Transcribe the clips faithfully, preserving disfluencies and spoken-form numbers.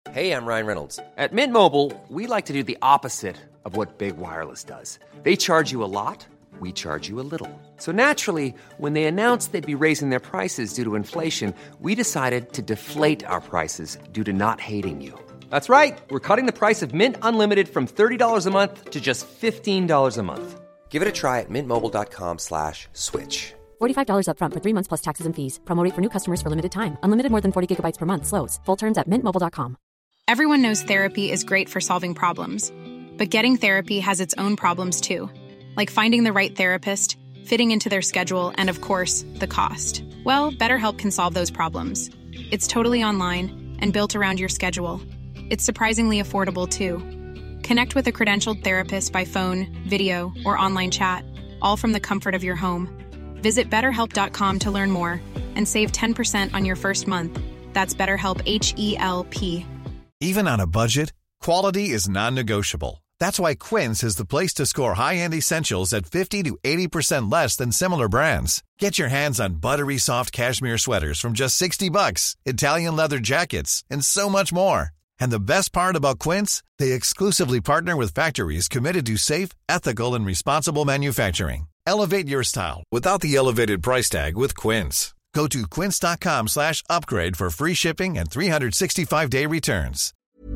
Hey, I'm Ryan Reynolds. At Mint Mobile, we like to do the opposite of what Big Wireless does. They charge you a lot, we charge you a little. So naturally, when they announced they'd be raising their prices due to inflation, we decided to deflate our prices due to not hating you. That's right. We're cutting the price of Mint Unlimited from thirty dollars a month to just fifteen dollars a month. Give it a try at mintmobile.com slash switch. forty-five dollars up front for three months plus taxes and fees. Promo rate for new customers for limited time. Unlimited more than forty gigabytes per month slows. Full terms at mint mobile dot com. Everyone knows therapy is great for solving problems. But getting therapy has its own problems too. Like finding the right therapist, fitting into their schedule, and of course, the cost. Well, BetterHelp can solve those problems. It's totally online and built around your schedule. It's surprisingly affordable too. Connect with a credentialed therapist by phone, video, or online chat, all from the comfort of your home. Visit better help dot com to learn more and save ten percent on your first month. That's BetterHelp, H E L P. Even on a budget, quality is non-negotiable. That's why Quince is the place to score high-end essentials at fifty to eighty percent less than similar brands. Get your hands on buttery soft cashmere sweaters from just sixty bucks, Italian leather jackets, and so much more. And the best part about Quince, they exclusively partner with factories committed to safe, ethical, and responsible manufacturing. Elevate your style without the elevated price tag with Quince. Go to quince.com slash upgrade for free shipping and three sixty-five day returns.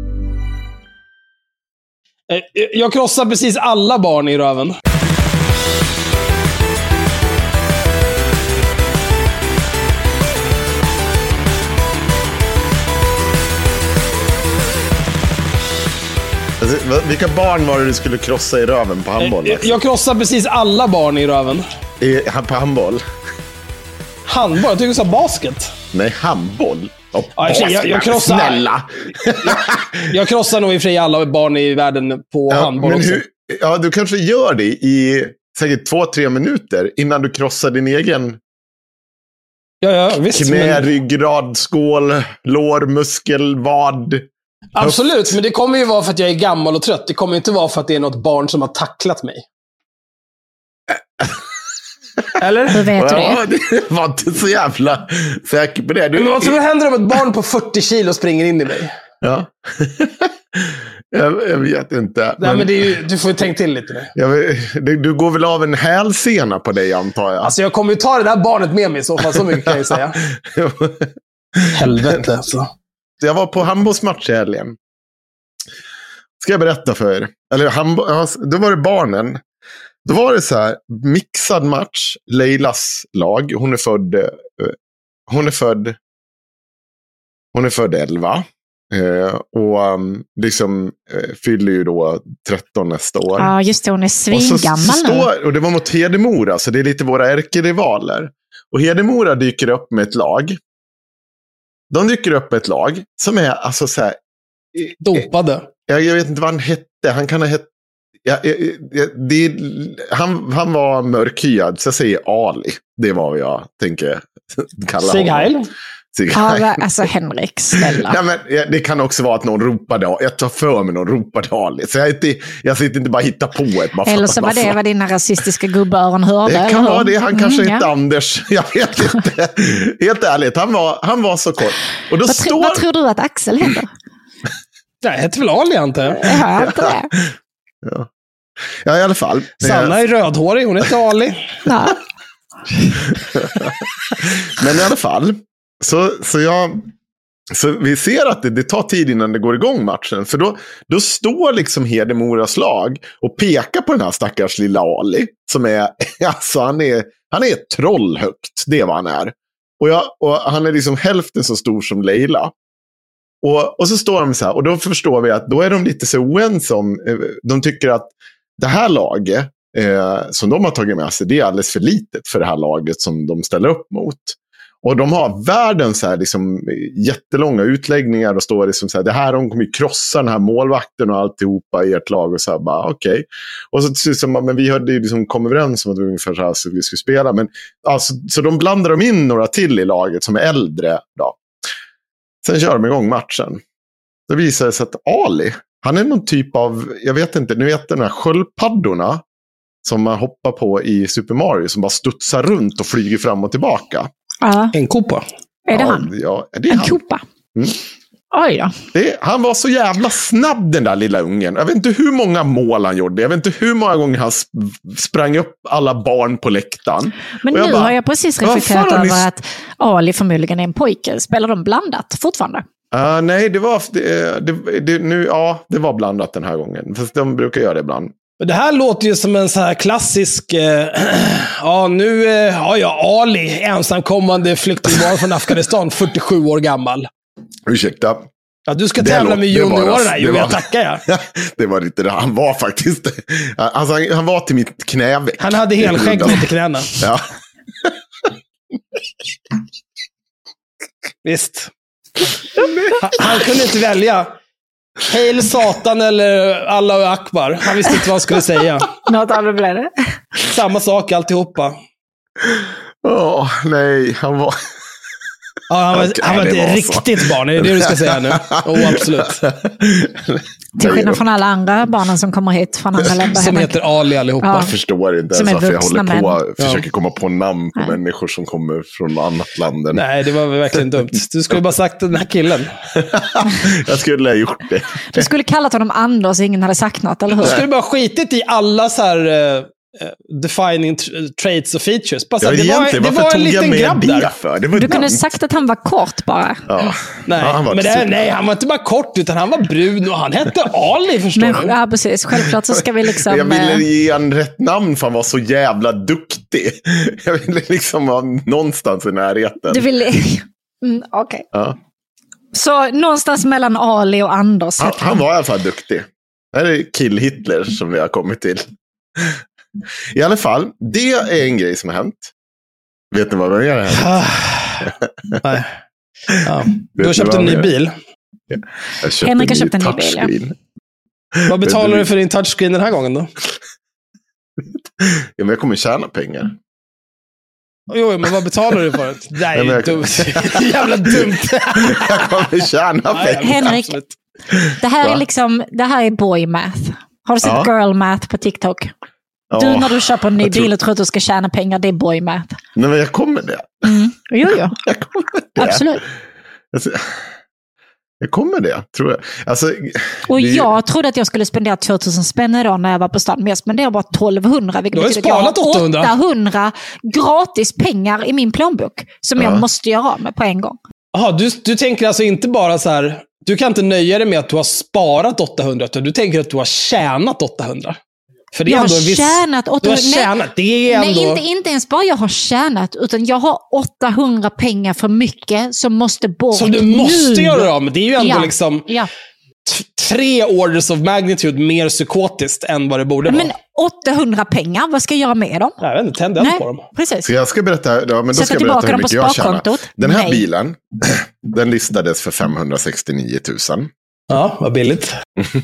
Jag krossar precis alla barn i röven. Alltså, vilka barn var det du skulle krossa i röven på handboll? Alltså? Jag krossar precis alla barn i röven. I, på handboll? Handboll? Jag tycker du sa basket. Nej, handboll. Oh, ja, jag, jag, jag krossar, snälla. jag, jag krossar nog i fri alla barn i världen på ja, handboll men också. Hur, ja, du kanske gör det i säkert två, tre minuter innan du krossar din egen ja, ja, visst, knä, men... ryggrad, skål, lår, muskel, vad. Absolut, höft. men det kommer ju vara för att jag är gammal och trött. Det kommer inte vara för att det är något barn som har tacklat mig. Eller? Hur vet du ja, det? det var inte så jävla säker på det. Du... Men vad tror du händer om ett barn på fyrtio kilo springer in i mig? Ja. jag, jag vet inte. Nej, men, men det är ju, du får ju tänka till lite nu. Jag, du, du går väl av en hälsena på dig, antar jag. Alltså jag kommer ju ta det där barnet med mig i så fall. Så mycket kan jag ju säga. Helvete alltså. Jag var på handbollsmatch i helgen. Ska jag berätta för er? Eller handboll, då var det barnen. Då var det så här, mixad match. Leilas lag, hon är född uh, hon är född hon är född elva uh, och um, liksom uh, fyller ju då tretton nästa år. Ja, just det, hon är svingammal nu. Står, och det var mot Hedemora, så det är lite våra ärkerivaler. Och Hedemora dyker upp med ett lag. De dyker upp ett lag som är alltså så här, dopade. Jag, jag vet inte vad han hette. Han kan ha hett Ja, ja, det, han, han var mörkhyad, så jag säger Ali. Det var vad jag tänker kalla Sig honom. Sig Heil. Ja, alltså Henrik, snälla. Ja, men, ja, det kan också vara att någon ropade. Jag tar för mig någon ropade Ali. Så jag, inte, jag sitter inte bara hitta på ett. Bara eller så var det vad dina rasistiska gubbarn hörde. Det kan vara det. Han kanske mm, hette ja. Anders. Jag vet inte. Helt ärligt, han var, han var så kort. Och då vad, står... tro, vad tror du att Axel heter? Jag heter väl Ali, inte? Jag hör inte det. Ja. Ja, i alla fall. Sanna är rödhårig, hon heter Ali. Ja. Men i alla fall. Så, så, jag, så vi ser att det, det tar tid innan det går igång matchen. För då, då står liksom Hedemoras lag och pekar på den här stackars lilla Ali. Som är, alltså han är, han är trollhögt, det är vad han är. Och, jag, och han är liksom hälften så stor som Leila. Och, och så står de så här, och då förstår vi att då är de lite så oense om, de tycker att det här laget eh, som de har tagit med sig, det är alldeles för litet för det här laget som de ställer upp mot. Och de har världens så här, liksom, jättelånga utläggningar och står liksom så här, det här, de kommer ju krossa den här målvakten och alltihopa i ert lag och så här, bara okej. Okay. Och så, så men vi hade ju liksom kommit överens om att vi ungefär så här så vi skulle spela, men alltså, så de blandar de in några till i laget som är äldre då. Sen kör de igång matchen. Det visar sig att Ali, han är någon typ av, jag vet inte, nu vet den här sköldpaddorna som man hoppar på i Super Mario som bara studsar runt och flyger fram och tillbaka. Ja. En kopa. Är det ja, han? Ja, det är en han. kopa. Mm. Oj då. Det, han var så jävla snabb, den där lilla ungen. Jag vet inte hur många mål han gjorde. Jag vet inte hur många gånger han sp- sprang upp alla barn på läktaren. Men nu bara, har jag precis reflekterat över ni... att Ali förmodligen är en pojke. Spelar de blandat fortfarande? Uh, nej, det var, det, det, det, nu, ja, det var blandat den här gången. Fast de brukar göra det ibland. Det här låter ju som en så här klassisk, eh, ja nu eh, har jag Ali, ensamkommande flyktingbarn från Afghanistan, fyrtiosju år gammal. Ursäkta. Ja, du ska tävla med juniorerna, jo, jag tackar jag. Det var inte det, han var faktiskt, alltså, han, han var till mitt knäveck. Han hade helskägg ner till knäna. Ja. Visst. Han, han kunde inte välja. Hail Satan eller Allahu Akbar. Han visste inte vad han skulle säga. Något av det blev det. Samma sak alltihopa. Åh, oh, nej, han var... Ja, han var, okay, han var ett riktigt så. Barn, är det det du ska säga nu? Oh, absolut. Till skillnad från alla andra barnen som kommer hit från andra länder. Som heter Ali allihopa. Ja. Jag förstår inte ens varför jag håller på och försöker komma på namn på Nej. människor som kommer från annat land. Nej, det var verkligen dumt. Du skulle bara sagt den här killen. Jag skulle ha gjort det. Du skulle kallat honom Anders och ingen hade sagt något, eller hur? Du skulle bara skitit i alla så här... Uh, defining t- traits och features. Bara, ja, det var, det var en liten grabb där. För? Det var du kunde sagt att han var kort bara. Ja. Nej, ja, han var men det, nej, han var inte bara kort utan han var brun och han hette Ali, förstår men, du? Ja, precis. Självklart så ska vi liksom... Jag ville ge han rätt namn för han var så jävla duktig. Jag ville liksom vara någonstans i närheten. Du ville... Mm, okej. Okay. Ja. Så någonstans mellan Ali och Anders. Han, han var i alla fall duktig. Det här är kill-Hitler som vi har kommit till. I alla fall, det är en grej som har hänt. Vet ni vad det är? Nej. Ja. Du har köpt en ny bil. Henrik har köpt en ny bil. Ja. Vad betalar du för din touchscreen den här gången då? Ja, men jag kommer tjäna pengar. Jo, men vad betalar du för det? Nej, Nej jag... dumt. Jävla dumt. Jag kommer tjäna pengar. Henrik, det här är liksom, det här är boy math. Har du sett ja. girl math på TikTok? Du när du köper en ny bil och tror att du ska tjäna pengar, det är boy math. Nej, men jag kommer det. Mm. Jo, jo. Jag kommer det. Absolut. Alltså, jag kommer det, tror jag. Alltså, och det... jag trodde att jag skulle spendera tvåtusen spänn idag när jag var på stan. Men jag spenderade bara tolvhundra. Vilket du har betyder att jag har åttahundra. åttahundra gratis pengar i min plånbok. Som ja. jag måste göra av med på en gång. Jaha, du, du tänker alltså inte bara så här... Du kan inte nöja dig med att du har sparat åttahundra. Utan du tänker att du har tjänat åttahundra. För det är jag ändå har en viss... tjänat åttahundra. Du har tjänat, det är ändå... Nej, inte, inte ens bara jag har tjänat, utan jag har åttahundra pengar för mycket som måste bort. Som du måste nu. göra om. Det är ju ändå ja. liksom ja. t- tre orders of magnitude mer psykotiskt än vad det borde vara. Men åttahundra pengar, vad ska jag göra med dem? Jag vet inte, tänd eld på dem. Precis. Så jag ska berätta, ja, men då Sätta ska jag berätta hur mycket jag tjänar. Den här Nej. bilen, den listades för femhundrasextionio tusen. Ja, vad billigt.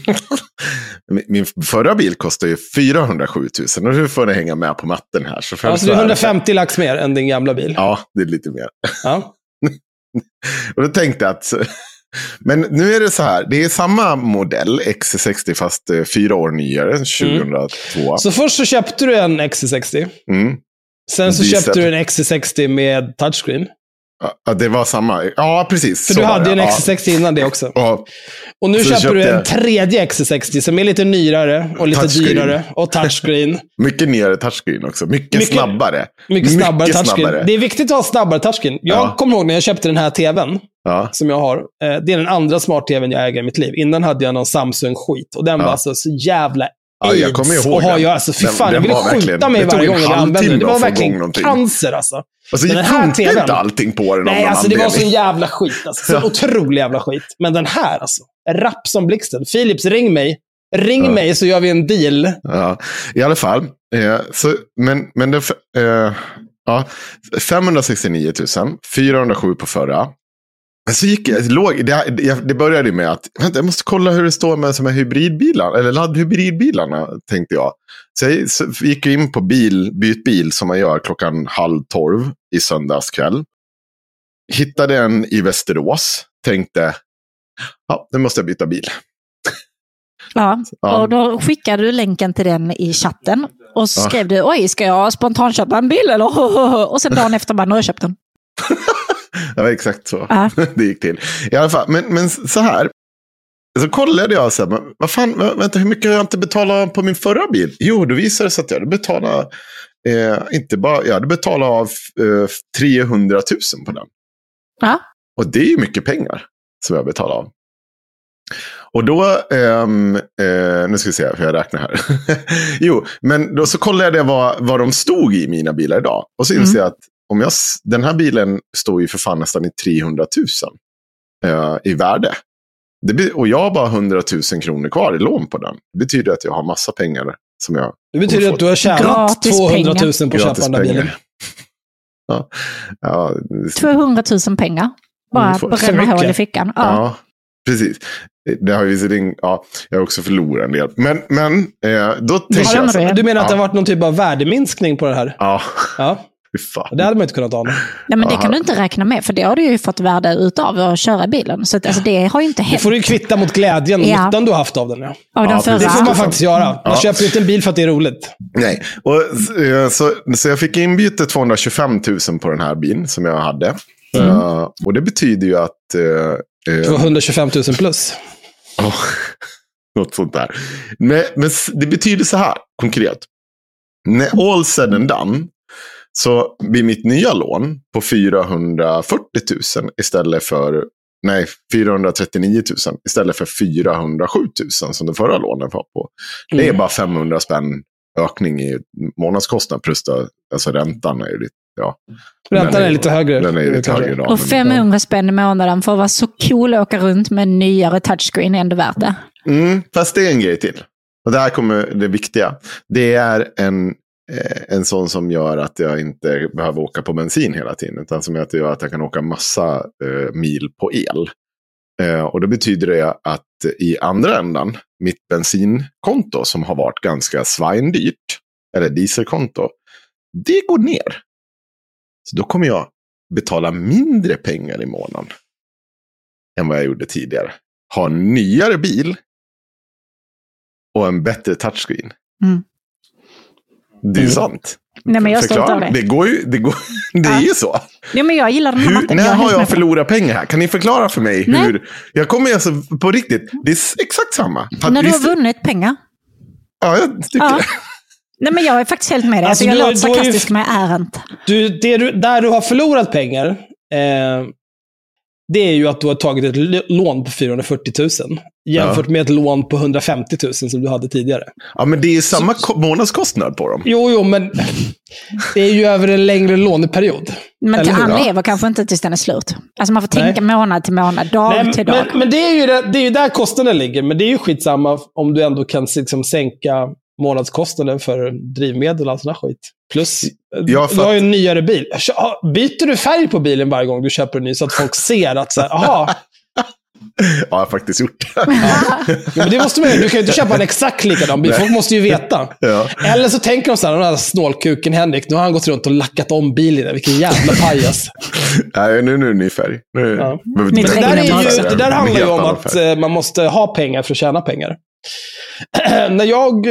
Min förra bil kostade ju fyrahundrasju tusen. Och nu får ni hänga med på matten här. Så alltså det är hundrafemtio lax mer än din gamla bil. Ja, det är lite mer. Ja. Och då tänkte jag att... Men nu är det så här. Det är samma modell, X C sextio, fast fyra år nyare, tjugohundratvå. Mm. Så först så köpte du en X C sextio. Mm. Sen så Diesel. köpte du en X C sextio med touchscreen. Ja, det var samma. Ja, precis. För du hade ju en X C sextio ja. innan det också. Ja. Och nu så köper du en jag... tredje X C sextio som är lite nyrare och lite touchscreen. dyrare. Och touchscreen. Mycket nyare touchscreen också. Mycket, mycket snabbare. Mycket snabbare mycket touchscreen. Snabbare. Det är viktigt att ha snabbare touchscreen. Jag ja. kommer ihåg när jag köpte den här tvn. Ja. Som jag har. Det är den andra smart-tvn jag äger i mitt liv. Innan hade jag någon Samsung-skit. Och den ja. var alltså så jävla... Ja, jag kommer ihåg och har jag, alltså, fy fan, den, den jag ville skjuta mig varje gång jag använde den. Det var verkligen cancer alltså. Alltså det funkar inte allting på den. Nej, alltså det var så jävla skit. Alltså. Så otrolig jävla skit. Men den här alltså, rapp som blixten. Philips, ring mig. Ring ja. mig så gör vi en deal. Ja, i alla fall. Eh, så, men men det, eh, ja, femhundrasextionio tusen. fyrahundrasju på förra. Men så gick jag, låg, det, det började med att vänta, jag måste kolla hur det står med som är hybridbilar, eller laddhybridbilarna, tänkte jag. Så jag så gick in på bil, byt bil som man gör klockan halv tolv i söndags kväll. Hittade en i Västerås, tänkte, ja, nu måste jag byta bil. Ja, och då skickade du länken till den i chatten och så skrev ja. du, oj, ska jag spontanköpa en bil eller? Och sen dagen efter bara, nu har jag köpt den. det var exakt så ja. det gick till. I alla fall, men, men så här. Så kollade jag så här, men vad fan, vänta, hur mycket har jag inte betalat på min förra bil? Jo, då visade det sig att jag hade betalat, eh, inte bara, jag hade betalat av eh, trehundratusen på den. Ja. Och det är ju mycket pengar som jag betalar av. Och då, um, uh, nu ska vi se hur jag räknar här. jo, men då så kollade jag vad, vad de stod i mina bilar idag. Och så inser mm. jag att om jag, den här bilen står ju för fan nästan i trehundratusen uh, i värde. Det be, och jag har bara hundratusen kronor kvar i lån på den. Det betyder att jag har massa pengar som jag... Det betyder att du har tjänat tvåhundratusen på att köpa den där bilen. ja. Ja, tvåhundratusen pengar. Bara bränna hål i fickan. Ja. ja, precis. Det har ju visserligen, ja, jag har också förlorat en del. Men, men eh, då tänker jag... Så, du menar att ja. det har varit någon typ av värdeminskning på det här? Ja. Ja. Fan. Det hade man inte kunnat ana. Nej, men det kan du inte räkna med, för det har du ju fått värde utav att köra bilen. Så att, alltså, det har ju inte hänt. Det får du ju kvitta mot glädjen och ja. nyttan du har haft av den. Ja. Av den ja, förra. Det får man faktiskt göra. Man ja. köper inte en bil för att det är roligt. Nej, och, så, så jag fick inbyte tvåhundratjugofemtusen på den här bilen som jag hade. Mm. Uh, och det betyder ju att... Uh, uh, tvåhundratjugofemtusen plus. Oh, något sånt där. Men, men det betyder så här, konkret. När all said and done, så blir mitt nya lån på fyrahundrafyrtiotusen istället för, nej, fyrahundratrettioniotusen istället för fyrahundrasjutusen som den förra lånen var på. Det är mm. bara femhundra spänn ökning i månadskostnad plus då, alltså räntan är ju lite, ja. Räntan är, är lite högre. Den är lite högre idag. Och femhundra spänn i månaden för att vara så cool att åka runt med en nyare touchscreen är ändå värt det. Mm, fast det är en grej till. Och där kommer det viktiga. Det är en en sån som gör att jag inte behöver åka på bensin hela tiden, utan som gör att jag kan åka massa eh, mil på el. Eh, och det betyder det att i andra ändan, mitt bensinkonto som har varit ganska svindyrt, eller dieselkonto, det går ner. Så då kommer jag betala mindre pengar i månaden än vad jag gjorde tidigare. Ha en nyare bil och en bättre touchscreen. Mm. Det är ju sant. Nej, men jag står inte av det. Det går ju, det går, det är ju så. Ja, men jag gillar den här hur, matten. När jag har jag förlorat pengar här? Kan ni förklara för mig Nej. hur? Jag kommer alltså på riktigt, det är exakt samma. Att när du har vunnit pengar. Ja, jag tycker ja. det. Nej, men jag är faktiskt helt med det. Alltså, alltså, jag låter sarkastisk, men jag är inte. Du, det du, där du har förlorat pengar, eh, det är ju att du har tagit ett lån på fyrahundrafyrtiotusen jämfört ja. med ett lån på hundrafemtiotusen som du hade tidigare. Ja, men det är samma så, månadskostnad på dem. Jo, jo, men det är ju över en längre låneperiod. Men till han lever kanske inte tills den är slut. Alltså man får tänka Nej. månad till månad, dag Nej, till dag. Men, men det, är ju det, det är ju där kostnaden ligger. Men det är ju skitsamma om du ändå kan liksom sänka månadskostnaden för drivmedel och allt sån här skit. Plus, ja, du har ju en nyare bil. Byter du färg på bilen varje gång du köper en ny så att folk ser att så här, aha. Ja, jag har faktiskt gjort det. Ja. Ja, men det måste man ju. Du kan ju inte köpa en exakt likadan bil. Folk måste ju veta. Ja. Eller så tänker de så här, den här snålkuken Henrik, nu har han gått runt och lackat om bilen. Vilken jävla pajas. Nej, nu, nu är det ny färg. Nu, ja. det, där är ju, det där handlar ju om att färg. man måste ha pengar för att tjäna pengar. När jag,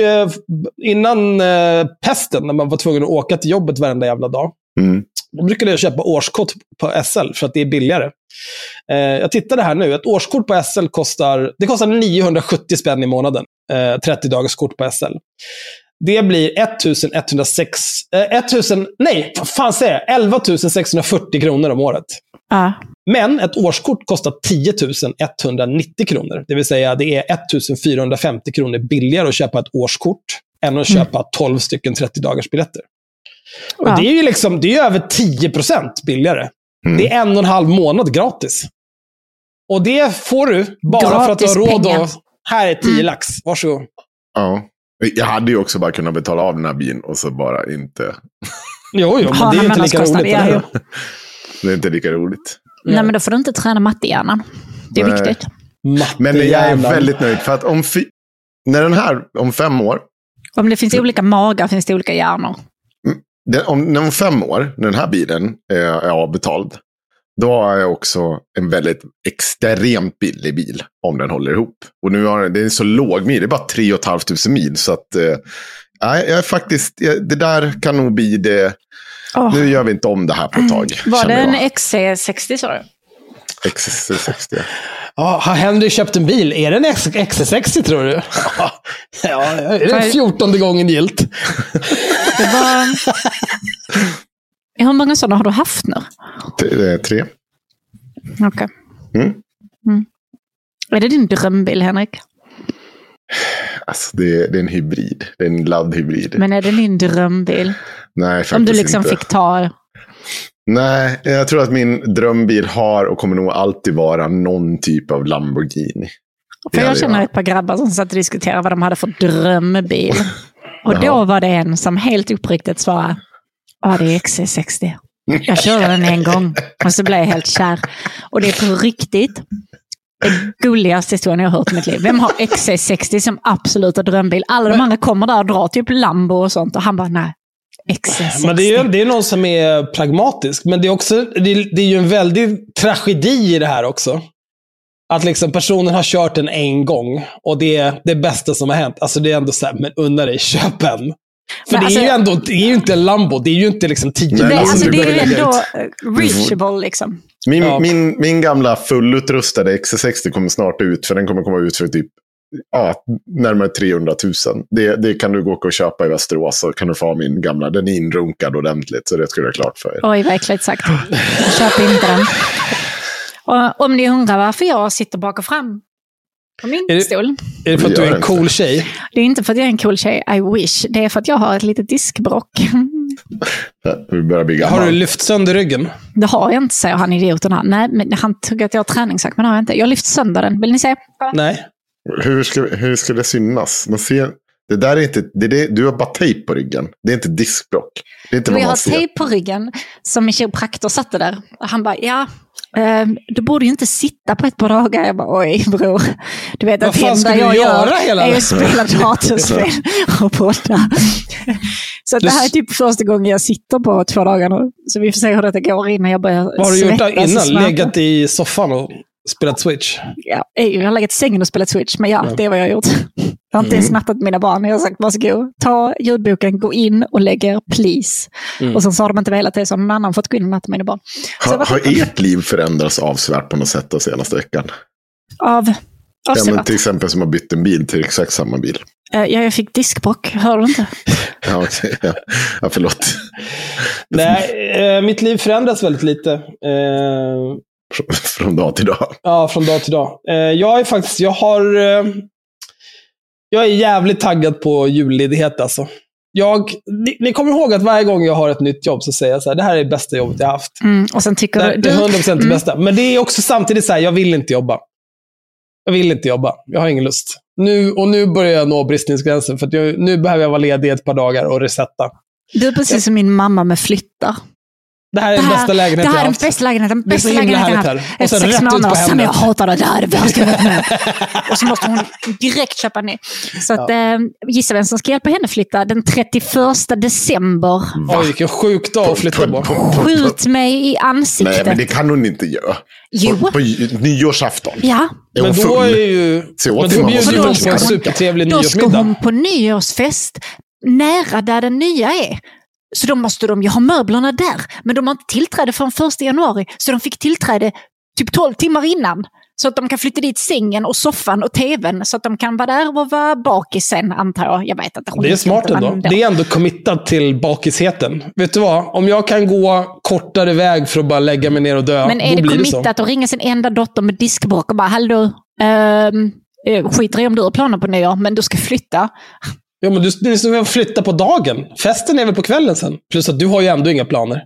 innan pesten, när man var tvungen att åka till jobbet varenda jävla dag, mm. då brukade jag köpa årskort på S L för att det är billigare. Jag tittade här nu, ett årskort på S L kostar, det kostar niohundrasjuttio spänn i månaden, trettio dagars kort på S L. Det blir elvaetthundrasex, tusen, nej, vad fan säger jag? elva tusen sexhundrafyrtio kronor om året. Uh. Men ett årskort kostar tio tusen etthundranittio kronor. Det vill säga det är ettusen fyrahundrafemtio kronor billigare att köpa ett årskort än att köpa mm. tolv stycken trettio dagars biljetter. Och uh. det är ju liksom, det är över tio procent billigare. Mm. Det är en och en halv månad gratis. Och det får du bara gratis för att du har råd att, här är tio mm. lax, varsågod. Ja. Jag hade ju också bara kunnat betala av den här bilen och så bara inte. Jo, jo, men ja, det är inte lika roligt. Ja, det är inte lika roligt. Nej, men då får du inte träna mattehjärnan. Det är Nej. viktigt. Men jag är väldigt nöjd för att om, fi- när den här, om fem år. Om det finns olika magar finns det olika hjärnor. Den, om, om fem år, när den här bilen är, är avbetald, då har jag också en väldigt extremt billig bil om den håller ihop. Och nu har det är så låg mil, det är bara tre och ett halvt tusen mil. Så att, eh, jag är faktiskt, det där kan nog bli det. Oh. Nu gör vi inte om det här på ett tag. Var det en X C sextio, sa du? X C sextio. Ja, har Henry köpt en bil? Är det en X C sextio, tror du? Ja, är det fjortonde gången gilt? Det var... Hur många sådana har du haft nu? T- tre. Okej. Okay. Mm. Mm. Är det din drömbil, Henrik? Alltså, det, det är en hybrid. Det är en laddhybrid. Men är det din drömbil? Nej, faktiskt om du liksom inte. fick ta... Nej, jag tror att min drömbil har och kommer nog alltid vara någon typ av Lamborghini. För jag känner ett par grabbar som satt och diskuterade vad de hade för drömbil. Och då var det en som helt uppriktigt svarade: ja, det är X C sextio. Jag körde den en gång och så blev jag helt kär. Och det är på riktigt det gulligaste historien jag har hört i mitt liv. Vem har X C sextio som absoluta drömbil? Alla de andra kommer där och drar typ Lambo och sånt. Och han bara, nej. X C sextio. Men det är ju det är någon som är pragmatisk. Men det är också det är, det är ju en väldig tragedi i det här också. Att liksom personen har kört den en gång. Och det är det bästa som har hänt. Alltså det är ändå så här, men unna dig, köp en. För men det alltså, är ju ändå, det är ju inte en Lambo. Det är ju inte liksom tio. Nej, alltså det är ju ändå reachable liksom. Min, ja. min, min gamla fullutrustade X C sextio kommer snart ut. För den kommer komma ut för typ ja, närmare trehundratusen. Det, det kan du gå och köpa i Västerås. Så kan du få min gamla. Den är inrunkad ordentligt. Så det skulle jag klart för er. Oj, verkligen sagt. Köp inte den. Och om ni undrar varför jag sitter bak och fram på min är det, stol. Är det för att du är en cool tjej? Det är inte för att jag är en cool tjej, I wish. Det är för att jag har ett litet diskbrock. Vi börjar bli gammal. Har du lyft sönder ryggen? Det har jag inte, säger han idioten här. Nej, men han tycker att jag har träningssack, men det har jag inte. Jag har lyft sönder den. Vill ni se? Nej. Hur ska, hur ska det synas? Man ser... Det där är inte, det är det, du har bara tejp på ryggen. Det är inte diskbrock. Det är inte vad jag man har ser. tejp på ryggen som min kiropraktor satte där. Och han bara, ja, eh, du borde ju inte sitta på ett par dagar. Jag bara, oj bror. Du vet att det enda jag gör hela är att spela datorspel och podda. Så att det här är typ första gången jag sitter på två dagar nu. Så vi får se hur det går innan jag börjar svettas. Vad har du gjort där innan? Legat i soffan och spelat Switch? Ja, jag har legat i sängen och spelat Switch. Men ja, det är vad jag har gjort. Jag har inte ens snattat mina barn. Jag har sagt, varsågod, ta ljudboken, gå in och lägger please. Mm. Och sen så har de inte velat det, så någon annan fått gå in och natta mina barn. Ha, har ert liv förändrats avsevärt på något sätt den senaste veckan? Av? Ja, men till exempel som har bytt en bil till exakt samma bil. Ja, jag fick diskbrock, hör du inte? Ja, okay. ja. ja, förlåt. Nej, eh, mitt liv förändras väldigt lite. Eh... Från dag till dag. Ja, från dag till dag. Eh, jag är faktiskt, jag har... Eh... Jag är jävligt taggad på julledighet alltså. Jag, ni, ni kommer ihåg att varje gång jag har ett nytt jobb så säger jag så här, det här är det bästa jobbet jag har haft. Mm, och sen tycker det, du... Det är hundra procent mm. det bästa. Men det är också samtidigt så här, jag vill inte jobba. Jag vill inte jobba. Jag har ingen lust. Nu, och nu börjar jag nå bristningsgränsen. För att jag, nu behöver jag vara ledig ett par dagar och resetta. Du är precis ja. som min mamma med flyttar. Det här är det den här, bästa lägenheten jag har jag haft. Det här är den bästa lägenheten. Det är så himla härligt här. Och sen sex månader sen jag hatar det. Det här är det värsta jag vet med. Och så måste hon direkt köpa ny. Så att, ja. eh, gissa vem som ska hjälpa henne flytta den trettioförsta december. Oj, vilken sjuk dag att flytta på. Skjut mig i ansiktet. Nej, men det kan hon inte göra. Jo. På, på nyårsafton. Ja. Är men då är ju... Så men då bjuder hon på en supertrevlig nyårsmiddag. Då ska hon på nyårsfest nära där den nya är. Så då måste de ju ha möblerna där. Men de har inte tillträde förrän första januari. Så de fick tillträde typ tolv timmar innan. Så att de kan flytta dit sängen och soffan och tvn. Så att de kan vara där och vara bakis sen, antar jag. Jag vet inte. Det är smart ändå. ändå. Det är ändå committat till bakisheten. Vet du vad? Om jag kan gå kortare väg för att bara lägga mig ner och dö. Men är det committat att ringa sin enda dotter med diskbråck och bara, hallå, ähm, skiter i om du har planer på nyår, men du ska flytta. Ja, men du, du ska flytta på dagen. Festen är väl på kvällen sen. Plus att du har ju ändå inga planer.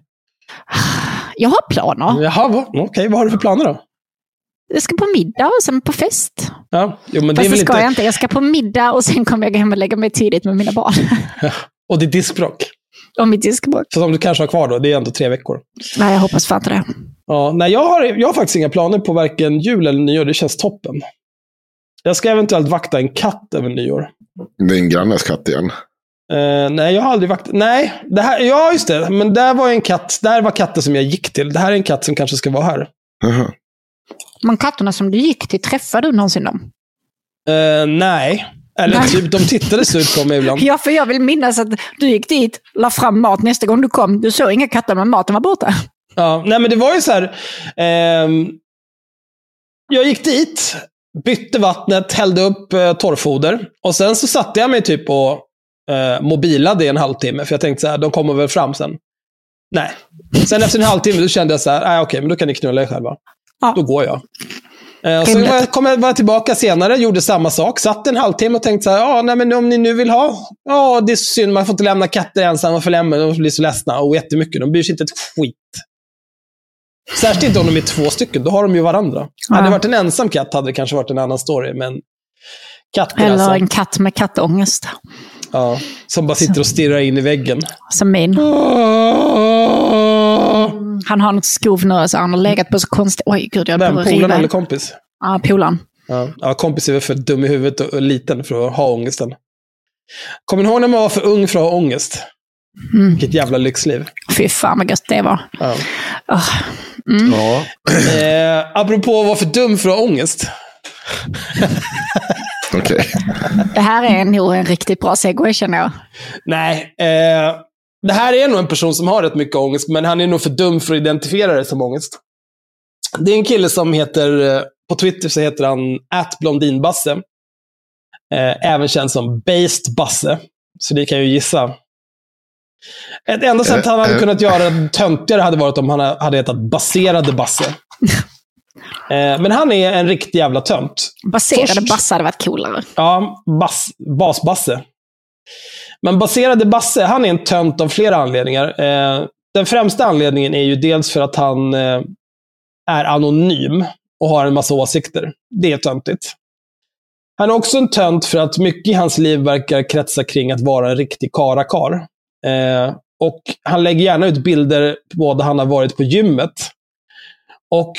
Jag har planer. Jaha, okej. Okay, vad har du för planer då? Jag ska på middag och sen på fest. Ja, jo, men Fast det är väl ska inte... jag inte. Jag ska på middag och sen kommer jag hem och lägga mig tidigt med mina barn. Och det är diskbråck. Och mitt diskbråck. Så som du kanske har kvar då, det är ändå tre veckor. Nej, jag hoppas fan inte det. Ja, nej, jag har, jag har faktiskt inga planer på varken jul eller nyår. Det känns toppen. Jag ska eventuellt vakta en katt över nyår. Det är en grannes katt igen. Uh, nej, jag har aldrig vaktat. Nej, det här, ja just det. Men där var en katt. Där var katten som jag gick till. Det här är en katt som kanske ska vara här. Uh-huh. Men katterna som du gick till, träffade du någonsin dem? Uh, nej. Eller typ, de tittade surt på mig ibland. Ja, för jag vill minnas att du gick dit, la fram mat nästa gång du kom. Du såg inga katter, men maten var borta. Ja, nej men det var ju så här. Eh, jag gick dit, bytte vattnet, hällde upp eh, torrfoder. Och sen så satte jag mig typ och eh, mobilade i en halvtimme. För jag tänkte så här, de kommer väl fram sen. Nej. Sen efter en halvtimme då kände jag så här, nej okej, men då kan ni knulla er själva. Ja. Då går jag. Eh, så jag kom jag var tillbaka senare, gjorde samma sak. Satt en halvtimme och tänkte så här, ja, nej men om ni nu vill ha, ja det är synd, man får inte lämna katter ensamma för lämna, de blir så ledsna och jättemycket, de bryr sig inte ett skit. Särskilt inte om de är två stycken, då har de ju varandra. Ja. Hade det varit en ensam katt hade det kanske varit en annan story, men katter eller alltså. En katt med kattångest. Ja, som bara sitter och stirrar in i väggen. Som min. Han har något skov nu, så han har legat på så konstigt. Oj, gud, jag Vem, polan eller kompis? Ja, polan. Ja, ja, kompis är väl för dum i huvudet och, och liten för att ha ångesten. Kommer ni ihåg när man var för ung för att ha ångest? Mm. Vilket jävla lyxliv. Fy fan vad gött det var. Ja. Oh. Mm. Ja. Eh, apropå att vara för dum för att ha ångest. Okej. Okay. Det här är nog en riktigt bra segway, känner jag. Nej, eh, det här är nog en person som har rätt mycket ångest, men han är nog för dum för att identifiera det som ångest. Det är en kille som heter, på Twitter så heter han at blondinbasse. Eh, även känd som Based Basse. Så det kan ju gissa. Ett enda sätt han hade kunnat göra töntigare hade varit om han hade hetat Baserade Basse. Eh, men han är en riktig jävla tönt. Baserade Först, Basse hade varit coolare. Ja, bas, basbasse. Men Baserade Basse, han är en tönt av flera anledningar. Eh, den främsta anledningen är ju dels för att han eh, är anonym och har en massa åsikter. Det är töntigt. Han är också en tönt för att mycket i hans liv verkar kretsa kring att vara en riktig karakar. Eh, och han lägger gärna ut bilder på där han har varit på gymmet. Och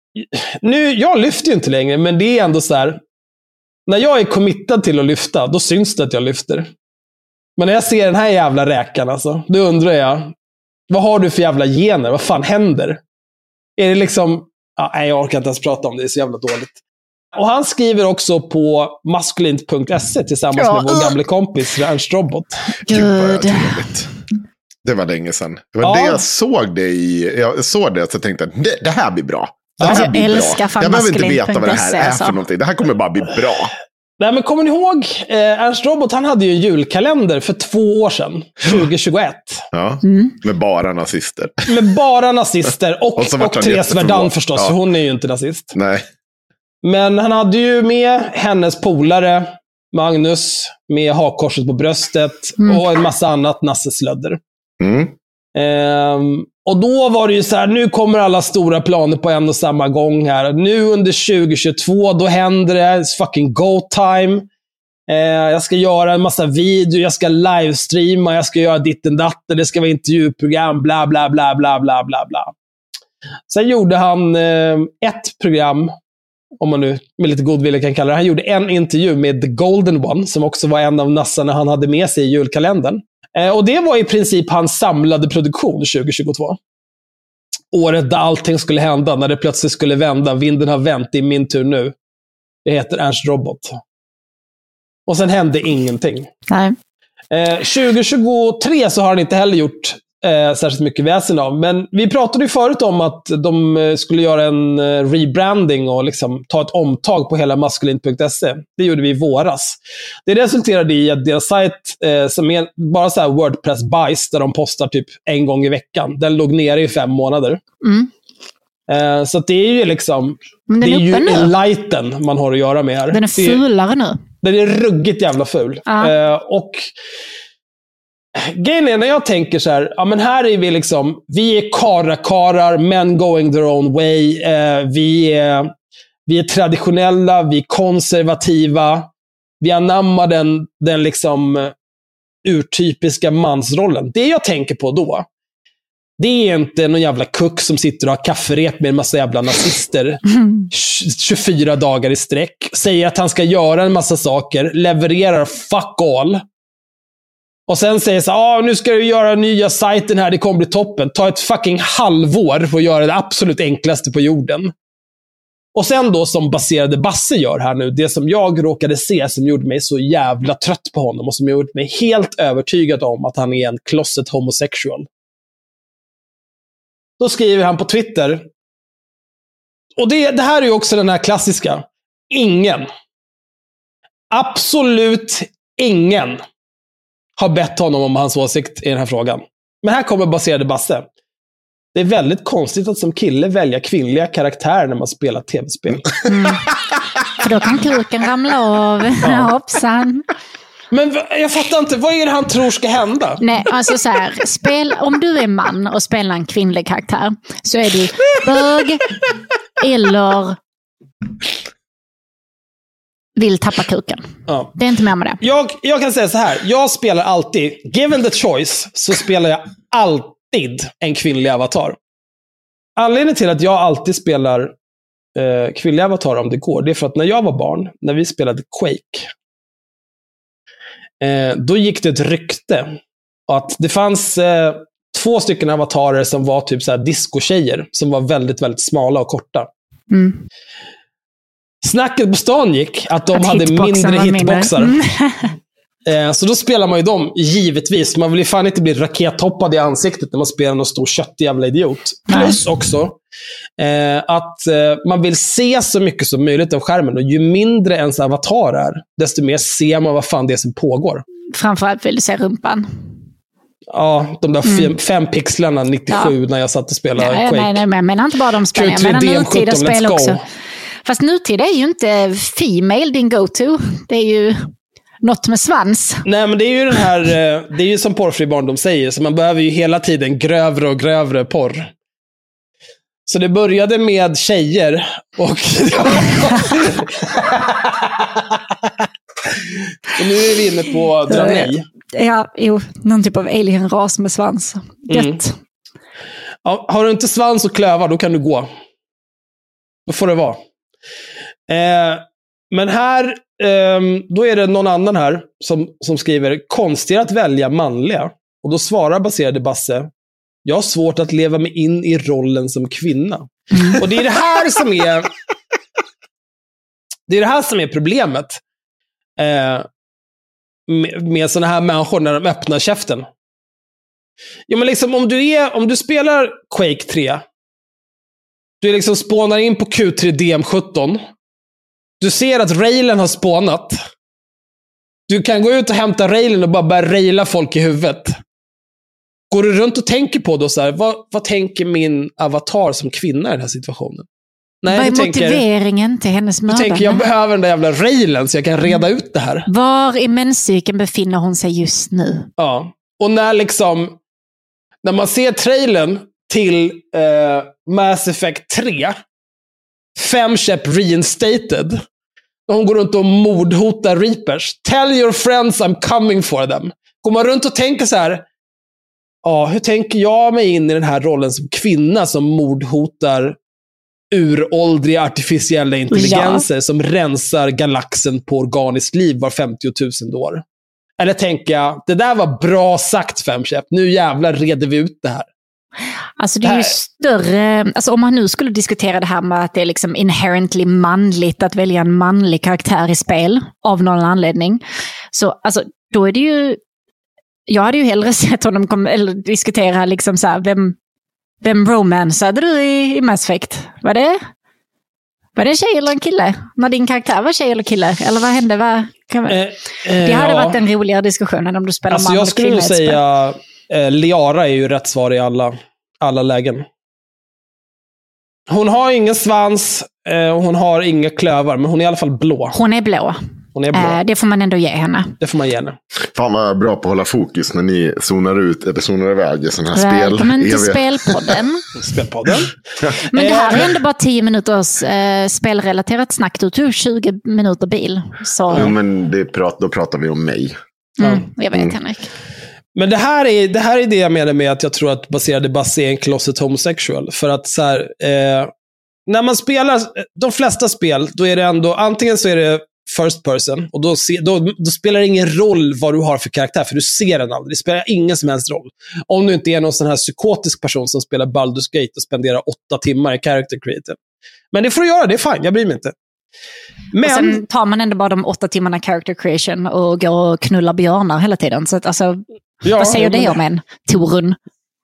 nu, jag lyfter ju inte längre, men det är ändå så här. När jag är committad till att lyfta, då syns det att jag lyfter. Men när jag ser den här jävla räkan, alltså, då undrar jag, vad har du för jävla gener? Vad fan händer? Är det liksom, ja, nej, jag orkar inte ens prata om det, det är så jävla dåligt. Och han skriver också på maskulint punkt se tillsammans ja. med vår gamla kompis Ernst Robot. Gud vad trevligt. Det var länge sedan. Det var ja. det jag såg det i. Jag såg det och så tänkte jag, det, det här blir bra. Det här alltså, blir jag älskar bra. Jag behöver inte veta vad det här är alltså. för någonting. Det här kommer bara bli bra. Nej, men kommer ni ihåg? Eh, Ernst Robot, han hade ju en julkalender för två år sedan. tjugohundratjugoett. Ja, mm. med bara nazister. Med bara nazister. Och, och, och Therese Verdun förstås, ja. för hon är ju inte nazist. Nej. Men han hade ju med hennes polare, Magnus, med hakkorset på bröstet. Mm. Och en massa annat nasseslödder. Mm. Um, och då var det ju så här, nu kommer alla stora planer på en och samma gång här. Nu under tjugohundratjugotvå, då händer det. It's fucking go time. Uh, jag ska göra en massa video, jag ska livestreama, jag ska göra ditten datten, det ska vara intervjuprogram, bla bla bla bla bla bla bla. Sen gjorde han uh, ett program, om man nu med lite godvilja kan kalla det. Han gjorde en intervju med The Golden One, som också var en av nassarna han hade med sig i julkalendern. Eh, och det var i princip hans samlade produktion tjugohundratjugotvå. Året där allting skulle hända, när det plötsligt skulle vända. Vinden har vänt, det är min tur nu. Det heter Ernst Robot. Och sen hände ingenting. Nej. Eh, tjugohundratjugotre så har han inte heller gjort eh, särskilt mycket väsen av. Men vi pratade ju förut om att de skulle göra en eh, rebranding och liksom ta ett omtag på hela maskulint punkt se. Det gjorde vi i våras. Det resulterade i att deras sajt, eh, som är bara så här WordPress-bajs, där de postar typ en gång i veckan, den låg nere i fem månader. Mm. Eh, så det är ju liksom, det är, är ju enlighten man har att göra med här. Den är fulare nu. Den är ruggigt jävla ful. Ah. Eh, och grejen är, när jag tänker så här, ja men här är vi liksom, vi är karakarar, men going their own way. Eh, vi, är, vi är traditionella, vi är konservativa. Vi anammar den, den liksom urtypiska mansrollen. Det jag tänker på då, det är inte någon jävla kuck som sitter och har kafferep med en massa jävla nazister mm. tjugofyra dagar i sträck. Säger att han ska göra en massa saker, levererar fuck all. Och sen säger så ah, nu ska du göra nya sajten här, det kommer bli toppen. Ta ett fucking halvår för att göra det absolut enklaste på jorden. Och sen då som baserade Basse gör här nu, det som jag råkade se som gjorde mig så jävla trött på honom och som gjorde mig helt övertygad om att han är en closet homosexual. Då skriver han på Twitter, och det, det här är ju också den här klassiska, ingen, absolut ingen har bett honom om hans åsikt i den här frågan. Men här kommer baserade Basse. Det är väldigt konstigt att som kille välja kvinnliga karaktärer när man spelar tv-spel. Mm. För då kan kuken ramla av. Ja. Hoppsan. Men jag fattar inte, vad är det han tror ska hända? Nej, alltså så här, spel, om du är man och spelar en kvinnlig karaktär så är du bög eller vill tappa kuken. Ja. Det är inte mer med det. Jag, jag kan säga så här, jag spelar alltid, given the choice, så spelar jag alltid en kvinnlig avatar. Anledningen till att jag alltid spelar eh, kvinnliga avatar om det går, det är för att när jag var barn, när vi spelade Quake, eh, då gick det ett rykte att det fanns eh, två stycken avatarer som var typ så här disco-tjejer, som var väldigt, väldigt smala och korta. Mm. Snacket på stan gick att de att hade mindre hitboxar. Mm. eh, så då spelar man ju dem, givetvis. Man vill ju fan inte bli rakethoppad i ansiktet när man spelar någon stor köttig jävla idiot. Plus Nej. också eh, att eh, man vill se så mycket som möjligt av skärmen. Och ju mindre ens avatar är, desto mer ser man vad fan det är som pågår. Framförallt vill du se rumpan. Ja, de där mm. fem, fem pixlarna nittiosju ja. när jag satt och spelade ja, Quake. Nej, nej, men, men inte bara de spelarna. Men nutida spel också. Fast nutida är ju inte female din go-to. Det är ju något med svans. Nej, men det är ju den här, det är ju som porrfri barndom säger, så man behöver ju hela tiden grövre och grövre porr. Så det började med tjejer och, och nu är vi inne på dra nej. Ja, jo, någon typ av alien-ras med svans. Gött. Mm. Ja, har du inte svans och klövar, då kan du gå. Då får det vara. Eh, men här, eh, då är det någon annan här som, som skriver, konstigt att välja manliga. Och då svarar baserade Basse, jag har svårt att leva mig in i rollen som kvinna. Mm. Och det är det här som är det är det här som är problemet eh, med, med såna här människor när de öppnar käften. Ja, men liksom om du är om du spelar Quake tre, du liksom spånar in på Q tre D M sjutton. Du ser att railen har spånat. Du kan gå ut och hämta railen och bara börja raila folk i huvudet. Går du runt och tänker på då så här, vad, vad tänker min avatar som kvinna i den här situationen? Nej, vad är motiveringen tänker, till hennes mördare? Du tänker, jag behöver den där jävla railen så jag kan reda ut det här. Var i menscykeln befinner hon sig just nu? Ja, och när liksom när man ser trailern till eh, Mass Effect tre, fem käpp reinstated, och hon går runt och mordhotar Reapers. Tell your friends I'm coming for them. Går man runt och tänker så här, ja, hur tänker jag mig in i den här rollen som kvinna som mordhotar uråldriga artificiella intelligenser ja. som rensar galaxen på organiskt liv var femtiotusen år? Eller tänker jag, det där var bra sagt, femkäpp. Nu jävlar reder vi ut det här. Alltså det är ju större, alltså om man nu skulle diskutera det här med att det är liksom inherently manligt att välja en manlig karaktär i spel av någon anledning, så alltså då är det ju, jag hade ju hellre sett honom kom, eller diskutera liksom så här, vem, vem romansade du i, i Mass Effect? Var det var det en tjej eller en kille? När din karaktär var tjej eller kille? Eller vad hände? Vad, kan man, eh, eh, det hade ja. varit en roligare diskussion än om du spelar alltså man och kvinna. Jag skulle säga eh, Liara är ju rätt svar i alla, alla lägen. Hon har ingen svans eh, och hon har inga klövar, men hon är i alla fall blå. Hon är blå. Hon är blå. Eh, det får man ändå ge henne. Det får man ge henne. Fan vad bra på att hålla fokus när ni zonar ut eller zonar iväg i sån här spel. Välkommen till spelpodden. Spelpodden. Men det här är ändå bara tio minuters eh, spelrelaterat snack. Du tog tjugo minuter bil. Så... Jo, men det prat, då pratar vi om mig. Mm, jag vet, mm. Henrik. Men det här, är, det här är det jag menar med att jag tror att baserade Basse är en closet homosexual. För att så här, eh, när man spelar de flesta spel, då är det ändå, antingen så är det first person, och då, se, då, då spelar det ingen roll vad du har för karaktär, för du ser den aldrig. Det spelar ingen som helst roll. Om du inte är någon sån här psykotisk person som spelar Baldur's Gate och spenderar åtta timmar i character creator. Men det får du göra, det är fine, jag bryr mig inte. Men... Och sen tar man ändå bara de åtta timmarna character creation och går och knullar björnar hela tiden. Så att, alltså, ja, vad säger det om en? Torun.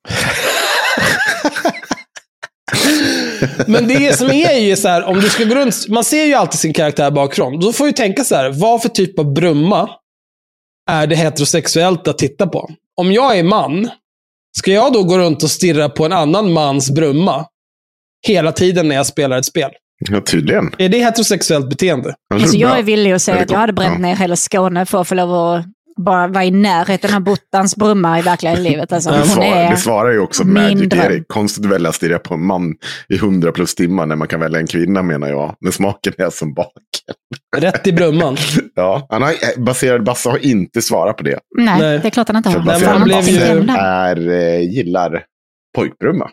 Men det som är ju så här, om du ska gå runt, man ser ju alltid sin karaktär bakifrån. Då får du tänka så här, vad för typ av brumma är det heterosexuellt att titta på? Om jag är man, ska jag då gå runt och stirra på en annan mans brumma hela tiden när jag spelar ett spel? Ja, tydligen. Är det heterosexuellt beteende? Alltså jag är villig att säga att jag hade bränt ja. ner hela Skåne för att få lov att bara vara i närheten av Bottans brumma i verkliga livet. Alltså, det, hon svar, är det svarar ju också Magic dröm. Erik. Konstigt att välja att stirra på en man i hundra plus timmar när man kan välja en kvinna, menar jag. Men smaken är som baken. Rätt i brumman. Ja, han har, baserad Basse har inte svarat på det. Nej, Nej. det är klart han inte har. För baserad Basse är, är, gillar pojkbrumma.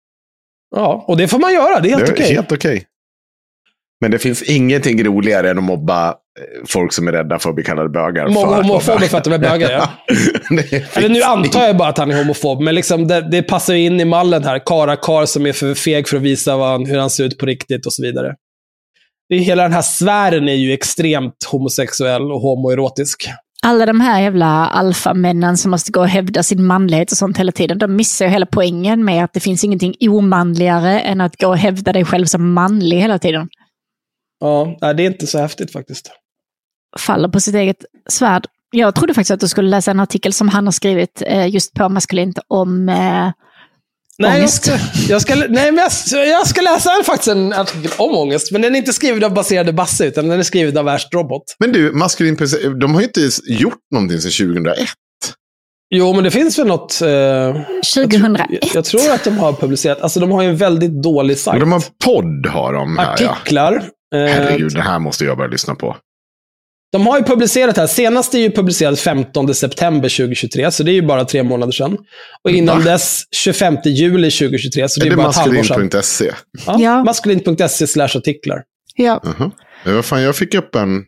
Ja, och det får man göra. Det är helt okej. Okay. Helt okej. Okay. Men det finns ingenting roligare än att mobba folk som är rädda för att bli kallade bögar. Mobba homofober för att de är bögar, ja. Eller nu antar jag bara att han är homofob, men liksom det, det passar ju in i mallen här. Karakar som är för feg för att visa vad han, hur han ser ut på riktigt och så vidare. Det är, hela den här sfären är ju extremt homosexuell och homoerotisk. Alla de här jävla alfamännen som måste gå och hävda sin manlighet och sånt hela tiden, de missar ju hela poängen med att det finns ingenting omanligare än att gå och hävda dig själv som manlig hela tiden. Ja, det är inte så häftigt faktiskt. Faller på sitt eget svärd. Jag trodde faktiskt att du skulle läsa en artikel som han har skrivit just på Maskulint om eh, nej, jag ska, jag ska, nej, men jag, jag ska läsa faktiskt en artikel om ångest, men den är inte skriven av baserade Basse, utan den är skriven av Värst Robot. Men du, Maskulint, de har ju inte gjort någonting sedan tjugohundraett. Jo, men det finns väl något... Eh, tjugohundraett? Jag, jag tror att de har publicerat... Alltså, de har ju en väldigt dålig sajt. De har podd, har de här, artiklar. Ja. Herregud, det här måste jag börja lyssna på. De har ju publicerat här. Senast är ju publicerat femtonde september tjugohundratjugotre, så det är ju bara tre månader sedan. Och innan Va? dess tjugofemte juli tjugohundratjugotre, så det är, är det bara ett halvår sedan. maskulint punkt se? Ja, ja. maskulint punkt se slash artiklar. Ja. Uh-huh. Vad fan, jag fick upp en...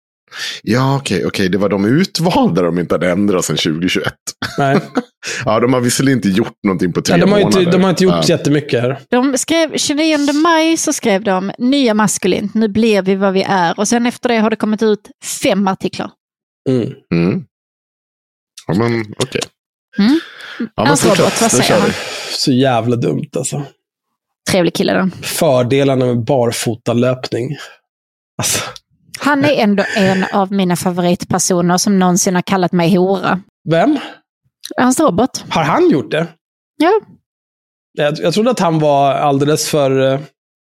Ja, okej, okay, okay. Det var de utvalda de inte hade ändrat sedan tjugohundratjugoett. Nej. Ja, de har visserligen inte gjort någonting på tre ja, de har månader. Inte, de har inte gjort ja. jättemycket här. De skrev, tjugonionde maj så skrev de nya Maskulint, nu blir vi vad vi är. Och sen efter det har det kommit ut fem artiklar. Mm. Mm. Ja, men okej. Okay. Mm. Ja, men fortsätt, vad säger han? Så jävla dumt alltså. Trevlig kille då. Fördelarna med barfotalöpning. Alltså... Han är ändå en av mina favoritpersoner som någonsin har kallat mig hora. Vem? Hans robot. Har han gjort det? Ja. Jag, jag trodde att han var alldeles för eh,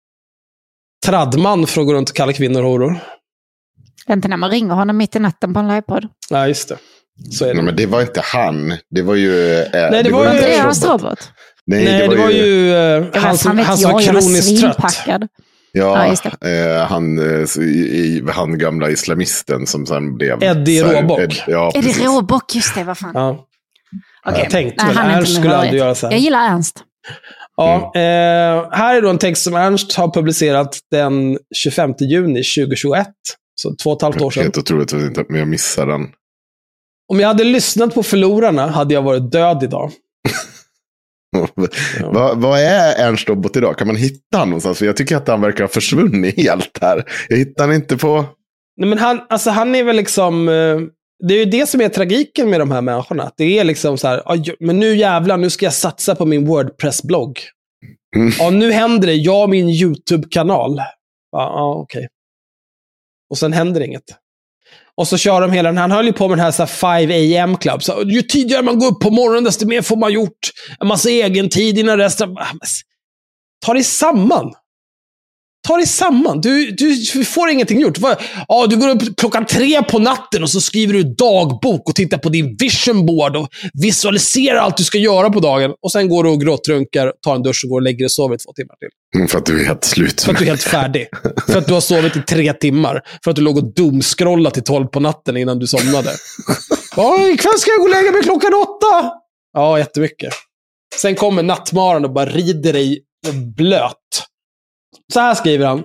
traddman för att gå runt och kalla kvinnor horor. Inte när man ringer honom mitt i natten på en livepodd. Nej, just det. Så är det. Nej, men det var inte han. Det var ju... Eh, Nej, det, det var, var ju... ju hans robot. Nej, Nej, det var, det var ju, ju eh, han som var kroniskt trött. Ja, ja eh, han, i, i, han gamla islamisten som sen blev... Eddie Råbock. Ed, ja, Eddie Råbock, just det, vad fan. Ja. Okay. Jag tänkte Nej, väl, Ernst skulle aldrig göra så här. Jag gillar Ernst. Ja, mm. eh, här är då en text som Ernst har publicerat den tjugofemte juni tjugohundratjugoett. Så två och ett halvt år sedan. Helt otroligt att inte, men jag missar den. Om jag hade lyssnat på Förlorarna hade jag varit död idag. Ja. Vad, vad är Ernst Robot idag? Kan man hitta honom någonstans? För jag tycker att han verkar ha försvunnit helt här. Jag hittar han inte på... Nej, men han, alltså han är väl liksom... Det är ju det som är tragiken med de här människorna. Det är liksom så här, men nu jävlar, nu ska jag satsa på min WordPress-blogg. Mm. Ja, nu händer det. Jag och min YouTube-kanal. Ja, ja okej. Okay. Och sen händer inget. Och så kör de hela den. Han höll ju på med den här, så här five a m club. Så, ju tidigare man går upp på morgonen, desto mer får man gjort. En massa egen tid innan resten. Ta dig samman. Ta dig samman. Du, du får ingenting gjort. Ja, du går upp klockan tre på natten och så skriver du dagbok och tittar på din vision board och visualiserar allt du ska göra på dagen. Och sen går du och gråtrunkar, tar en dusch och går och lägger dig och sover två timmar till. Mm, för att du är helt slut. För att du är helt färdig. För att du har sovit i tre timmar. För att du låg och dumskrollade till tolv på natten innan du somnade. Ja, ikväll ska jag gå och lägga mig klockan åtta. Ja, jättemycket. Sen kommer nattmaran och bara rider dig blöt. Så här skriver han.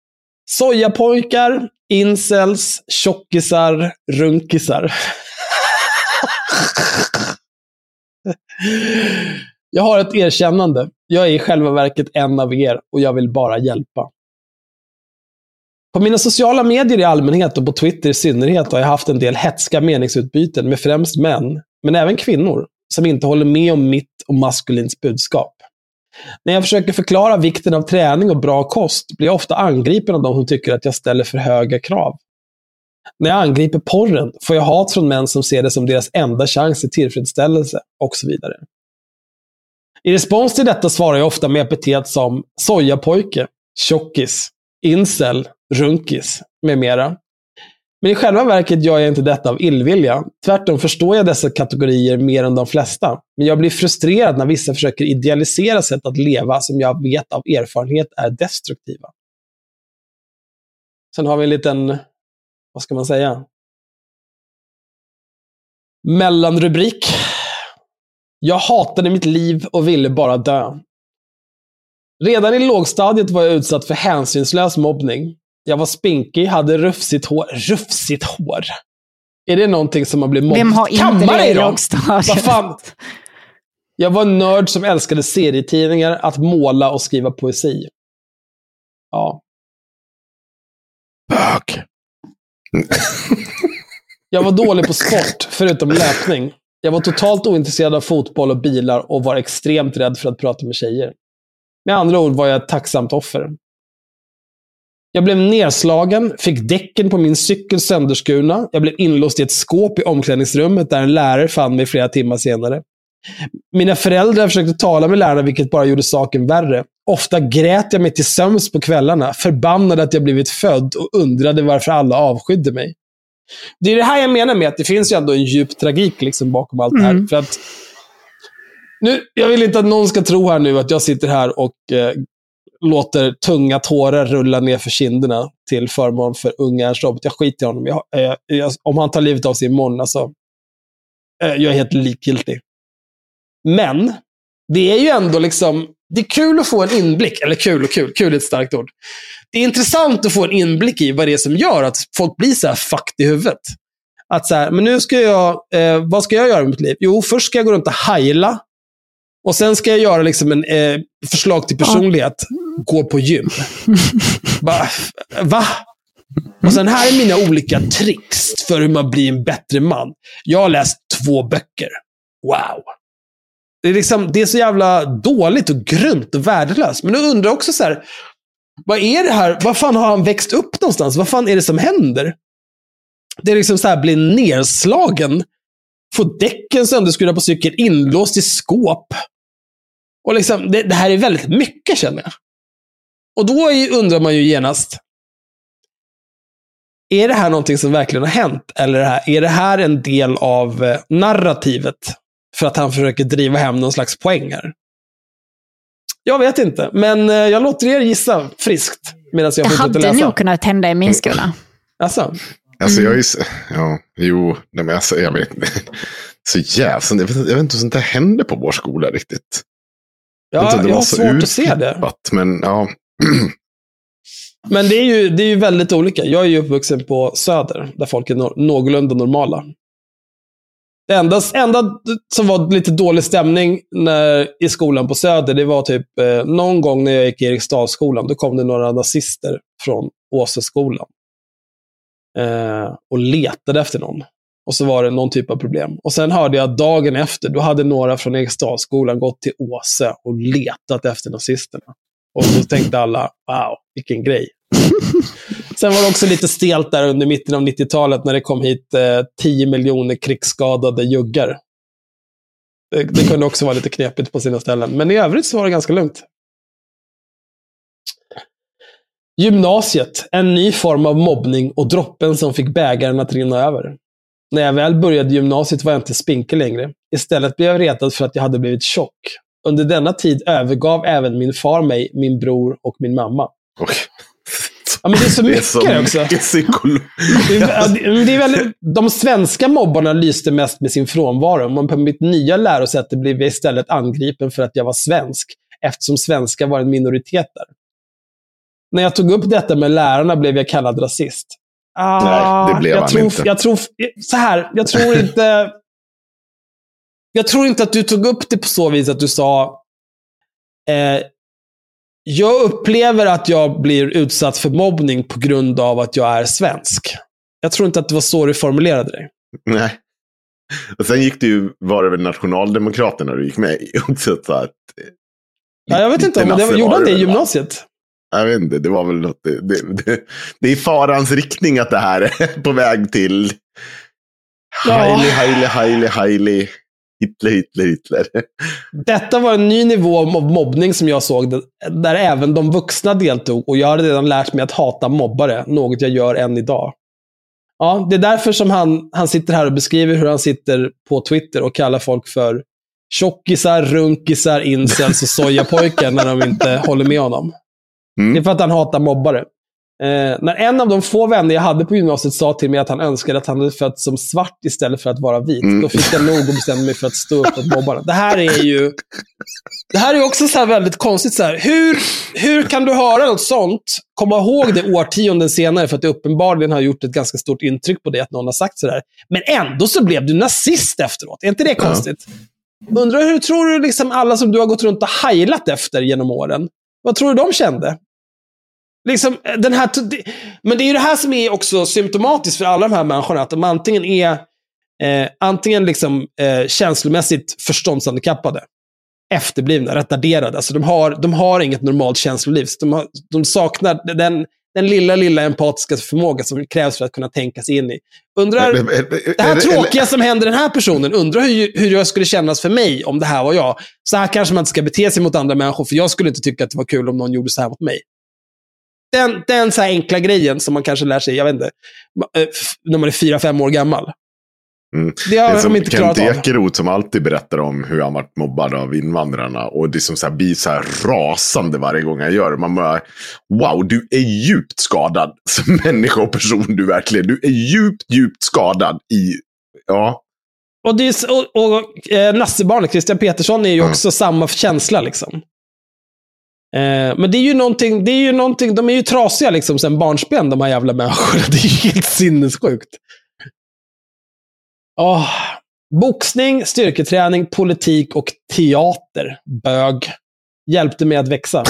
Sojapojkar, incels, tjockisar, runkisar. Jag har ett erkännande. Jag är i själva verket en av er och jag vill bara hjälpa. På mina sociala medier i allmänhet och på Twitter i synnerhet har jag haft en del hetska meningsutbyten med främst män, men även kvinnor, som inte håller med om mitt och maskulins budskap. När jag försöker förklara vikten av träning och bra kost blir jag ofta angripen av de som tycker att jag ställer för höga krav. När jag angriper porren får jag hat från män som ser det som deras enda chans till tillfredsställelse och så vidare. I respons till detta svarar jag ofta med epitet som sojapojke, tjockis, incel, runkis med mera. Men i själva verket gör jag inte detta av illvilja. Tvärtom förstår jag dessa kategorier mer än de flesta. Men jag blir frustrerad när vissa försöker idealisera sätt att leva som jag vet av erfarenhet är destruktiva. Sen har vi en liten, vad ska man säga? Mellanrubrik. Jag hatade mitt liv och ville bara dö. Redan i lågstadiet var jag utsatt för hänsynslös mobbning. Jag var spinkig, hade rufsigt hår. Rufsigt hår? Är det någonting som man blir mobbad? Vem har inte Kammar det i då? lågstadiet? Vad fan? Jag var en nörd som älskade serietidningar, att måla och skriva poesi. Ja. Bök. Jag var dålig på sport, förutom löpning. Jag var totalt ointresserad av fotboll och bilar och var extremt rädd för att prata med tjejer. Med andra ord var jag ett tacksamt offer. Jag blev nedslagen, fick däcken på min cykel sönderskurna. Jag blev inlåst i ett skåp i omklädningsrummet där en lärare fann mig flera timmar senare. Mina föräldrar försökte tala med lärarna, vilket bara gjorde saken värre. Ofta grät jag mig till sömns på kvällarna, förbannad att jag blivit född och undrade varför alla avskydde mig. Det är det här jag menar med att det finns ju ändå en djup tragik liksom bakom allt det här. Mm. För att nu, jag vill inte att någon ska tro här nu att jag sitter här och eh, låter tunga tårar rulla ner för kinderna till förmån för unga Ernst Robert. Jag skiter i honom. Jag, eh, jag, om han tar livet av sig imorgon, alltså, eh, jag är helt likgiltig. Men det är ju ändå liksom, det är kul att få en inblick, eller kul och kul, kul är ett starkt ord. Det är intressant att få en inblick i vad det är som gör att folk blir så här fucked i huvudet. Att så här, men nu ska jag, eh, vad ska jag göra med mitt liv? Jo, först ska jag gå runt och heila. Och sen ska jag göra liksom en eh, förslag till personlighet. Gå på gym. Va? Va? Och sen här är mina olika tricks för hur man blir en bättre man. Jag har läst två böcker. Wow. Det är, liksom, det är så jävla dåligt och grunt och värdelöst. Men du undrar också så här, vad är det här? Vad fan har han växt upp någonstans? Vad fan är det som händer? Det är liksom så här, bli nerslagen. Få däcken sönderskurna på cykeln, inlåst i skåp. Och liksom, det, det här är väldigt mycket, känner jag. Och då är, undrar man ju genast, är det här någonting som verkligen har hänt? Eller är det här, är det här en del av eh, narrativet för att han försöker driva hem någon slags poänger? Jag vet inte, men eh, jag låter er gissa friskt medan jag Det fortsätter hade läsa. nog kunnat hända i min skola. Alltså. Alltså jag är ju, ja, jo, nej, men alltså, jag vet inte. Så jävla, jag vet, jag vet inte hur sånt där händer på vår skola riktigt. Ja, jag, jag har svårt att se det. Men ja. Men det är, ju, det är ju väldigt olika. Jag är ju uppvuxen på Söder, där folk är no- någorlunda normala. Det enda, enda som var lite dålig stämning när, i skolan på Söder, det var typ eh, någon gång när jag gick i Eriksdalsskolan, då kom det några nazister från Åseskolan. Eh, och letade efter någon. Och så var det någon typ av problem. Och sen hörde jag dagen efter, då hade några från Eriksdalsskolan gått till Åse och letat efter nazisterna. Och då tänkte alla, wow, vilken grej. Sen var det också lite stelt där under mitten av nittiotalet när det kom hit eh, tio miljoner krigsskadade juggar. Det, det kunde också vara lite knepigt på sina ställen. Men i övrigt så var det ganska lugnt. Gymnasiet, en ny form av mobbning och droppen som fick bägaren att rinna över. När jag väl började gymnasiet var jag inte spinkel längre. Istället blev jag retad för att jag hade blivit tjock. Under denna tid övergav även min far mig, min bror och min mamma. Okay. Ja, men det är så mycket det är så också. mycket psykolog. Det är, det är väldigt, de svenska mobbarna lyste mest med sin frånvaro. Men på mitt nya lärosäte blev jag istället angripen för att jag var svensk. Eftersom svenska var en minoritet där. När jag tog upp detta med lärarna blev jag kallad rasist. Ah, Nej, det blev jag han tror, inte. Jag tror, så här, jag tror inte... jag tror inte att du tog upp det på så vis att du sa eh, jag upplever att jag blir utsatt för mobbning på grund av att jag är svensk. Jag tror inte att det var så du formulerade dig. Nej. Och sen gick det ju, var det väl Nationaldemokraterna du gick med i också, så att, ja, jag vet inte om det var, gjorde han det i gymnasiet? Jag vet inte, det var väl något, det, det, det, det är i farans riktning att det här är på väg till ja. Heili, Heili, Heili, Heili, Hitler, Hitler, Hitler. Detta var en ny nivå av mobbning som jag såg, där även de vuxna deltog, och jag hade redan lärt mig att hata mobbare, något jag gör än idag. Ja, det är därför som han, han sitter här och beskriver hur han sitter på Twitter och kallar folk för tjockisar, runkisar, incels och sojapojkar när de inte håller med honom. Mm. Det är för att han hatar mobbare. Eh, när en av de få vänner jag hade på gymnasiet sa till mig att han önskade att han hade fötts som svart istället för att vara vit, mm. då fick jag nog och bestämde mig för att stå upp mot mobbare. Det här är ju det här är också så här väldigt konstigt. Så här. Hur, hur kan du höra något sånt, komma ihåg det årtionden senare, för att det uppenbarligen har gjort ett ganska stort intryck på det att någon har sagt sådär. Men ändå så blev du nazist efteråt. Är inte det konstigt? Ja. Undrar hur tror du liksom alla som du har gått runt och hejlat efter genom åren, vad tror du de kände? Liksom, den här, men det är ju det här som är också symptomatiskt för alla de här människorna, att de antingen är eh, antingen liksom, eh, känslomässigt förståndshandikappade, efterblivna, retarderade. Alltså de har, de har inget normalt känsloliv. De, har, de saknar den, den lilla, lilla empatiska förmåga som krävs för att kunna tänka sig in i. Undrar, det här tråkiga som händer den här personen, undrar hur, hur jag skulle kännas för mig om det här var jag. Så här kanske man inte ska bete sig mot andra människor, för jag skulle inte tycka att det var kul om någon gjorde så här mot mig. Den, den så här enkla grejen som man kanske lär sig, jag vet inte, när man är fyra, fem år gammal. Mm. Det har det är som de inte klarat Kent av. Ekeroth som alltid berättar om hur han varit mobbad av invandrarna, och det som så här blir så här rasande varje gång jag gör det. Man bara, wow, du är djupt skadad som människa och person, du verkligen. Du är djupt, djupt skadad i, ja. Och, det är, och, och eh, Nassebarnet, Christian Petersson, är ju också mm. samma känsla liksom. Eh, men det är ju någonting, det är ju någonting, de är ju trasiga liksom sen barnsben, de här jävla människorna. Det är ju helt sinnessjukt. Oh, boxning, styrketräning, politik och teater, bög, hjälpte mig att växa.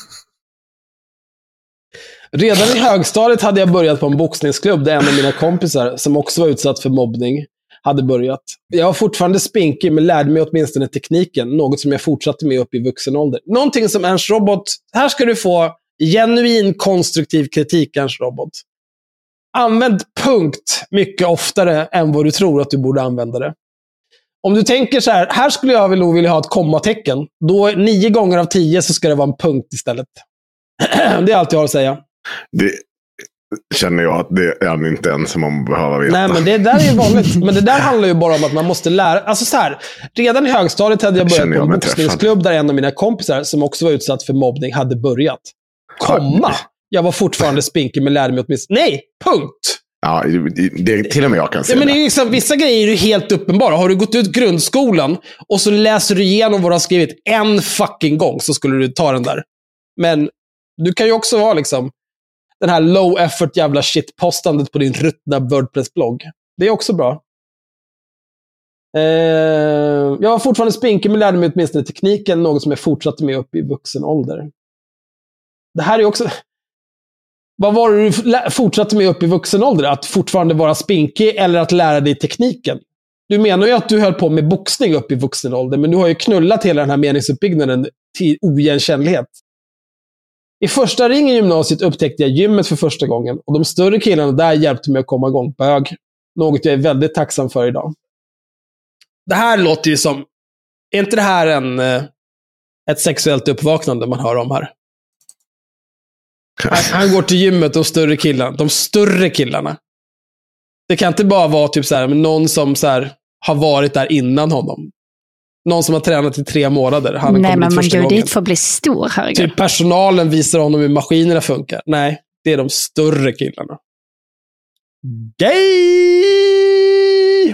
Redan i högstadiet hade jag börjat på en boxningsklubb där en av mina kompisar, som också var utsatt för mobbning, hade börjat. Jag var fortfarande spinkig, men lärde mig åtminstone tekniken, något som jag fortsatte med upp i vuxen ålder. Någonting som Ernst Robot, här ska du få genuin konstruktiv kritik, Ernst Robot. Använd punkt mycket oftare än vad du tror att du borde använda det. Om du tänker så här, här skulle jag väl vilja ha ett kommatecken, då nio gånger av tio så ska det vara en punkt istället. Det är allt jag har att säga. Det känner jag att det är han inte ensam om att behöva veta. Nej, men det där är ju vanligt. Men det där handlar ju bara om att man måste lära. Alltså så här, redan i högstadiet hade jag börjat på en boxningsklubb där en av mina kompisar, som också var utsatt för mobbning, hade börjat. Komma! Jag var fortfarande spinkig, men lärde mig åtminstone. Nej, punkt! Ja, det, det, till och med jag kan säga ja, men det är liksom, vissa grejer är ju helt uppenbara. Har du gått ut grundskolan och så läser du igenom vad du har skrivit en fucking gång, så skulle du ta den där. Men du kan ju också vara liksom den här low effort jävla shit-postandet på din ruttna WordPress-blogg. Det är också bra. Eh, jag var fortfarande spinkig, men lärde mig åtminstone tekniken, något som jag fortsatte med upp i vuxen ålder. Det här är också... Vad var det du fortsatte med upp i vuxen ålder? Att fortfarande vara spinkig eller att lära dig tekniken? Du menar ju att du höll på med boxning upp i vuxen ålder, men du har ju knullat hela den här meningsuppbyggnaden till oigenkännlighet. I första ringen i gymnasiet upptäckte jag gymmet för första gången, och de större killarna där hjälpte mig att komma igång. Bög. Något jag är väldigt tacksam för idag. Det här låter ju som... Är inte det här en, ett sexuellt uppvaknande man hör om här? Han, han går till gymmet, de större killarna. De större killarna. Det kan inte bara vara typ så här, men någon som så här, har varit där innan honom. Någon som har tränat i tre månader. Han Nej, men man går gången. dit för att bli stor. Herregud. Typ personalen visar honom hur maskinerna funkar. Nej, det är de större killarna. Gay!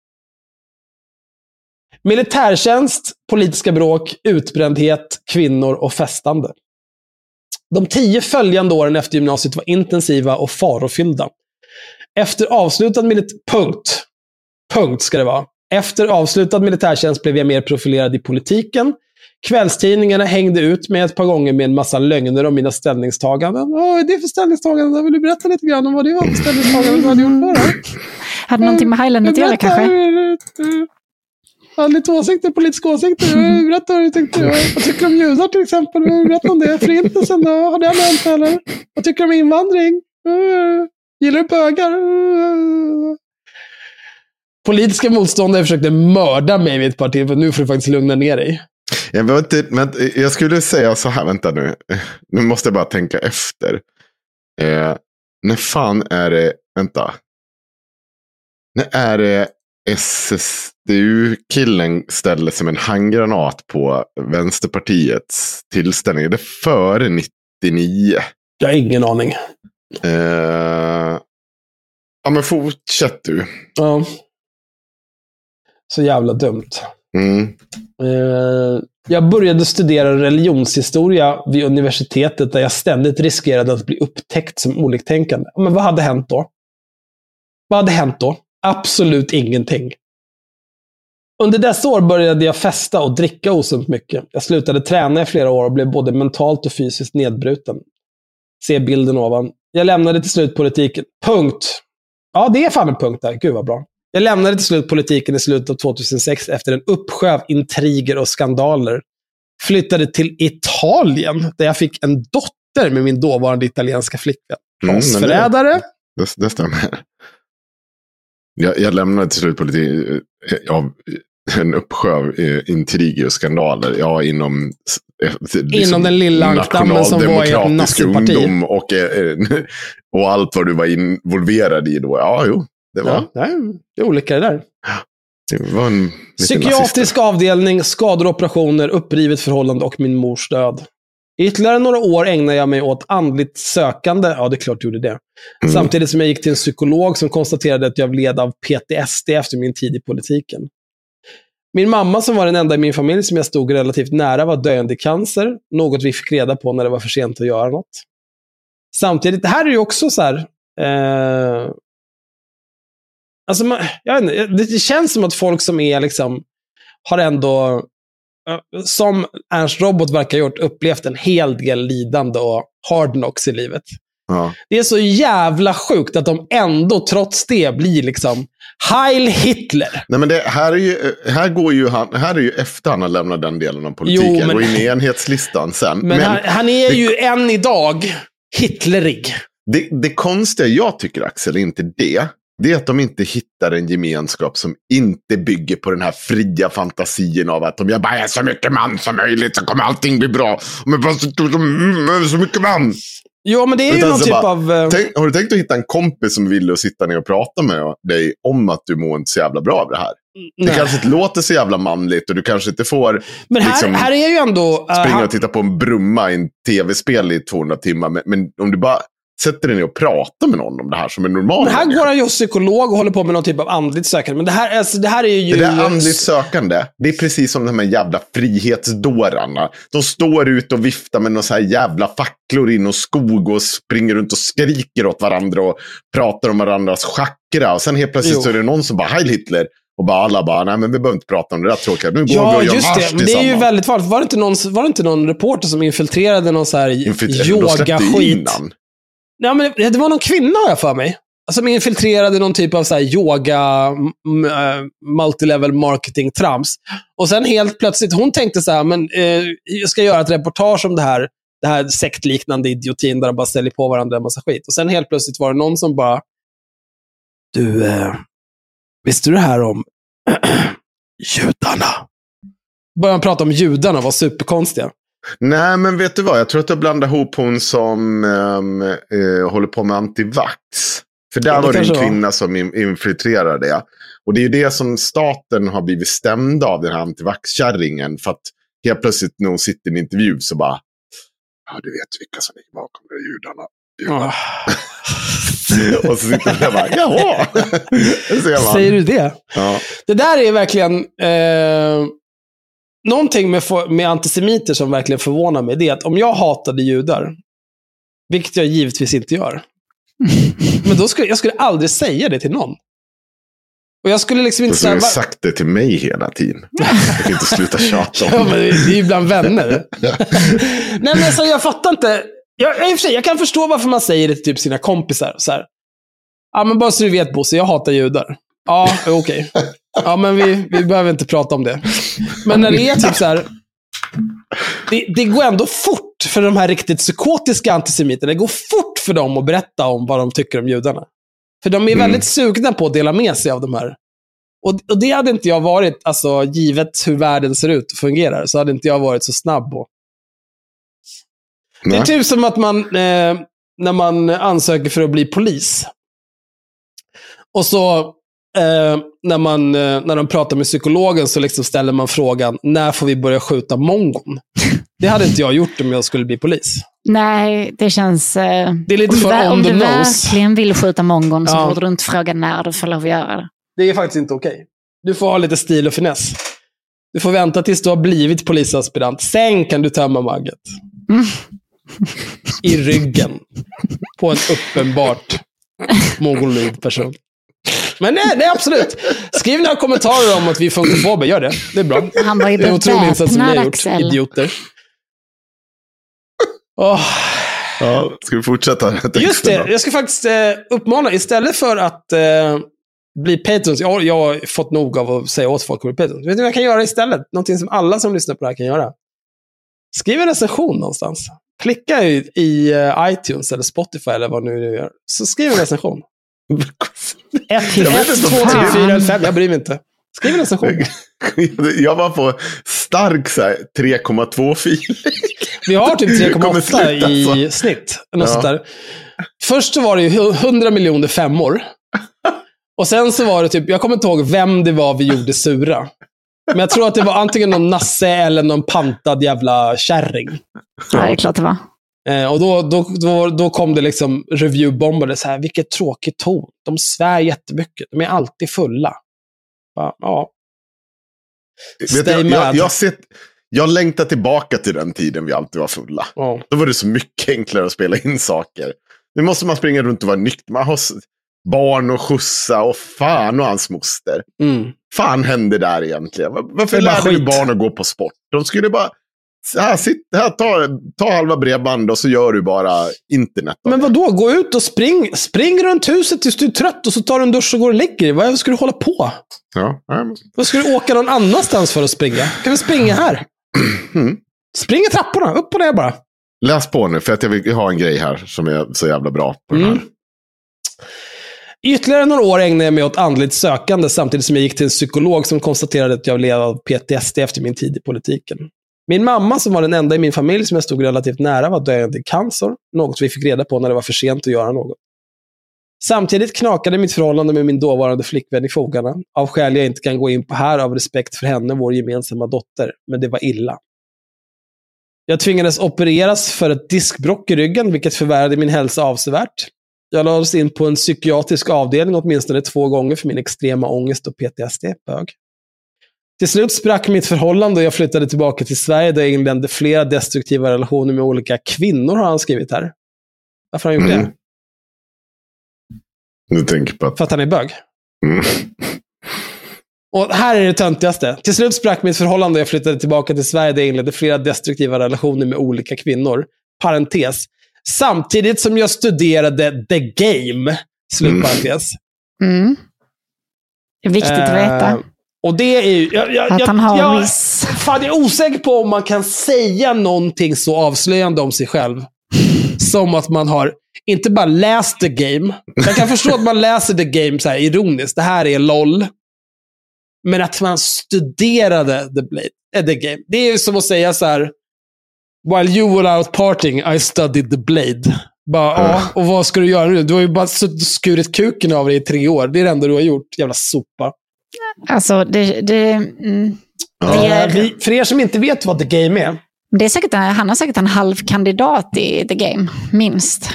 Militärtjänst, politiska bråk, utbrändhet, kvinnor och festande. De tio följande åren efter gymnasiet var intensiva och farofyllda. Efter avslutad militär... Punkt. Punkt ska det vara. Efter avslutad militärtjänst blev jag mer profilerad i politiken. Kvällstidningarna hängde ut med ett par gånger med en massa lögner om mina ställningstaganden. Vad är det för ställningstaganden? Vill du berätta lite grann om vad det var för ställningstaganden du hade gjort då? Hade någonting med Highland att göra kanske? Jag hade lite åsikter, politiska åsikter. Berätta vad du tyckte. Vad tycker du om judar till exempel? Berätta om det. Förintelsen då? Har det hänt eller? Vad tycker du om invandring? Gillar du bögar? Politiska motståndare försökte mörda mig vid ett parti, för nu får du faktiskt lugna ner dig. Jag, vet inte, men jag skulle säga så här, vänta nu. Nu måste jag bara tänka efter. Eh, när fan är det, vänta. När är det S S D U-killen ställer som en handgranat på Vänsterpartiets tillställning? Är det före nittionio? Jag har ingen aning. Eh, ja, men fortsätt du. Ja. Så jävla dumt. Mm. Eh, jag började studera religionshistoria vid universitetet där jag ständigt riskerade att bli upptäckt som oliktänkande. Men vad hade hänt då? Vad hade hänt då? Absolut ingenting. Under dessa år började jag festa och dricka osunt mycket. Jag slutade träna i flera år och blev både mentalt och fysiskt nedbruten. Se bilden ovan. Jag lämnade till slut politiken. Punkt. Ja, det är fan en punkt där. Gud vad bra. Jag lämnade till slut politiken i slutet av tjugohundrasex efter en uppsjö av intriger och skandaler. Flyttade till Italien där jag fick en dotter med min dåvarande italienska flickvän. Rasförrädare. Mm, det, det, det stämmer. Jag, jag lämnade till slut politiken av en uppsjö av intriger och skandaler. Ja, inom liksom, inom den lilla ankdammen som var i ett naziparti. Och, och allt vad du var involverad i då. Ja, jo. Det var, ja, det är olika det där. Det var en psykiatrisk nazister. Avdelning, skador, operationer, upprivet förhållande och min mors död. I ytterligare några år ägnade jag mig åt andligt sökande. Ja, det är klart jag gjorde det. Mm. Samtidigt som jag gick till en psykolog som konstaterade att jag led av P T S D efter min tid i politiken. Min mamma, som var den enda i min familj som jag stod relativt nära, var döende i cancer. Något vi fick reda på när det var för sent att göra något. Samtidigt, det här är ju också så här... Eh, alltså, man, jag vet inte, det, det känns som att folk som är liksom... Har ändå... Som Ernst Robot verkar ha gjort, upplevt en hel del lidande och hard knocks i livet. Ja. Det är så jävla sjukt att de ändå trots det blir liksom Heil Hitler. Nej, men det här är ju, här går ju han, här är ju efter han har lämnat den delen av politiken. Jo, men, går in i enhetslistan sen. Men, men han, han är det, ju än idag Hitlerig. Det, det konstiga jag tycker, Axel, är inte det. Det är att de inte hittar en gemenskap som inte bygger på den här fria fantasien av att om jag bara är så mycket man som möjligt så kommer allting bli bra. Men bara så, så, så mycket man. Jo, men det är ju någon typ bara, av... Tänk, har du tänkt att hitta en kompis som vill att sitta ner och prata med dig om att du mår inte så jävla bra av det här? Nej. Det kanske inte låter så jävla manligt och du kanske inte får... Men här, liksom, här är ju ändå... Uh, springa och titta på en brumma i en tv-spel i tvåhundra timmar. Men, men om du bara... Sätter dig ner och pratar med någon om det här som är normalt. Men här går han ju psykolog och håller på med någon typ av andligt sökande. Men det här, alltså, det här är ju... Det där andligt sökande, det är precis som de här jävla frihetsdårarna. De står ut och viftar med några så här jävla facklor in och skog och springer runt och skriker åt varandra och pratar om varandras chakra. Och sen helt plötsligt jo. Så är det någon som bara, Heil Hitler. Och bara alla bara, nej men vi behöver inte prata om det där tråkiga. Nu går ja, vi och just det. Men det är ju väldigt farligt. Var det inte någon, var det inte någon reporter som infiltrerade någon så här yoga-skit? Nej, men det, det var någon kvinna har jag för mig. Som infiltrerade någon typ av så här yoga m- m- multilevel marketing trams. Och sen helt plötsligt, hon tänkte så här, men eh, jag ska göra ett reportage om det här, det här sektliknande idiotin där de bara ställer på varandra en massa skit. Och sen helt plötsligt var det någon som bara, du, eh, visste du det här om judarna? Började prata om judarna, var superkonstiga. Nej, men vet du vad? Jag tror att jag blandar ihop hon som um, uh, håller på med antivax. För där ja, var det en kvinna var. som in- infiltrerade det. Och det är ju det som staten har blivit stämd av, den här antivaxkärringen. För att helt plötsligt när hon sitter i en intervju så bara, ja, du vet vilka som ligger bakom de judarna. judarna. Oh. Och så sitter hon där och bara, jaha. Ser, Säger du det? Ja. Det där är verkligen... Eh... Någonting med, med antisemiter som verkligen förvånar mig, det är att om jag hatade judar, vilket jag givetvis inte gör, men då skulle jag skulle aldrig säga det till någon. Och jag skulle liksom inte säga... Du har va- sagt det till mig hela tiden. Jag kan inte sluta tjata om ja, men det är ju bland vänner. Nej, men så jag fattar inte. Jag, i och för sig, jag kan förstå varför man säger det till typ sina kompisar. Så här. Ja, men bara så du vet, Bosse, jag hatar judar. Ja, okej. Okay. Ja, men vi, vi behöver inte prata om det. Men när det är typ så här... Det, det går ändå fort för de här riktigt psykotiska antisemiterna. Det går fort för dem att berätta om vad de tycker om judarna. För de är väldigt mm. sugna på att dela med sig av de här. Och, och det hade inte jag varit, alltså givet hur världen ser ut och fungerar, så hade inte jag varit så snabb på. Nej. Det är typ som att man, eh, när man ansöker för att bli polis. Och så, eh, när, man, eh, när de pratar med psykologen så liksom ställer man frågan, när får vi börja skjuta mongon? Det hade inte jag gjort om jag skulle bli polis. Nej, det känns... Eh, det är lite om för du, on om the du nose. verkligen vill skjuta mongon så ja. borde du inte fråga när du får lov att göra det. Det är faktiskt inte okej. Okay. Du får ha lite stil och finess. Du får vänta tills du har blivit polisaspirant. Sen kan du tömma magget. Mm. I ryggen. På en uppenbart mongoloid person. Men nej, nej, absolut. Skriv några kommentarer om att vi är funkofober. Gör det. Det är bra. Han var ju det är otroligt insats som ni har gjort. Axel. Idioter. Oh. Ja, ska vi fortsätta? Just det, jag ska faktiskt eh, uppmana, istället för att eh, bli patrons, jag, jag har fått nog av att säga åt folk att bli patrons. Vet du vad jag kan göra istället? Någonting som alla som lyssnar på det här kan göra. Skriv en recension någonstans. Klicka i, i uh, iTunes eller Spotify eller vad nu du gör. Så skriv en recension. ett till ett, två till fyra eller fem, jag bryr mig inte. Skriv en recension. Jag var på stark så här, tre komma två fil. Vi har typ tre komma åtta i snitt. Något ja. sånt där. Först så var det ju hundra miljoner femmor. Och sen så var det typ, jag kommer inte ihåg vem det var vi gjorde sura. Men jag tror att det var antingen någon nasse eller någon pantad jävla kärring. Ja, det är klart det var. Eh, och då, då, då, då kom det liksom reviewbombade så här, vilket tråkigt ton. De svär jättemycket. De är alltid fulla. Ja. ja. Vet jag, jag, jag, sett, jag längtar tillbaka till den tiden vi alltid var fulla. Ja. Då var det så mycket enklare att spela in saker. Nu måste man springa runt och vara nykter. Man har barn och skjutsa och fan och hans moster. Mm. Fan hände där egentligen? Varför lärde vi barn att gå på sport? De skulle bara, här, sitt, här ta, ta halva bredband och så gör du bara internet. Men vadå? Gå ut och spring, spring runt huset tills du är trött och så tar du en dusch och går och lägger dig. Vad ska du hålla på? Ja. Vad ska du åka någon annanstans för att springa? Kan vi springa här? Mm. Spring i trapporna, upp och ner bara. Läs på nu, för att jag vill ha en grej här som är så jävla bra på den här. Mm. Ytterligare några år ägnade jag mig åt andligt sökande samtidigt som jag gick till en psykolog som konstaterade att jag led av P T S D efter min tid i politiken. Min mamma, som var den enda i min familj som jag stod relativt nära, var döende i cancer, något vi fick reda på när det var för sent att göra något. Samtidigt knakade mitt förhållande med min dåvarande flickvän i fogarna, av skäl jag inte kan gå in på här av respekt för henne, vår gemensamma dotter, men det var illa. Jag tvingades opereras för ett diskbråck i ryggen, vilket förvärrade min hälsa avsevärt. Jag lades in på en psykiatrisk avdelning åtminstone två gånger för min extrema ångest och P T S D. Bög. Till slut sprack mitt förhållande och jag flyttade tillbaka till Sverige där jag inledde flera destruktiva relationer med olika kvinnor, har han skrivit här. Varför har han gjort mm. det? Du tänker på att... För att han är bög. Mm. Och här är det töntigaste. Till slut sprack mitt förhållande och jag flyttade tillbaka till Sverige där jag inledde flera destruktiva relationer med olika kvinnor. Parentes. Samtidigt som jag studerade The Game. Slutparentes. Mm. Det är viktigt uh, att veta. Och det är ju... Jag, jag, att han har jag, viss... Fan, jag är osäker på om man kan säga någonting så avslöjande om sig själv. Som att man har inte bara läst The Game. Jag kan förstå att man läser The Game så här ironiskt. Det här är LOL. Men att man studerade The Blade, äh, The Game. Det är ju som att säga så här: while you were out partying, I studied The Blade. Bara, mm. ja, och vad ska du göra nu? Du har ju bara skurit kuken av dig i tre år. Det är det enda du har gjort. Jävla sopa. Alltså, det... det mm, ja. det är... Vi, för er som inte vet vad The Game är. Det är säkert, han har säkert en halv kandidat i The Game, minst.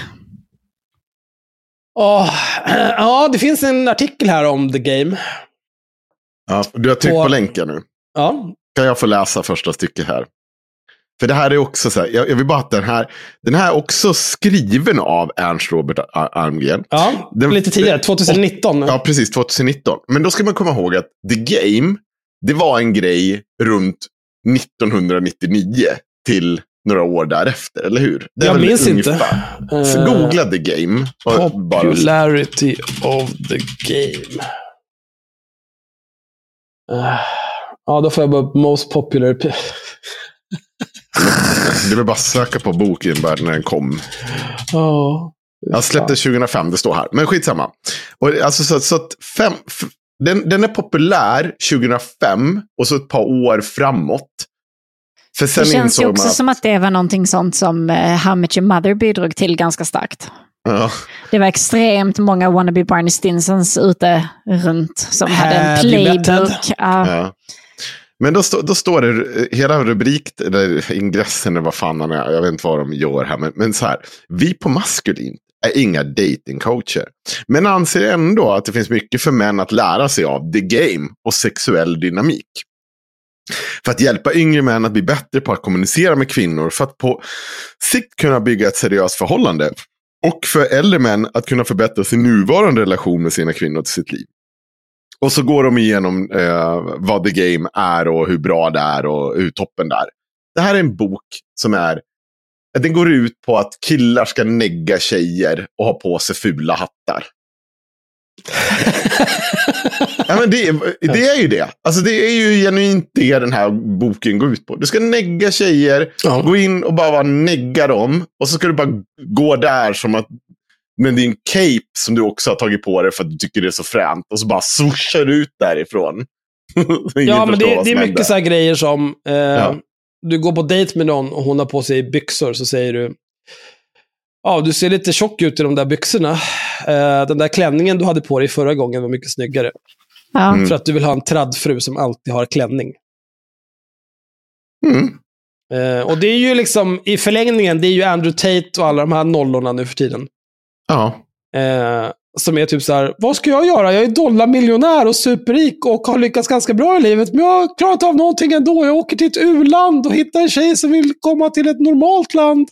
Oh, ja, det finns en artikel här om The Game. Ja, du har tryckt på, på länken nu. Ja. Kan jag få läsa första stycket här? För det här är också så här, jag, jag vill bara att den här, den här är också skriven av Ernst Robert Almgren. Ja, den, lite tidigare, tjugonitton. Ja, precis, tjugonitton. Men då ska man komma ihåg att The Game, det var en grej runt nittonhundranittionio till några år därefter, eller hur? Det jag minns inte. Så googla The Game. Popularity bara... of the Game. Uh, ja, då får jag bara most popular... Det vill bara söka på boken bara när den kom. Oh, jag släppte tjugohundrafem, det står här. Men skitsamma. Och alltså, så, så att fem, f- den, den är populär tjugohundrafem och så ett par år framåt. För sen det känns ju också att... som att det var någonting sånt som uh, How Much Your Mother bidrog till ganska starkt. Ja. Det var extremt många wannabe Barney Stinsons ute runt som hade en playbook. Uh. Ja. Men då, stå, då står det, hela rubrik, eller ingressen, eller vad fan han är, jag vet inte vad de gör här, men, men så här, vi på Maskulin är inga datingcoacher, men anser ändå att det finns mycket för män att lära sig av The Game och sexuell dynamik. För att hjälpa yngre män att bli bättre på att kommunicera med kvinnor, för att på sikt kunna bygga ett seriöst förhållande, och för äldre män att kunna förbättra sin nuvarande relation med sina kvinnor till sitt liv. Och så går de igenom eh, vad The Game är och hur bra det är och hur toppen det är. Det här är en bok som är, den går ut på att killar ska negga tjejer och ha på sig fula hattar. Ja, men det, det är ju det. Alltså det är ju genuint det den här boken går ut på. Du ska negga tjejer, ja. Gå in och bara negga dem, och så ska du bara gå där som att med din cape som du också har tagit på dig för att du tycker det är så fränt, och så bara swooshar du ut därifrån. Ja, men det, det är mycket så här grejer som eh, ja. Du går på dejt med någon och hon har på sig byxor, så säger du, ja, du ser lite tjock ut i de där byxorna. Eh, den där klänningen du hade på dig förra gången var mycket snyggare. Ja. Mm. För att du vill ha en traddfru som alltid har klänning. Mm. Eh, och det är ju liksom, i förlängningen, det är ju Andrew Tate och alla de här nollorna nu för tiden. Ja. Eh, som är typ så här, vad ska jag göra? Jag är dollarmiljonär och superrik och har lyckats ganska bra i livet, men jag har klarat av någonting ändå. Jag åker till ett u-land och hittar en tjej som vill komma till ett normalt land.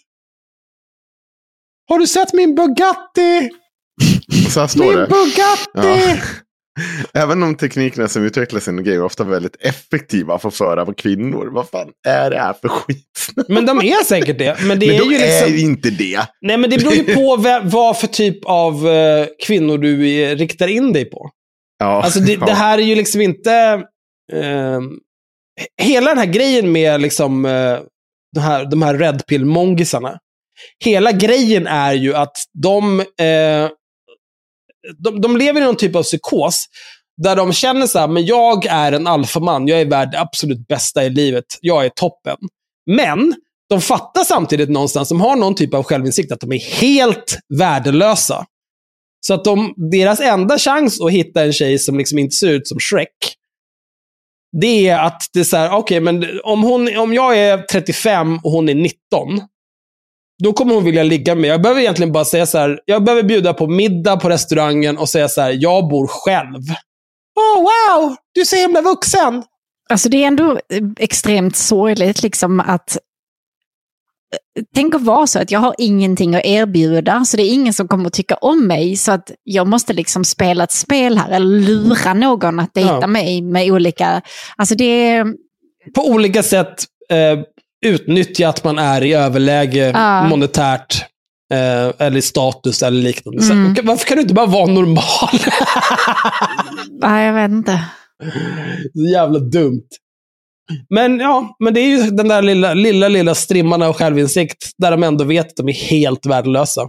Har du sett min Bugatti? Så här står min det. Bugatti! Ja. Även om teknikerna som utvecklas i grejer ofta väldigt effektiva för att föra på kvinnor. Vad fan är det här för skit? Men de är säkert det. Men det men är de ju liksom... är inte det. Nej, men det beror ju på v- vad för typ av uh, kvinnor du uh, riktar in dig på. Ja. Alltså det, ja. det här är ju liksom inte... Uh, hela den här grejen med liksom uh, de här, de här red pill-mongisarna. Hela grejen är ju att de... Uh, De, de lever i någon typ av psykos där de känner så här, men jag är en alfaman, jag är värd det absolut bästa i livet, jag är toppen. Men de fattar samtidigt någonstans, de har någon typ av självinsikt att de är helt värdelösa. Så att de, deras enda chans att hitta en tjej som liksom inte ser ut som Shrek, det är att det är så här, okej, okay, men om, hon, om jag är trettiofem och hon är nitton, då kommer hon vilja ligga med. Jag behöver egentligen bara säga så här, jag behöver bjuda på middag på restaurangen och säga så här, jag bor själv. Åh, oh, wow, du är så himla vuxen. Alltså det är ändå extremt sorgligt liksom att tänk att vara så att jag har ingenting att erbjuda, så det är ingen som kommer att tycka om mig, så att jag måste liksom spela ett spel här eller lura någon att dejta ja. mig med olika, alltså det är... På olika sätt eh, utnyttja att man är i överläge ja. monetärt eh, eller status eller liknande. Mm. Så, varför kan du inte bara vara normal? Nej, jag vet inte. Så jävla dumt. Men ja, men det är ju den där lilla, lilla, lilla strimman av självinsikt där de ändå vet att de är helt värdelösa.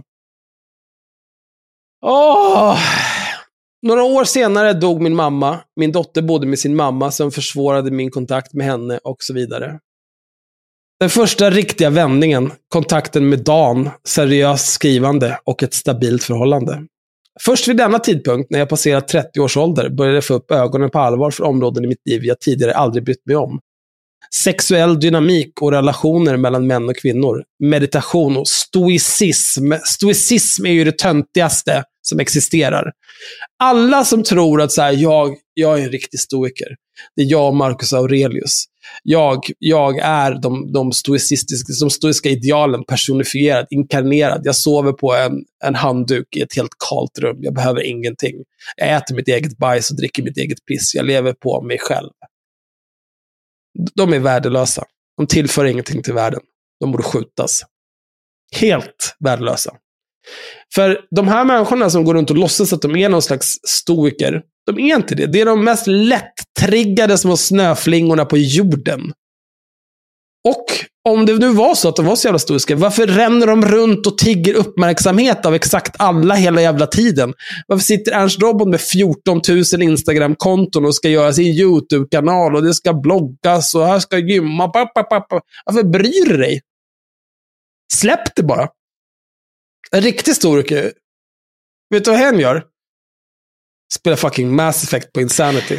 Åh! Några år senare dog min mamma. Min dotter bodde med sin mamma som försvårade min kontakt med henne och så vidare. Den första riktiga vändningen, kontakten med Dan, seriöst skrivande och ett stabilt förhållande. Först vid denna tidpunkt, när jag passerat trettio års ålder, började jag få upp ögonen på allvar för områden i mitt liv jag tidigare aldrig brytt mig om. Sexuell dynamik och relationer mellan män och kvinnor. Meditation och stoicism. Stoicism är ju det töntigaste som existerar. Alla som tror att så här, jag, jag är en riktig stoiker. Det är jag, Marcus Aurelius. Jag, jag är de, de, stoicistiska, de stoiska idealen personifierad, inkarnerad. Jag sover på en, en handduk i ett helt kallt rum. Jag behöver ingenting. Jag äter mitt eget bajs och dricker mitt eget piss. Jag lever på mig själv. De är värdelösa. De tillför ingenting till världen. De borde skjutas. Helt värdelösa. För de här människorna som går runt och låtsas att de är någon slags stoiker, de är inte det. Det är de mest lätt-triggade små snöflingorna på jorden. Och om det nu var så att de var så jävla stoiska, varför ränner de runt och tigger uppmärksamhet av exakt alla hela jävla tiden? Varför sitter Ernst Robot med fjorton tusen Instagram-konton och ska göra sin YouTube-kanal och det ska bloggas och här ska gymma? Varför bryr du dig? Släpp det bara. En riktig stoiker, vet du vad hen gör? Spelar fucking Mass Effect på Insanity.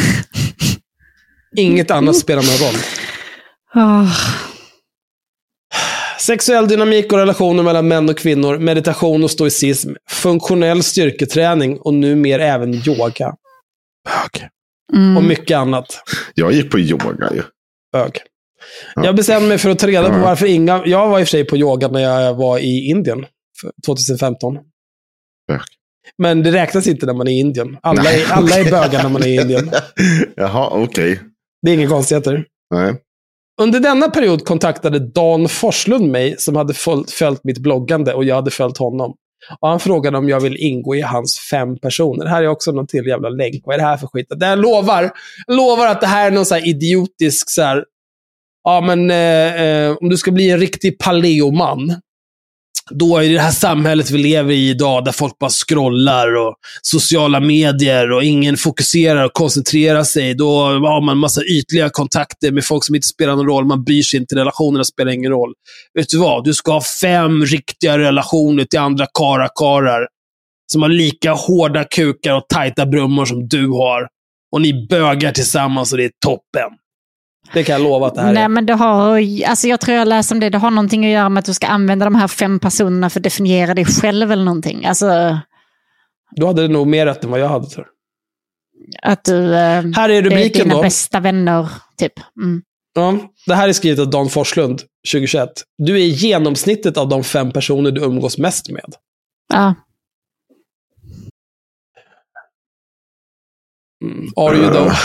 Inget annat spelar någon roll. Oh. Sexuell dynamik och relationer mellan män och kvinnor, meditation och stoicism, funktionell styrketräning och numera även yoga. Bög. Mm. Och mycket annat. Jag gick på yoga ju. Bög. Ja. Jag bestämde mig för att ta reda på varför inga... Jag var i och för sig på yoga när jag var i Indien tjugohundrafemton. Bög. Men det räknas inte när man är i Indien. Alla är, alla är bögar när man är i Indien. Jaha, okej. Okay. Det är inga konstigheter. Nej. Under denna period kontaktade Dan Forslund mig som hade följt mitt bloggande och jag hade följt honom. Och han frågade om jag vill ingå i hans fem personer. Här är också någon till jävla länk. Vad är det här för skit? Det här lovar, lovar att det här är någon så här idiotisk så här, ja men eh, eh, om du ska bli en riktig paleoman, då är det här samhället vi lever i idag där folk bara scrollar och sociala medier och ingen fokuserar och koncentrerar sig. Då har man en massa ytliga kontakter med folk som inte spelar någon roll. Man bryr sig inte, relationerna spelar ingen roll. Vet du vad? Du ska ha fem riktiga relationer till andra karakarar som har lika hårda kukar och tajta brummor som du har. Och ni bögar tillsammans och det är toppen. Det kan jag lova att det här Nej, är. men det har, alltså jag tror jag läser om det. Det har någonting att göra med att du ska använda de här fem personerna för att definiera dig själv eller någonting. Alltså, du hade nog mer rätt än vad jag hade, tror jag. Att du eh, här är rubriken är dina då. bästa vänner, typ. Mm. Ja, det här är skrivet av Dan Forslund, tjugohundratjugoett. Du är genomsnittet av de fem personer du umgås mest med. Ja. Mm. Are you though?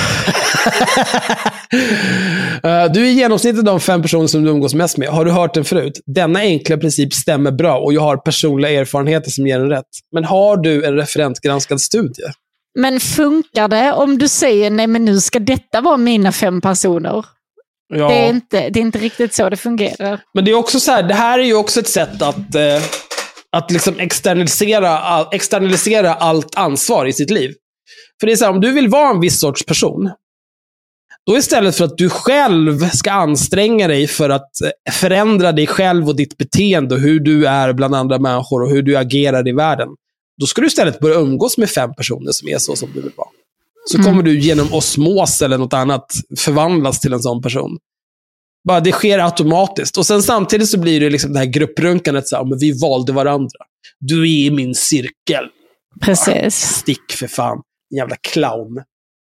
uh, du är genomsnittet av de fem personer som du umgås mest med. Har du hört den förut? Denna enkla princip stämmer bra och jag har personliga erfarenheter som ger en rätt. Men har du en referentgranskad studie? Men funkar det om du säger nej men nu ska detta vara mina fem personer? Ja. Det är inte, det är inte riktigt så det fungerar. Men det är också så här, det här är ju också ett sätt att, eh, att liksom externalisera, all, externalisera allt ansvar i sitt liv. För det är så här, om du vill vara en viss sorts person, då istället för att du själv ska anstränga dig för att förändra dig själv och ditt beteende och hur du är bland andra människor och hur du agerar i världen, då ska du istället börja umgås med fem personer som är så som du vill vara. Så mm. kommer du genom osmos eller något annat förvandlas till en sån person. Bara det sker automatiskt. Och sen samtidigt så blir det liksom det här grupprunkandet så här, men vi valde varandra. Du är i min cirkel. Precis. Stick för fan. En jävla clown.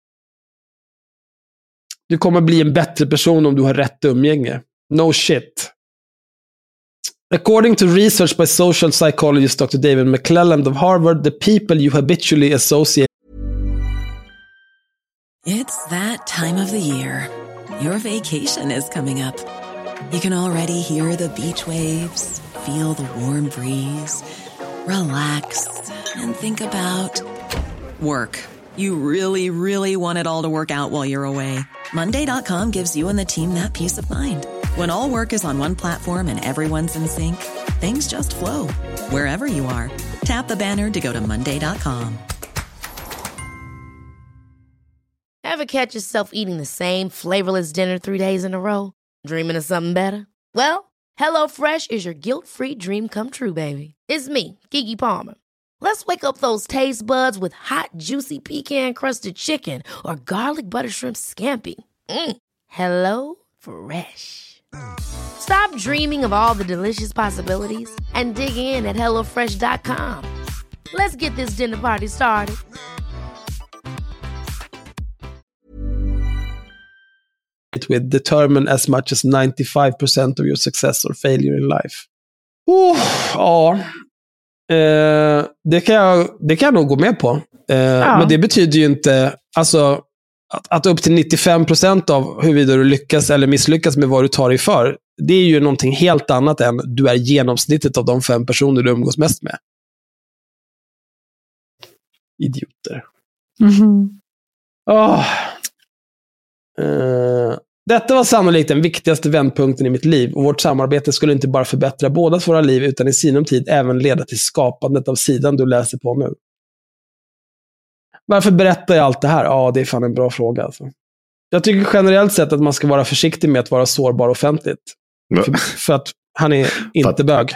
Du kommer bli en bättre person om du har rätt umgänge. No shit. According to research by social psychologist doctor David McClelland of Harvard, the people you habitually associate. It's that time of the year. Your vacation is coming up. You can already hear the beach waves, feel the warm breeze, relax, and think about work. You really, really want it all to work out while you're away. Monday dot com gives you and the team that peace of mind. When all work is on one platform and everyone's in sync, things just flow. Wherever you are, tap the banner to go to Monday dot com. Ever catch yourself eating the same flavorless dinner three days in a row? Dreaming of something better? Well, HelloFresh is your guilt-free dream come true, baby. It's me, Keke Palmer. Let's wake up those taste buds with hot, juicy pecan-crusted chicken or garlic butter shrimp scampi. Mm. Hello Fresh. Stop dreaming of all the delicious possibilities and dig in at hello fresh dot com. Let's get this dinner party started. It will determine as much as ninety-five percent of your success or failure in life. Oh, ja. Eh, det, kan jag, det kan jag nog gå med på. Eh, ja. Men det betyder ju inte... Alltså, att, att upp till nittiofem procent av huruvida du lyckas eller misslyckas med vad du tar dig för, det är ju någonting helt annat än du är genomsnittet av de fem personer du umgås mest med. Idioter. Mm-hmm. Oh. Uh, detta var sannolikt den viktigaste vändpunkten i mitt liv, och vårt samarbete skulle inte bara förbättra bådas våra liv utan i sinom tid även leda till skapandet av sidan du läser på nu. Varför berättar jag allt det här? Ja, det är fan en bra fråga alltså. Jag tycker generellt sett att man ska vara försiktig med att vara sårbar offentligt. För, för att han är inte bög.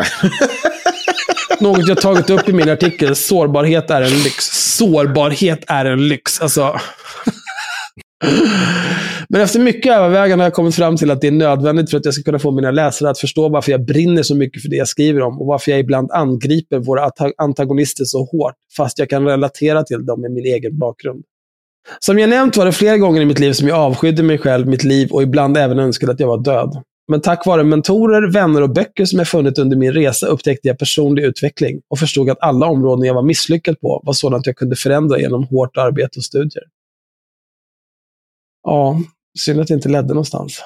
Något jag tagit upp i min artikel, sårbarhet är en lyx. Sårbarhet är en lyx. Alltså. Men efter mycket övervägande har jag kommit fram till att det är nödvändigt för att jag ska kunna få mina läsare att förstå varför jag brinner så mycket för det jag skriver om och varför jag ibland angriper våra antagonister så hårt, fast jag kan relatera till dem med min egen bakgrund. Som jag nämnt var det flera gånger i mitt liv som jag avskydde mig själv, mitt liv och ibland även önskade att jag var död. Men tack vare mentorer, vänner och böcker som jag funnit under min resa upptäckte jag personlig utveckling och förstod att alla områden jag var misslyckad på var sådant jag kunde förändra genom hårt arbete och studier. Ja, synd att det inte ledde någonstans.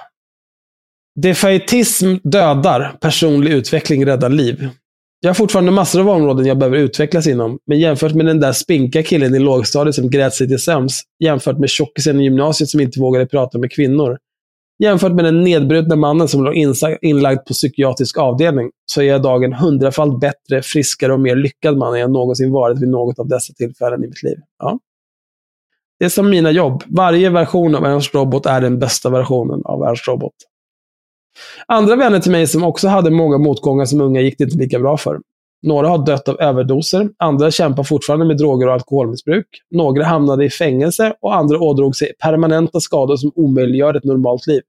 Defaitism dödar, personlig utveckling räddar liv. Jag har fortfarande massor av områden jag behöver utvecklas inom, men jämfört med den där spinka killen i lågstadiet som grät sig till söms, jämfört med tjockisen i gymnasiet som inte vågade prata med kvinnor, jämfört med den nedbrutna mannen som låg inlagd på psykiatrisk avdelning, så är jag idag en hundrafalt bättre, friskare och mer lyckad man än jag någonsin varit vid något av dessa tillfällen i mitt liv. Ja. Det är som mina jobb. Varje version av Ernst Robot är den bästa versionen av Ernst Robot. Andra vänner till mig som också hade många motgångar som unga gick det inte lika bra för. Några har dött av överdoser, andra kämpar fortfarande med droger och alkoholmissbruk. Några hamnade i fängelse och andra ådrog sig permanenta skador som omöjliggör ett normalt liv.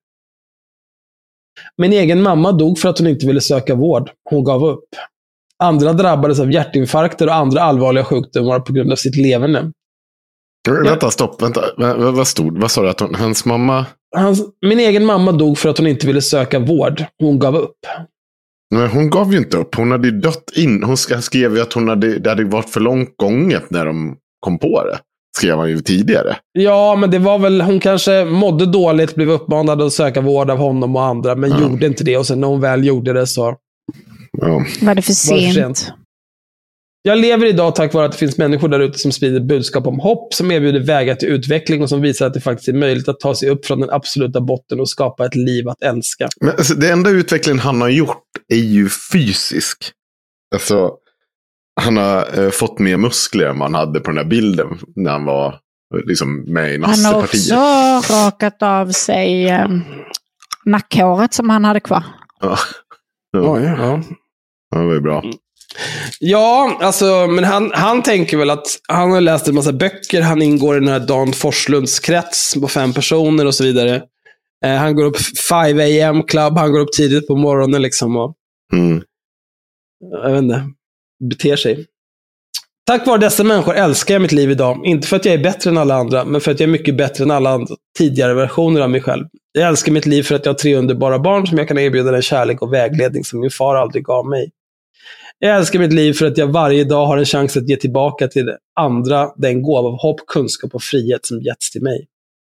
Min egen mamma dog för att hon inte ville söka vård. Hon gav upp. Andra drabbades av hjärtinfarkter och andra allvarliga sjukdomar på grund av sitt leverne. Vänta, stopp, vänta. Vad, vad stod? Vad sa du att hon, hans mamma? Hans, min egen mamma dog för att hon inte ville söka vård. Hon gav upp. Nej, hon gav ju inte upp. Hon hade ju dött in. Hon skrev ju att hon hade, det hade varit för långt gånget när de kom på det. Skrev han ju tidigare. Ja, men det var väl, hon kanske mådde dåligt, blev uppmanad att söka vård av honom och andra, men ja. gjorde inte det. Och sen när hon väl gjorde det så ja. var det för sent. Var det för sent. Jag lever idag tack vare att det finns människor där ute som sprider budskap om hopp, som erbjuder vägar till utveckling och som visar att det faktiskt är möjligt att ta sig upp från den absoluta botten och skapa ett liv att älska. Men alltså, det enda utvecklingen han har gjort är ju fysisk. Alltså, han har eh, fått mer muskler än man hade på den här bilden när han var liksom med i Nassepartiet. Han har också rakat av sig eh, nackhåret som han hade kvar. Ja, ja. Oj, ja. Ja, det var ju bra. Ja, alltså, men han, han tänker väl att han har läst en massa böcker, han ingår i den här Dan Forslunds krets på fem personer och så vidare. Eh, han går upp five a m club, han går upp tidigt på morgonen liksom och mm. jag vet inte, beter sig. Tack vare dessa människor älskar jag mitt liv idag. Inte för att jag är bättre än alla andra, men för att jag är mycket bättre än alla andra tidigare versioner av mig själv. Jag älskar mitt liv för att jag har tre underbara barn som jag kan erbjuda den kärlek och vägledning som min far aldrig gav mig. Jag älskar mitt liv för att jag varje dag har en chans att ge tillbaka till andra den gåva av hopp, kunskap och frihet som getts till mig.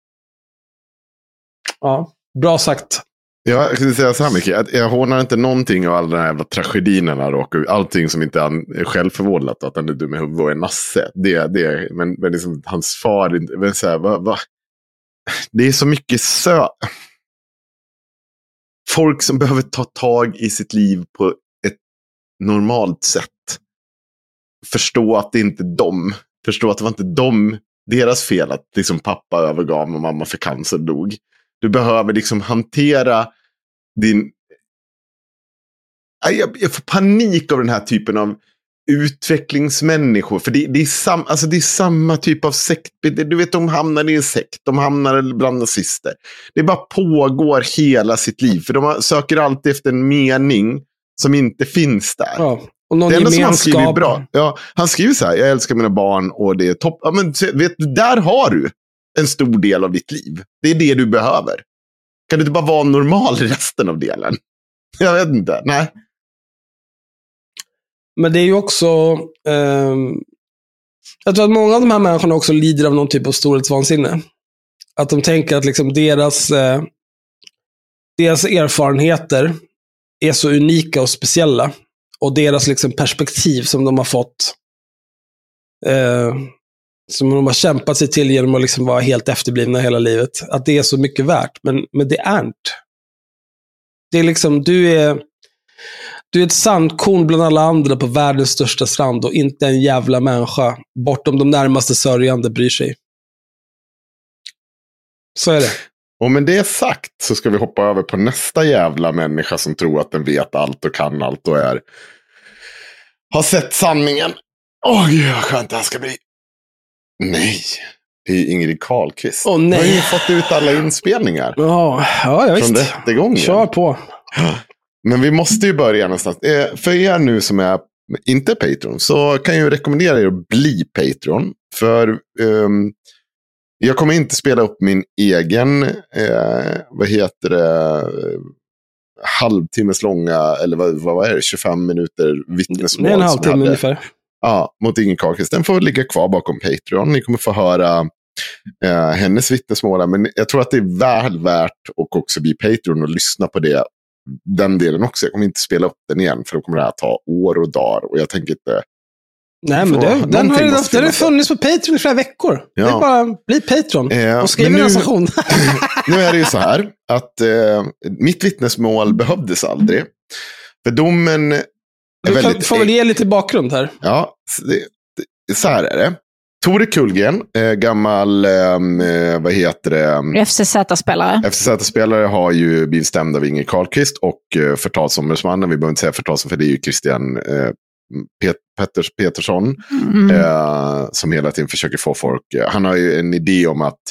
Ja, bra sagt. Jag skulle säga så här mycket. Jag hånar inte någonting av alla de här jävla tragedierna. Allting som inte är självförvållat. Att han är dum i huvudet och är nasse. Det, det, men men liksom, hans far... Men så här, va, va? Det är så mycket sö... Folk som behöver ta tag i sitt liv på ett normalt sätt. Förstå att det inte är dem. Förstå att det var inte dem, deras fel att liksom pappa övergav och mamma för cancer dog. Du behöver liksom hantera din... Jag, jag får panik av den här typen av utvecklingsmänniskor. För det, det, är, sam, alltså det är samma typ av sekt. Du vet, de hamnar i en sekt. De hamnar bland nazister. Det bara pågår hela sitt liv. För de söker alltid efter en mening som inte finns där. Ja. Och någon det enda gemenskap. som han skriver är bra. Ja, han skriver så här, jag älskar mina barn och det är topp. Ja, men vet du, där har du en stor del av ditt liv. Det är det du behöver. Kan du inte bara vara normal resten av delen? Jag vet inte, nej. Men det är ju också... Um, jag tror att många av de här människorna också lider av någon typ av storhetsvansinne. Att de tänker att liksom deras, eh, deras erfarenheter är så unika och speciella. Och deras liksom perspektiv som de har fått, eh, som de har kämpat sig till genom att liksom vara helt efterblivna hela livet. Att det är så mycket värt. Men, men det är inte. Det är liksom, du är, du är ett sandkorn bland alla andra på världens största strand och inte en jävla människa bortom de närmaste sörjande bryr sig. Så är det. Och med det sagt så ska vi hoppa över på nästa jävla människa som tror att den vet allt och kan allt och är har sett sanningen. Åh gud vad skönt det här ska bli. Nej, det är Ingrid Carlqvist. Åh nej. Har ju fått ut alla inspelningar. Ja, ja, ja från visst. rättegången. Kör på. Men vi måste ju börja någonstans. För er nu som är inte Patreon så kan jag ju rekommendera er att bli Patreon. För um, jag kommer inte spela upp min egen, eh, vad heter det, halvtimmes långa, eller vad, vad är det, tjugofem minuter vittnesmål. Det är en halvtimme ungefär. Ja, mot Ingrid Carlqvist. Den får ligga kvar bakom Patreon. Ni kommer få höra eh, hennes vittnesmål. Men jag tror att det är väl värt att också bli Patreon och lyssna på det. Den delen också. Jag kommer inte spela upp den igen för då kommer det här ta år och dagar. Och jag tänker inte... Nej, men det, den har redan den har funnits på Patreon i flera veckor. Ja. Det är bara bli Patreon eh, och skriv en recension. Nu är det ju så här att eh, mitt vittnesmål behövdes aldrig. För domen är du kan, väldigt... får väl ge lite bakgrund här. Ja, det, det, så här är det. Tore Kullgren, eh, gammal, eh, vad heter det? F C Z-spelare. F C Z-spelare har ju blivit stämd av Ingrid Carlqvist och eh, förtalsombudsmannen, vi behöver inte säga förtalsom för det är ju Christian eh, Pet- Petters, Petersson mm. eh, som hela tiden försöker få folk, eh, han har ju en idé om att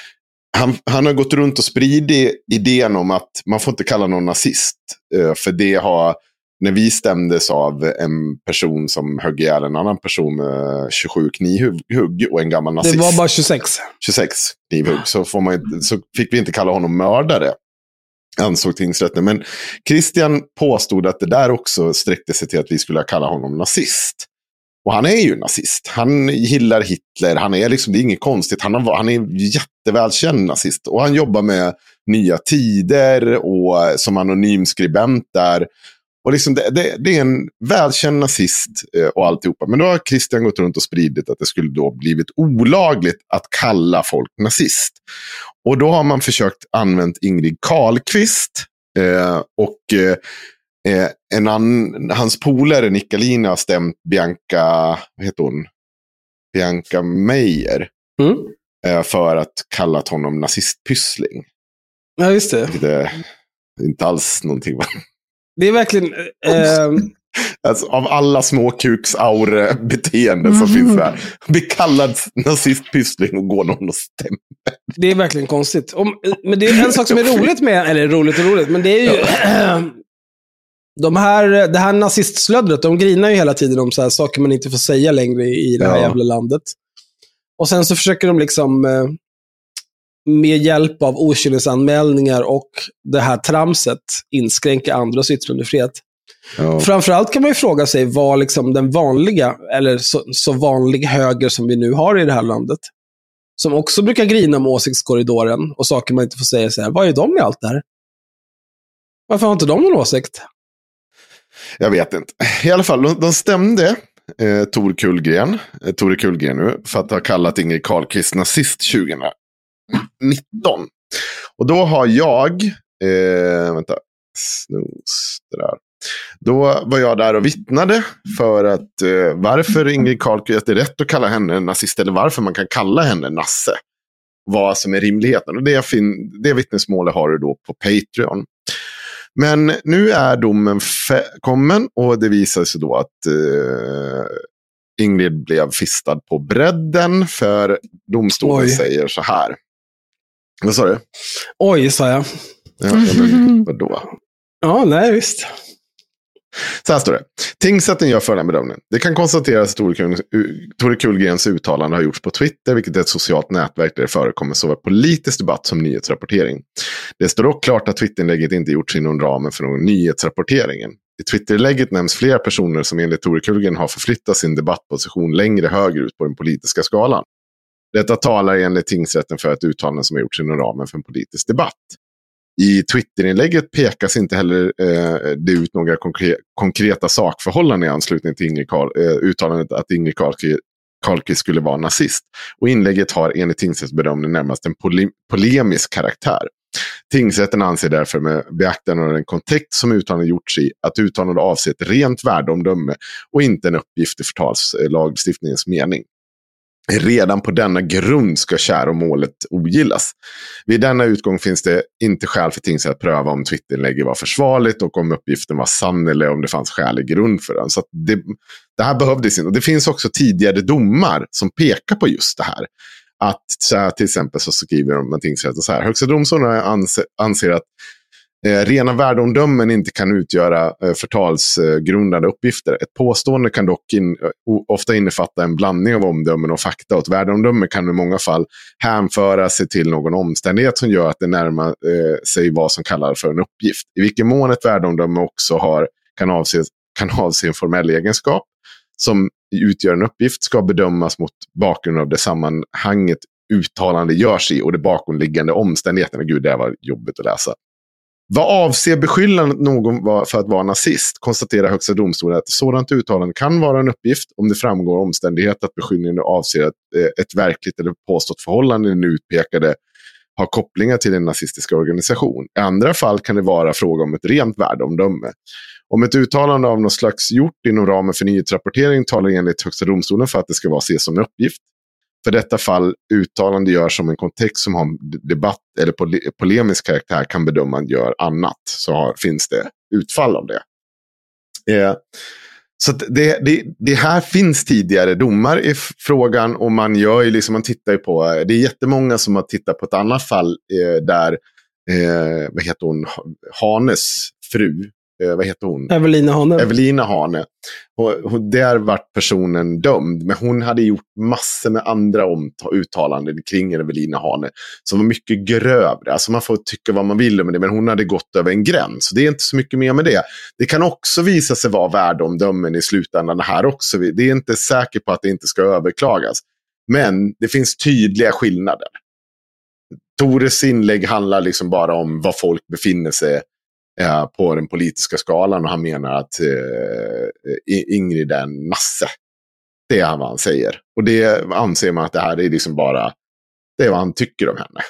han, han har gått runt och spridit idén om att man får inte kalla någon nazist, eh, för det har när vi stämdes av en person som högg ihjäl en annan person med tjugosju knivhugg och en gammal nazist. Det var bara tjugosex. tjugosex knivhugg. Så, får man, så fick vi inte kalla honom mördare. Ansåg tingsrätten. Men Christian påstod att det där också sträckte sig till att vi skulle kalla honom nazist. Och han är ju nazist. Han gillar Hitler. Han är liksom, det är inget konstigt. Han, har, han är jättevälkänd nazist. Och han jobbar med Nya Tider och som anonym skribent där. Och liksom det, det, det är en välkänd nazist eh, och alltihopa. Men då har Christian gått runt och spridit att det skulle då blivit olagligt att kalla folk nazist. Och då har man försökt använda Ingrid Carlqvist eh, och eh, en an, hans polare Nicolina har stämt Bianca, vad heter hon? Bianca Meijer mm. eh, för att kalla honom nazistpyssling. Ja, just det. Det är inte alls någonting va? Det är verkligen... Eh... Alltså, av alla små kuksaure-beteenden som mm. finns där. Bli kallad nazistpyssling och gå någon och stämma. Det är verkligen konstigt. Om, men det är en sak som är roligt med... Eller roligt och roligt, men det är ju... Ja. De här, det här nazistslödret, de grinar ju hela tiden om så här saker man inte får säga längre i det här ja. jävla landet. Och sen så försöker de liksom... Eh, med hjälp av okynnesanmälningar och det här tramset inskränka andras yttrandefrihet. Ja. Framförallt kan man ju fråga sig vad liksom den vanliga, eller så, så vanlig höger som vi nu har i det här landet, som också brukar grina om åsiktskorridoren och saker man inte får säga så här, vad är de med allt det här? Varför har inte de någon åsikt? Jag vet inte. I alla fall, de, de stämde eh, Tor Kullgren, eh, Tore Kullgren nu, för att ha kallat Ingrid Carlqvist nazist tjugonitton. Och då har jag eh, vänta snus det där. Då var jag där och vittnade för att eh, varför Ingrid Carlqvist är rätt att kalla henne nazist eller varför man kan kalla henne nasse. Vad som är rimligheten. Och det, fin- det vittnesmålet har du då på Patreon. Men nu är domen fe- kommen och det visar sig då att eh, Ingrid blev fistad på bredden för domstolen Oj. säger så här. Vad sa du? Oj, sa jag. Ja, men vadå? Ja, nej, visst. Så här står det. Tingsrätten gör följande bedömning. Det kan konstateras att Tore Kullgrens uttalande har gjorts på Twitter, vilket är ett socialt nätverk där det förekommer såväl politisk debatt som nyhetsrapportering. Det står dock klart att Twitterinlägget inte gjorts inom ramen för någon nyhetsrapporteringen. I Twitterlägget nämns flera personer som enligt Tore Kullgren har förflyttat sin debattposition längre högerut på den politiska skalan. Detta talar enligt tingsrätten för ett uttalande som har gjorts inom ramen för en politisk debatt. I Twitterinlägget pekas inte heller eh, det ut några konkre- konkreta sakförhållanden i anslutning till Ingrid Karl, eh, uttalandet att Ingrid Carlqvist Carlqvist skulle vara nazist. Och inlägget har enligt tingsrättsbedömning närmast en pole- polemisk karaktär. Tingsrätten anser därför med beaktande av den kontext som uttalandet gjorts i att uttalandet avser ett rent värdeomdöme och inte en uppgift i förtalslagstiftningens mening. Redan på denna grund ska käromålet ogillas. Vid denna utgång finns det inte skäl för tingsrätt att pröva om Twitterinlägget var försvarligt och om uppgiften var sann eller om det fanns skälig grund för den. Så att det, det här behövdes inte. Och det finns också tidigare domar som pekar på just det här. Att så här, till exempel så skriver de med tingsrätten så här. Högsta domstolen anser, anser att Eh, rena värdeomdömen inte kan utgöra eh, förtalsgrundande eh, uppgifter. Ett påstående kan dock in, o, ofta innefatta en blandning av omdömen och fakta. Och ett värdeomdöme kan i många fall hänföra sig till någon omständighet som gör att det närmar eh, sig vad som kallas för en uppgift. I vilken mån ett värdeomdöme också har, kan, avse, kan avse en formell egenskap som utgör en uppgift ska bedömas mot bakgrund av det sammanhanget uttalande görs i och det bakomliggande omständigheterna. Gud, det var jobbigt att läsa. Vad avser beskyllandet någon för att vara nazist konstaterar Högsta domstolen att sådant uttalande kan vara en uppgift om det framgår omständighet att beskyllningen avser att ett verkligt eller påstått förhållande den utpekade har kopplingar till en nazistisk organisation. I andra fall kan det vara fråga om ett rent värdeomdöme. Om ett uttalande av något slags gjort inom ramen för nyhetsrapportering talar enligt Högsta domstolen för att det ska vara ses som en uppgift. För detta fall uttalande görs som en kontext som har debatt eller pole- polemisk karaktär kan bedöma gör annat. Så har, finns det utfall av det. Eh, så det, det, det här finns tidigare domar i f- frågan och man gör ju liksom, man tittar ju på, det är jättemånga som har tittat på ett annat fall eh, där, eh, vad heter hon, Hanes fru, eh, vad heter hon? Evelina Hane. Evelina Hane. Och, och där vart personen dömd. Men hon hade gjort massor med andra omta- uttalanden kring Evelina Hane som var mycket grövre. Alltså man får tycka vad man vill om det, men hon hade gått över en gräns. Så det är inte så mycket mer med det. Det kan också visa sig vara värdeomdömen i slutändan här också. Det är inte säkert på att det inte ska överklagas. Men det finns tydliga skillnader. Tores inlägg handlar liksom bara om vad folk befinner sig eh, på den politiska skalan och han menar att eh, Ingrid är en nasse. Det är vad han säger. Och det anser man att det här är liksom bara det är vad han tycker om henne.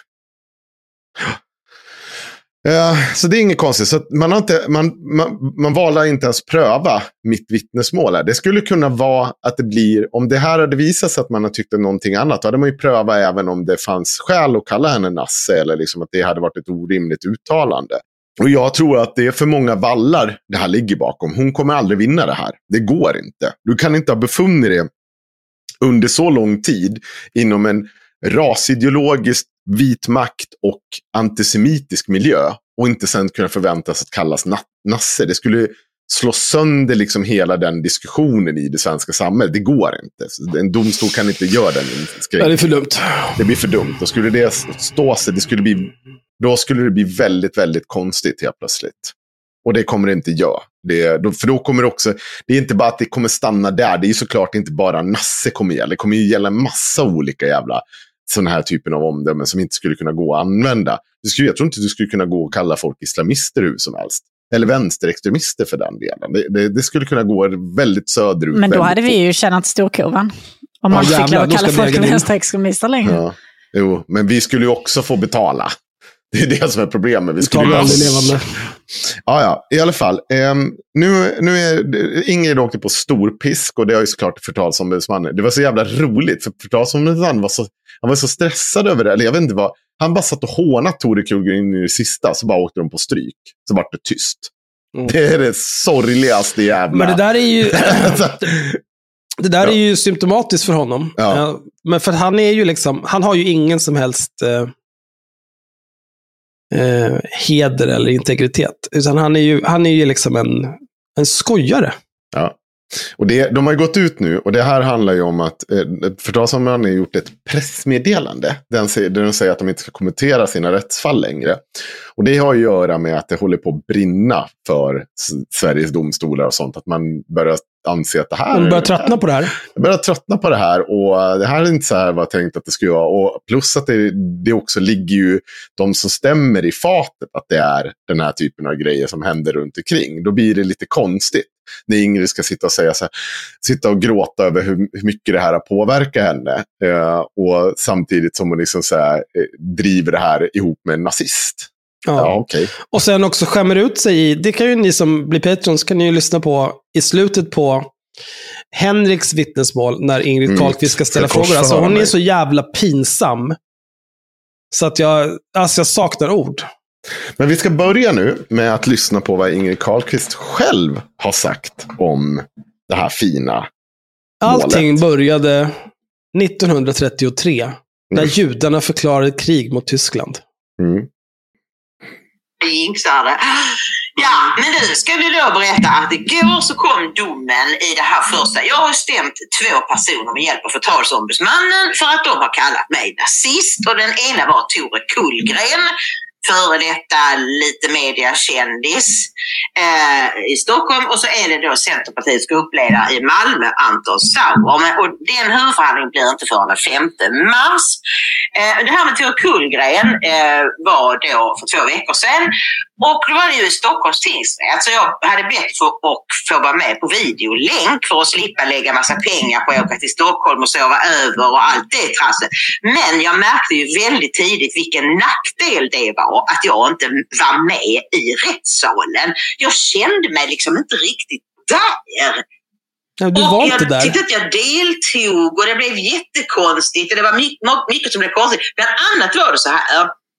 Ja, så det är inget konstigt. Så man, har inte, man, man, man valde inte ens pröva mitt vittnesmål här. Det skulle kunna vara att det blir, om det här hade visat sig att man har tyckt om någonting annat, då hade man ju prövat även om det fanns skäl att kalla henne nasse eller liksom att det hade varit ett orimligt uttalande. Och jag tror att det är för många vallar det här ligger bakom. Hon kommer aldrig vinna det här. Det går inte. Du kan inte ha befunnit dig under så lång tid inom en rasideologisk vit makt och antisemitisk miljö och inte sen kunna förväntas att kallas na- nasse. Det skulle slå sönder liksom hela den diskussionen i det svenska samhället. Det går inte. En domstol kan inte göra den. Ja, det är för dumt. Det blir för dumt. Då skulle det stå sig. Det skulle bli, då skulle det bli väldigt, väldigt konstigt helt plötsligt. Och det kommer det inte göra. Det, då, för då kommer det också, det är inte bara att det kommer stanna där. Det är ju såklart inte bara nasse kommer gälla. Det kommer ju gälla massa olika jävla sån här typen av omdömen som inte skulle kunna gå att använda. Du skulle, jag tror inte du skulle kunna gå och kalla folk islamister hur som helst. Eller vänsterextremister för den delen. Det, det, det skulle kunna gå väldigt söderut. Men då hade vi ju tjänat storkovan. Om man ja, fick lov att kalla folk vänsterextremister längre. Ja, jo, men vi skulle ju också få betala. Det är det som är problemet. Vi skulle ju aldrig levande. Ja, ja, i alla fall. Eh, nu, nu är Ingrid åkte på stor pisk och det har ju såklart förtalsombudsmannen. Det var så jävla roligt för förtalsombudsmannen var så, han var så stressad över det. Eller jag vet inte vad. Han bara satt och hånat Tore Kullgren i det sista så bara åkte de på stryk. Så vart det tyst. Mm. Det är det sorgligaste jävla. Men det där är ju det där ja. är ju symptomatiskt för honom. Ja. Men för han är ju liksom, han har ju ingen som helst eh, Eh, heder eller integritet. Utan han är ju, han är ju liksom en En skojare. Ja. Och det, de har ju gått ut nu, och det här handlar ju om att för då som man har gjort ett pressmeddelande den säger, där de säger att de inte ska kommentera sina rättsfall längre. Och det har ju att göra med att det håller på att brinna för Sveriges domstolar och sånt, att man börjar anse att det här... Man börjar tröttna på det här. Jag börjar tröttna på det här, och det här är inte så här vad jag tänkt att det skulle vara. Och plus att det, det också ligger ju de som stämmer i fatet att det är den här typen av grejer som händer runt omkring. Då blir det lite konstigt när Ingrid ska sitta och säga så här, sitta och gråta över hur, hur mycket det här har påverkat henne, eh, och samtidigt som hon liksom så här, eh, driver det här ihop med en nazist. Ja. Ja, okay. Och sen också skämmer ut sig i, det kan ju ni som blir patrons kan ju lyssna på i slutet på Henriks vittnesmål när Ingrid mm. Carlqvist ska ställa frågor. Alltså hon är så jävla pinsam så att jag, alltså jag saknar ord. Men vi ska börja nu med att lyssna på vad Ingrid Carlqvist själv har sagt om det här fina Allting målet. började nittonhundratrettiotre när mm. judarna förklarade krig mot Tyskland. Mm. Jinxade. Ja, men nu ska vi då berätta att igår så kom domen i det här första. Jag har stämt två personer med hjälp av förtalsombudsmannen för att de har kallat mig nazist, och den ena var Tore Kullgren, före detta lite mediakändis eh, i Stockholm, och så är det då Centerpartiets gruppledare i Malmö, Anton Sauer. Men, och den huvudförhandlingen blir inte förrän den femte mars. Eh, det här med Tore Kullgren eh, var då för två veckor sedan, och då var det ju i Stockholms tingsrätt, så jag hade bett för att få vara med på videolänk för att slippa lägga massa pengar på att åka till Stockholm och sova över och allt det trasset. Men jag märkte ju väldigt tidigt vilken nackdel det var att jag inte var med i rättssalen. Jag kände mig liksom inte riktigt där. Ja, du var inte där. Jag tyckte att jag deltog, och det blev jättekonstigt, och det var mycket, mycket som blev konstigt. Bland annat var det så här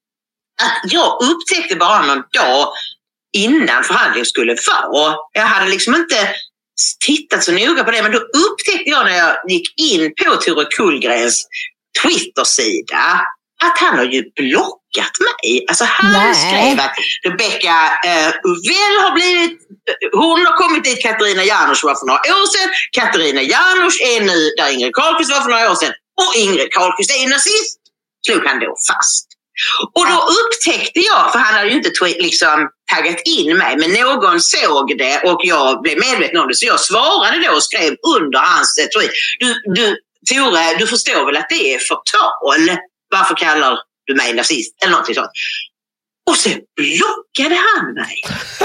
att jag upptäckte bara någon dag innan förhandlingen skulle vara. Jag hade liksom inte tittat så noga på det, men då upptäckte jag när jag gick in på Tore Kullgrens Twitter-sida att han har ju blockat mig. Alltså han Nej. skrev att Rebecca uh, Uvell har blivit, hon har kommit dit Katarina Janouch var för några år sedan. Katarina Janouch är nu där Ingrid Carlqvist var för några år sedan, och Ingrid Carlqvist är nazist, slog han då fast. Och då upptäckte jag, för han hade ju inte liksom taggat in mig, men någon såg det och jag blev medveten om det, så jag svarade då och skrev under hans tweet: du, du, Tore, du förstår väl att det är förtal? Varför kallar du mig nazist? Eller något sånt. Och sen blockade han mig.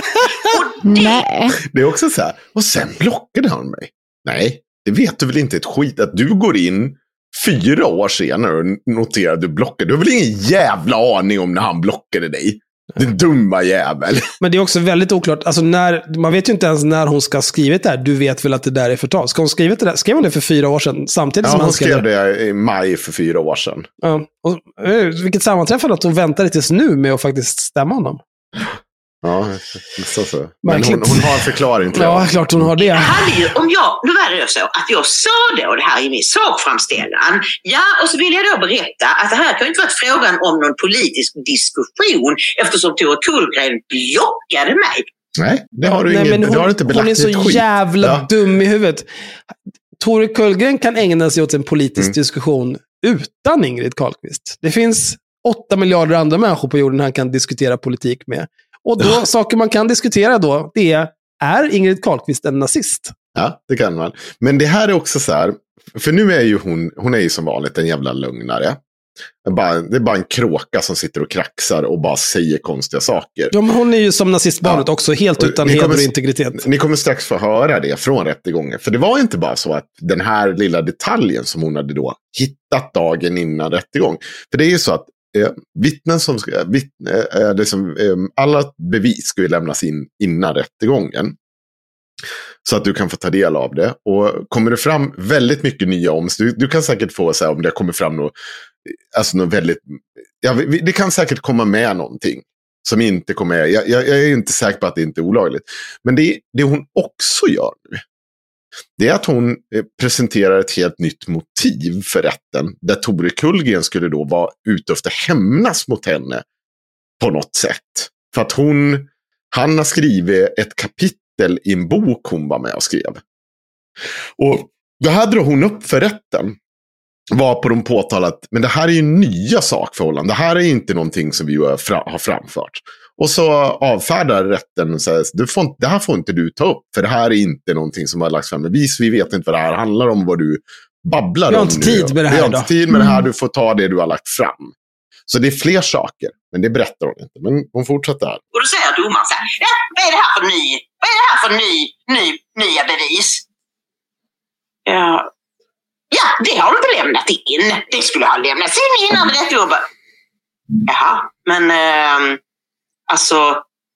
Och det... Nej. Det är också så här, och sen blockade han mig. Nej, det vet du väl inte ett skit att du går in fyra år senare och noterar att du blockade. Du har väl ingen jävla aning om när han blockade dig. Den dumma jävel. Men det är också väldigt oklart. Alltså när, man vet ju inte ens när hon ska ha skrivit det här. Du vet väl att det där är förtal. Ska hon skrivit det där? Skrev hon det för fyra år sedan? Samtidigt ja, som han skrev det i maj för fyra år sedan. Ja. Och, vilket sammanträffande att hon väntade tills nu med att faktiskt stämma honom. Ja, så så. Men hon, hon har en förklaring till det. Ja, klart hon har det. Jag hade ju, om jag, nu var det så att jag sa då det här i min sakframställan. Ja, och så vill jag då berätta att det här kan ju inte vara frågan om någon politisk diskussion, eftersom Tore Kullgren blockade mig. Nej, det har du, Nej, ingen, hon, du har inte belagt. Hon är så skit. jävla ja. dum i huvudet. Tore Kullgren kan ägna sig åt en politisk mm. diskussion utan Ingrid Carlqvist. Det finns åtta miljarder andra människor på jorden han kan diskutera politik med. Och då, ja. saker man kan diskutera då, det är, är Ingrid Carlqvist en nazist? Ja, det kan man. Men det här är också så här, för nu är ju hon, hon är ju som vanligt en jävla lögnare. Bara, det är bara en kråka som sitter och kraxar och bara säger konstiga saker. Ja, men hon är ju som nazistbarnet ja. också, helt utan heder och integritet. Ni kommer strax få höra det från rättegången. För det var inte bara så att den här lilla detaljen som hon hade då hittat dagen innan rättegång. För det är ju så att Eh, vittnen som ska, vittne, eh, det som, eh, alla bevis ska ju lämnas in innan rättegången så att du kan få ta del av det, och kommer det fram väldigt mycket nya omständigheter, du, du kan säkert få så här, om det kommer fram något, alltså något väldigt, ja, det kan säkert komma med någonting som inte kommer med, jag, jag, jag är inte säker på att det inte är olagligt, men det, det hon också gör nu, det är att hon presenterar ett helt nytt motiv för rätten, där Tore Kullgren skulle då vara ute efter hämnas mot henne på något sätt. För att hon, han har skrivit ett kapitel kapitel i en bok hon var med och skrev. Och det här drar hon upp för rätten. Var på de påtalat, men det här är ju nya sakförhållanden. Det här är inte någonting som vi har framfört. Och så avfärdar rätten och säger, du får inte, det här får inte du ta upp. För det här är inte någonting som har lagts fram bevis. Vi vet inte vad det här handlar om, vad du babblar om. Vi har inte tid med det här. Vi har inte tid med det här, du får ta det du har lagt fram. Så det är fler saker, men det berättar hon inte. Men hon fortsätter här. Och då säger domaren så här, ja, vad är det här för ny, vad är det här för ny, ny, nya bevis? Ja, ja, det har du inte lämnat in. Det skulle ha lämnats in innan rättegången. Jaha, men eh, alltså,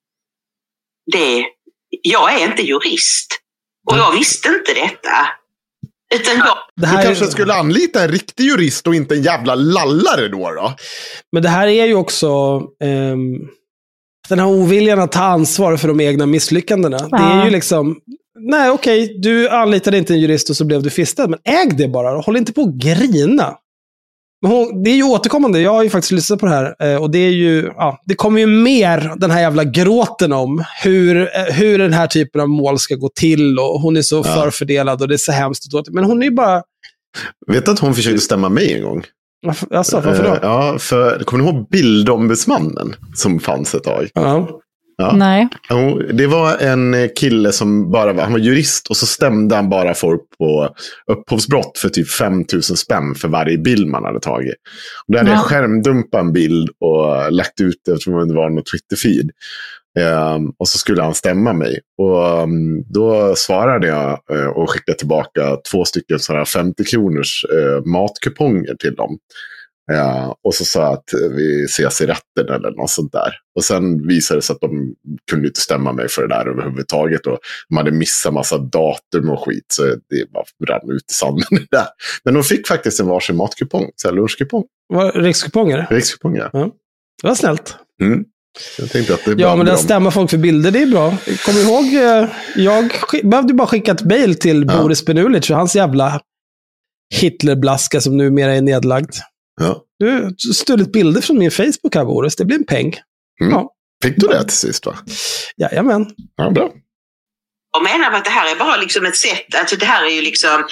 det, jag är inte jurist. Och jag visste inte detta. Utan jag... Det här du kanske är... skulle anlita en riktig jurist och inte en jävla lallare då då? Men det här är ju också um, den här oviljan att ta ansvar för de egna misslyckandena. Ja. Det är ju liksom, nej okej, okay, du anlitade inte en jurist och så blev du fistad, men äg det bara, håll inte på att grina. Men hon, det är ju återkommande, jag har ju faktiskt lyssnat på det här och det är ju, ja, det kommer ju mer den här jävla gråten om hur, hur den här typen av mål ska gå till och hon är så ja. förfördelad och det är så hemskt. Men hon är ju bara... Vet att hon försökte stämma mig en gång? Alltså, varför då? Ja, för kommer du ihåg bildombudsmannen som fanns ett tag? Ja. Ja. Nej. Det var en kille som bara var, han var jurist och så stämde han bara folk på upphovsbrott för typ fem tusen spänn för varje bild man hade tagit. Och då hade ja. jag skärmdumpat en bild och lagt ut det eftersom det var något Twitter-feed. Um, och så skulle han stämma mig. Och um, då svarade jag uh, och skickade tillbaka två stycken sådana femtio kronors uh, matkuponger till dem. Uh, och så sa att vi ses i rätten eller något sånt där. Och sen visade det sig att de kunde inte stämma mig för det där överhuvudtaget. Och de hade missat massa datum och skit. Så det bara rann ut i sanden där. Men de fick faktiskt en varsin matkupong. Så här lunchkupong. Rikskuponger? Rikskuponger. Ja. Det var snällt. Mm. Jag tänkte att det är ja, men att stämma folk för bilder, det är bra. Kommer du ihåg, jag behövde bara skicka ett mejl till ja. Boris Benulic och hans jävla Hitlerblaska som numera är nedlagd. Ja. Du stulit bilder från min Facebook här, Boris. Det blir en peng. Mm. Ja. Fick du det till sist, va? Jajamän. Ja, bra. Jag menar att det här är bara liksom ett sätt, alltså det här är ju liksom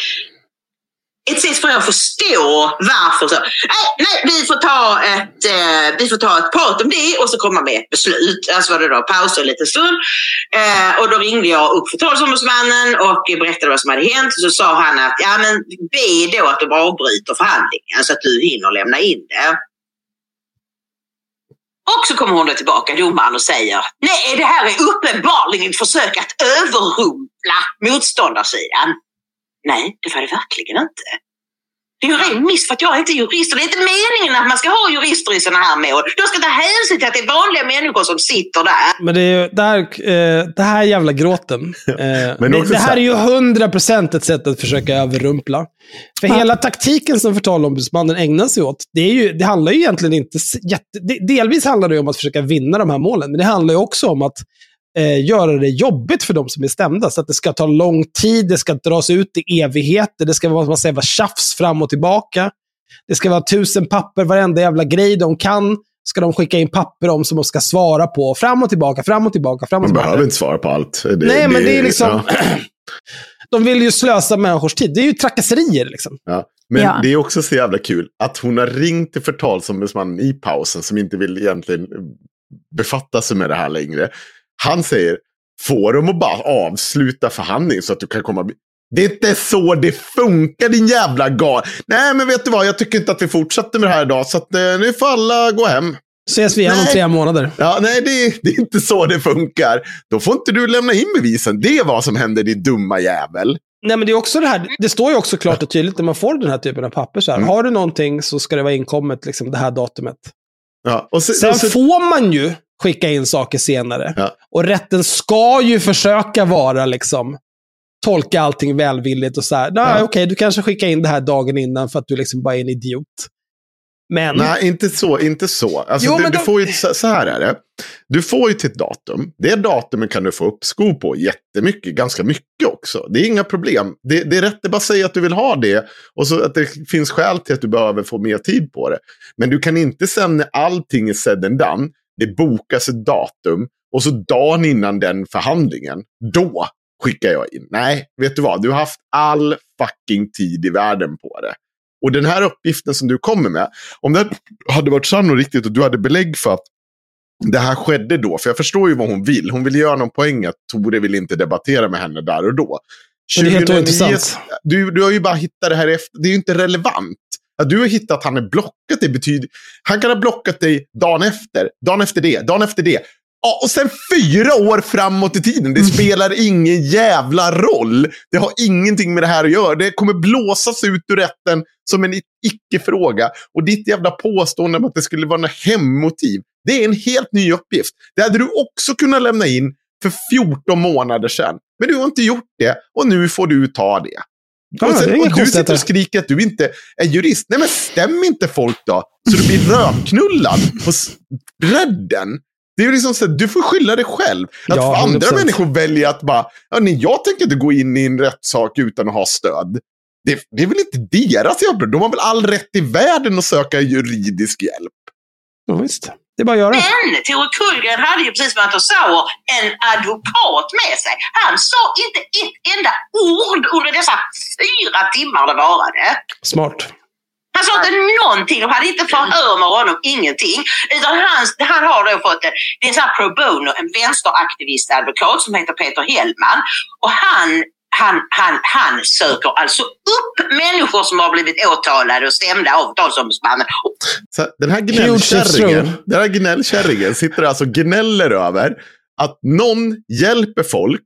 ett sätt för att förstå varför så, nej, nej vi får ta ett eh, vi får ta ett prat om det och så komma med ett beslut. Alltså var det då pausa en liten stund eh, och då ringde jag upp för talsombudsmannen och berättade vad som hade hänt och så sa han att ja men be då att de avbryter förhandlingen så att du hinner lämna in det. Och så kommer hon då tillbaka, domaren, och säger nej, det här är uppenbarligen ett försök att överrumpla motståndarsidan. Nej, det var det verkligen inte. Det är ju ren miss för att jag är inte jurist och det är inte meningen att man ska ha jurister i sådana här mål. De ska ta hänsyn till att det är vanliga människor som sitter där. Men det är ju det här, eh, det här jävla gråten. Eh, Men det, det här är ju hundra procent ett sätt att försöka överrumpla. För ja. hela taktiken som förtalombudsmannen ägnar sig åt, det, är ju, det handlar ju egentligen inte jätte, det, delvis handlar det om att försöka vinna de här målen, men det handlar ju också om att Eh, göra det jobbigt för de som är stämda. Så att det ska ta lång tid, det ska dras ut i evigheter, det ska vara, man säger, vara tjafs fram och tillbaka. Det ska vara tusen papper, varenda jävla grej de kan ska de skicka in papper om som de ska svara på. Fram och tillbaka, fram och tillbaka, fram och tillbaka. Man behöver inte svara på allt. Det, Nej, det, men det är liksom... Ja. De vill ju slösa människors tid. Det är ju trakasserier liksom. Ja. Men ja. det är också så jävla kul att hon har ringt till förtalsombudsmannen i pausen som inte vill egentligen befatta sig med det här längre. Han säger, får de att bara avsluta förhandlingen så att du kan komma... Det är inte så det funkar, din jävla gal. Nej, men vet du vad? Jag tycker inte att vi fortsätter med det här idag. Så att, eh, nu får alla gå hem. Ses vi igen om tre månader. Ja, nej, det, det är inte så det funkar. Då får inte du lämna in bevisen. Det är vad som händer, din dumma jävel. Nej, men det är också det här. Det står ju också klart och tydligt när man får den här typen av papper. Så här. Mm. Har du någonting så ska det vara inkommet liksom, det här datumet. Ja, och så, Sen och så... får man ju skicka in saker senare. Ja. Och rätten ska ju försöka vara liksom tolka allting välvilligt och så här. Nej, ja. okej, okay, du kanske skickar in det här dagen innan för att du liksom bara är en idiot. Men... Nej, inte så, inte så. Alltså, jo, du, men du de... får ju, så här är det. Du får ju till ett datum. Det datumet kan du få uppskov på jättemycket, ganska mycket också. Det är inga problem. Det, det är rätt att bara säga att du vill ha det och så att det finns skäl till att du behöver få mer tid på det. Men du kan inte sen när allting är said and done, det bokas ett datum och så dagen innan den förhandlingen, då skickar jag in. Nej, vet du vad? Du har haft all fucking tid i världen på det. Och den här uppgiften som du kommer med, om det hade varit sann och riktigt och du hade belägg för att det här skedde då, för jag förstår ju vad hon vill. Hon vill göra någon poäng att Tore vill inte debattera med henne där och då. Det är helt intressant. Du, du har ju bara hittat det här efter, det är ju inte relevant. Att du har hittat att han är blockat, det betyder, han kan ha blockat dig dagen efter, dagen efter det, dagen efter det. Ja, och sen fyra år framåt i tiden. Det spelar ingen jävla roll. Det har ingenting med det här att göra. Det kommer blåsas ut ur rätten som en icke-fråga. Och ditt jävla påstående om att det skulle vara något hemmotiv, det är en helt ny uppgift. Det hade du också kunnat lämna in för fjorton månader sedan. Men du har inte gjort det. Och nu får du ta det. Ja, och, sen, det och du sitter och skriker att du inte är jurist. Nej, men stäm inte folk då. Så du blir rökknullad på bredden. Det är ju liksom så att du får skylla dig själv. Att Ja, andra hundra procent. människor väljer att bara, ja, nej, jag tänker inte gå in i en rättssak utan att ha stöd. Det, det är väl inte deras jobb. De har väl all rätt i världen att söka juridisk hjälp. Ja, visst. Det är bara att göra. Men Tore Kullgren hade ju precis som att de sa en advokat med sig. Han sa inte ett enda ord under dessa fyra timmar det varade. Smart. Han sa inte någonting, de hade inte förhör med honom, ingenting. Utan han, han har då fått en, det är så här pro bono, en vänsteraktivistadvokat som heter Peter Hellman. Och han, han, han, han söker alltså upp människor som har blivit åtalade och stämda av talsombudsmannen. Så den här gnällkärringen, den här gnällkärringen sitter alltså och gnäller över att någon hjälper folk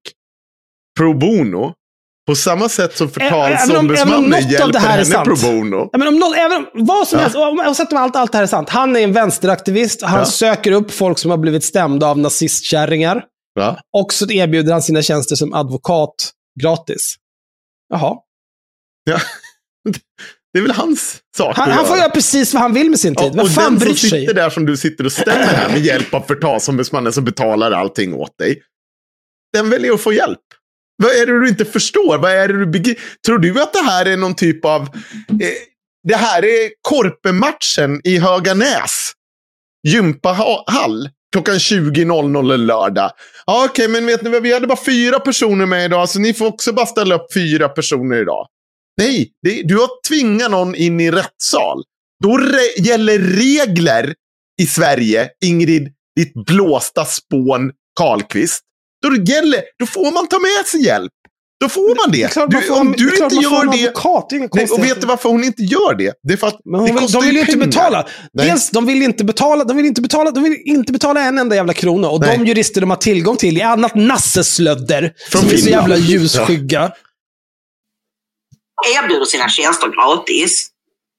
pro bono på samma sätt som förtalsombudsmannen hjälper henne pro bono. Ja, men om någon, även vad som Ja. helst, om, oavsett om allt, allt det här är sant. Han är en vänsteraktivist. Han Ja. söker upp folk som har blivit stämda av nazistkärringar. Ja. Och så erbjuder han sina tjänster som advokat gratis. Jaha. Ja. Det är väl hans sak Han, att han får göra. göra precis vad han vill med sin tid. Och, Vad och fan den bryr som sig? sitter där som du sitter och stämmer här med hjälp av förtalsombudsmannen som betalar allting åt dig, den väljer att få hjälp. Vad är det du inte förstår? Vad är det du begriper? Tror du att det här är någon typ av... Eh, det här är korpematchen i Höganäs. Gympahall. Klockan tjugo noll noll en lördag. Ja, okej, okay, men vet ni vad? Vi hade bara fyra personer med idag. Så ni får också bara ställa upp fyra personer idag. Nej, det, du har tvingat någon in i rättssal. Då re- gäller regler i Sverige, Ingrid, ditt blåsta spån Karlqvist. Då, gäller, då får man ta med sig hjälp. Då får man det. Det är klart man Du, får- om du det är klart inte man får gör en det... advokat, det är inga Nej, och konstigheter. vet du varför hon inte gör det? Det är för att Men hon det vill, kostar de vill ju inte pengar. betala. Nej. Dels, de vill inte betala, de vill inte betala, de vill inte betala en enda jävla krona. Och Nej. de jurister de har tillgång till är annat nasseslödder Från som är så Finland. jävla ljusskygga. Erbjuder sina tjänster gratis.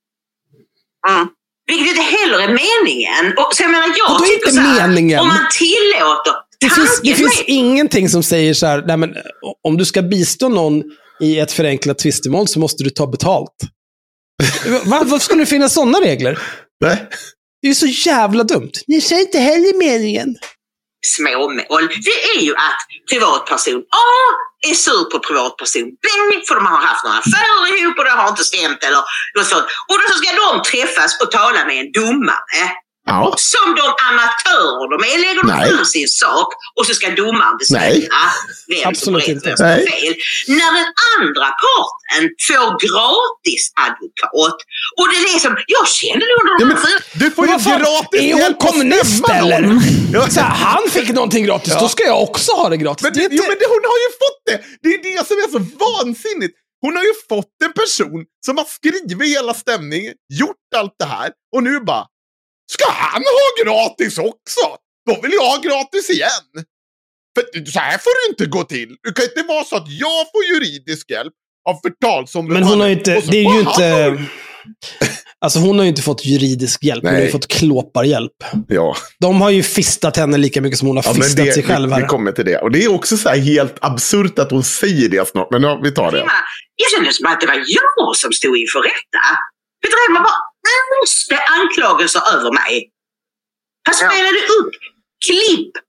Mm. Vilket inte heller är meningen. Och så jag menar, jag Och då är tycker inte så här, meningen. om man tillåter Det finns, det tanken finns med- ingenting som säger så här, nej men, om du ska bistå någon i ett förenklat tvistemål så måste du ta betalt. Var, varför skulle det finnas sådana regler? Nej. Det är ju så jävla dumt. Ni säger inte heller meningen. småmål. Det är ju att privatperson A är sur på privatperson B för de har haft några affärer ihop och det har inte stämt eller något sånt. Och då ska de träffas och tala med en domare. Ja. Som de amatörer de är, lägger de Nej. fram sin sak och så ska domaren Nej. bestämma vem som Absolut har rätt inte. och vem som har Nej. fel. När den andra parten får gratis advokat och det är liksom, jag känner det under de Ja, här men, fyra du får ju Vad fan, gratis är hon hjälp att kommunist stämma eller? någon. Ja. Så här, han fick någonting gratis, Ja. då ska jag också ha det gratis. Men, det är jo, inte... men det, hon har ju fått det. Det är det som är så vansinnigt. Hon har ju fått en person som har skrivit hela stämningen, gjort allt det här och nu bara, ska han ha gratis också? Då vill jag ha gratis igen. För så här får det inte gå till. Det kan inte vara så att jag får juridisk hjälp av förtalsombudsmannen. Men hon har ju inte, och så det är får ju han- inte... Alltså hon har ju inte fått juridisk hjälp, hon har ju Nej. fått klåparhjälp. Ja. De har ju fistat henne lika mycket som hon har Ja, men fistat det, sig själv vi, här. vi kommer till det. Och det är också så här helt absurt att hon säger det snart. Men ja, vi tar det. Jag kände som att det var jag som stod inför rätta. Vet du, man bara öste anklagelser över mig. Han spelade upp klipp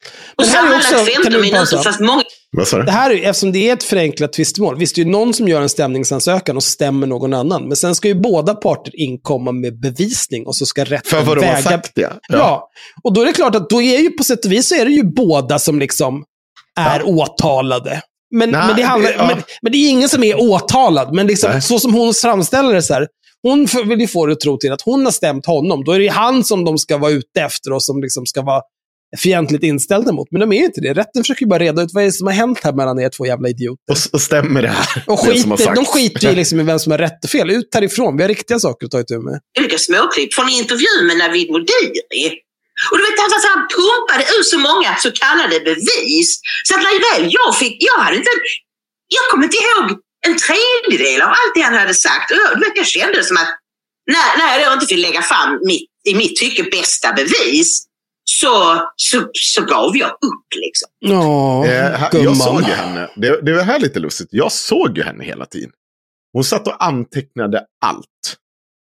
Och så har också, femton minuter fast många... Vad sa du? Det här är, eftersom det är ett förenklat tvistemål. Visst, det är ju någon som gör en stämningsansökan och stämmer någon annan. Men sen ska ju båda parter inkomma med bevisning och så ska rätten För vad de väga... har sagt det. Ja. ja. Och då är det klart att då är ju på sätt och vis så är det ju båda som liksom är ja. åtalade. Men, Nej, men, det handlar, det, ja. men, men det är ingen som är åtalad. Men liksom, så som hon framställer det så här. Hon vill ju få det att tro till att hon har stämt honom. Då är det han som de ska vara ute efter och som liksom ska vara fientligt inställda mot. Men de är ju inte det. Rätten försöker ju bara reda ut vad är det som har hänt här mellan er två jävla idioter. Och, och stämmer det här? Och skiter, de skiter ju liksom i vem som har rätt och fel. Ut härifrån. Vi har riktiga saker att ta itu med. Olika småklipp från intervju med Navid Modiri. Och du vet, alltså, han pumpade ut så många så kallade bevis. Så att när väl jag fick, jag hade inte, jag kommer inte ihåg en tredjedel av allt det han hade sagt. Och jag, du vet, jag kände som att när, när jag inte fick lägga fram mitt, i mitt tycke bästa bevis så, så, så gav jag upp liksom. Åh, eh, jag såg ju henne, det, det var här lite lustigt, jag såg ju henne hela tiden. Hon satt och antecknade allt.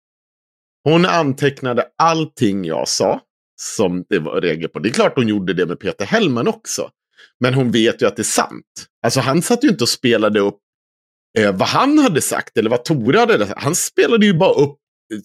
Hon antecknade allting jag sa som det var regel på. Det är klart hon gjorde det med Peter Hellman också. Men hon vet ju att det är sant. Alltså han satt ju inte och spelade upp eh, vad han hade sagt eller vad Tora hade sagt. Han spelade ju bara upp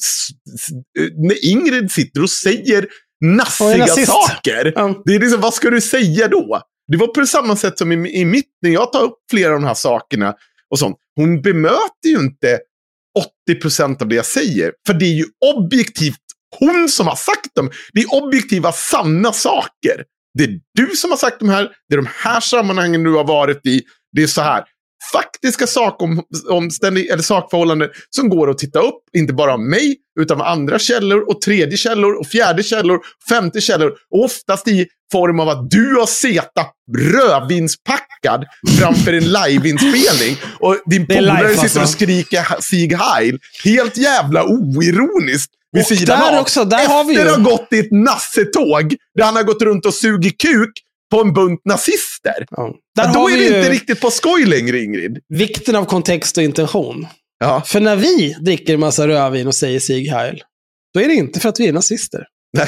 eh, när Ingrid sitter och säger nassiga saker. Mm. Det är liksom, vad ska du säga då? Det var på samma sätt som i, i mitt, när jag tar upp flera av de här sakerna och sånt. Hon bemöter ju inte åttio procent av det jag säger. För det är ju objektivt hon som har sagt dem. Det är objektiva, sanna saker. Det är du som har sagt de här. Det är de här sammanhangen du har varit i. Det är så här. Faktiska sakom, omständig, eller sakförhållanden som går att titta upp. Inte bara av mig, utan av andra källor. Och tredje källor, och fjärde källor, femte källor. Och oftast i form av att du har setat rödvinspackad framför en liveinspelning. Och din polare sitter och skriker Sieg Heil. Helt jävla oironiskt. Vid sidan där av. Också, där Efter har vi ju... att ha gått i ett nassetåg där han har gått runt och sugit kuk på en bunt nazister. Ja. Där ja, då är det inte riktigt på skoj längre, Ingrid. Vikten av kontext och intention. Ja. För när vi dricker en massa rödvin och säger Sieg Heil, då är det inte för att vi är nazister. Nej.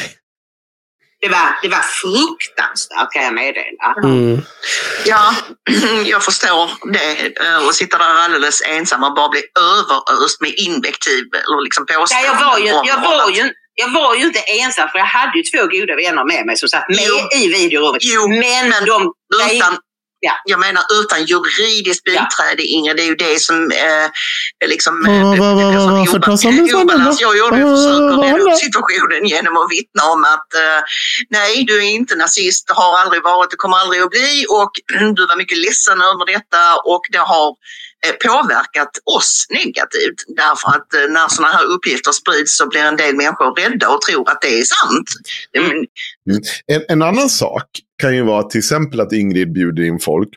Det var, det var fruktansvärt, kan jag meddela. Mm. Ja, jag förstår det. Och sitta där alldeles ensam och bara bli överöst med invektiv och liksom påståenden. Ja, jag var ju, jag var ju, jag var ju inte ensam, för jag hade ju två goda vänner med mig som satt med jo. i videorummet. Jo, men, men de... utan, ja. Jag menar utan juridiskt biträde, ja. Inga, det är ju det som eh, liksom... Obalans. Jag gjorde ju försöker reda upp situationen genom att vittna om att eh, nej, du är inte nazist, har aldrig varit, det kommer aldrig att bli, och du var mycket ledsen över detta, och det har påverkat oss negativt, därför att när sådana här uppgifter sprids så blir en del människor rädda och tror att det är sant. Mm. Mm. En, en annan sak kan ju vara till exempel att Ingrid bjuder in folk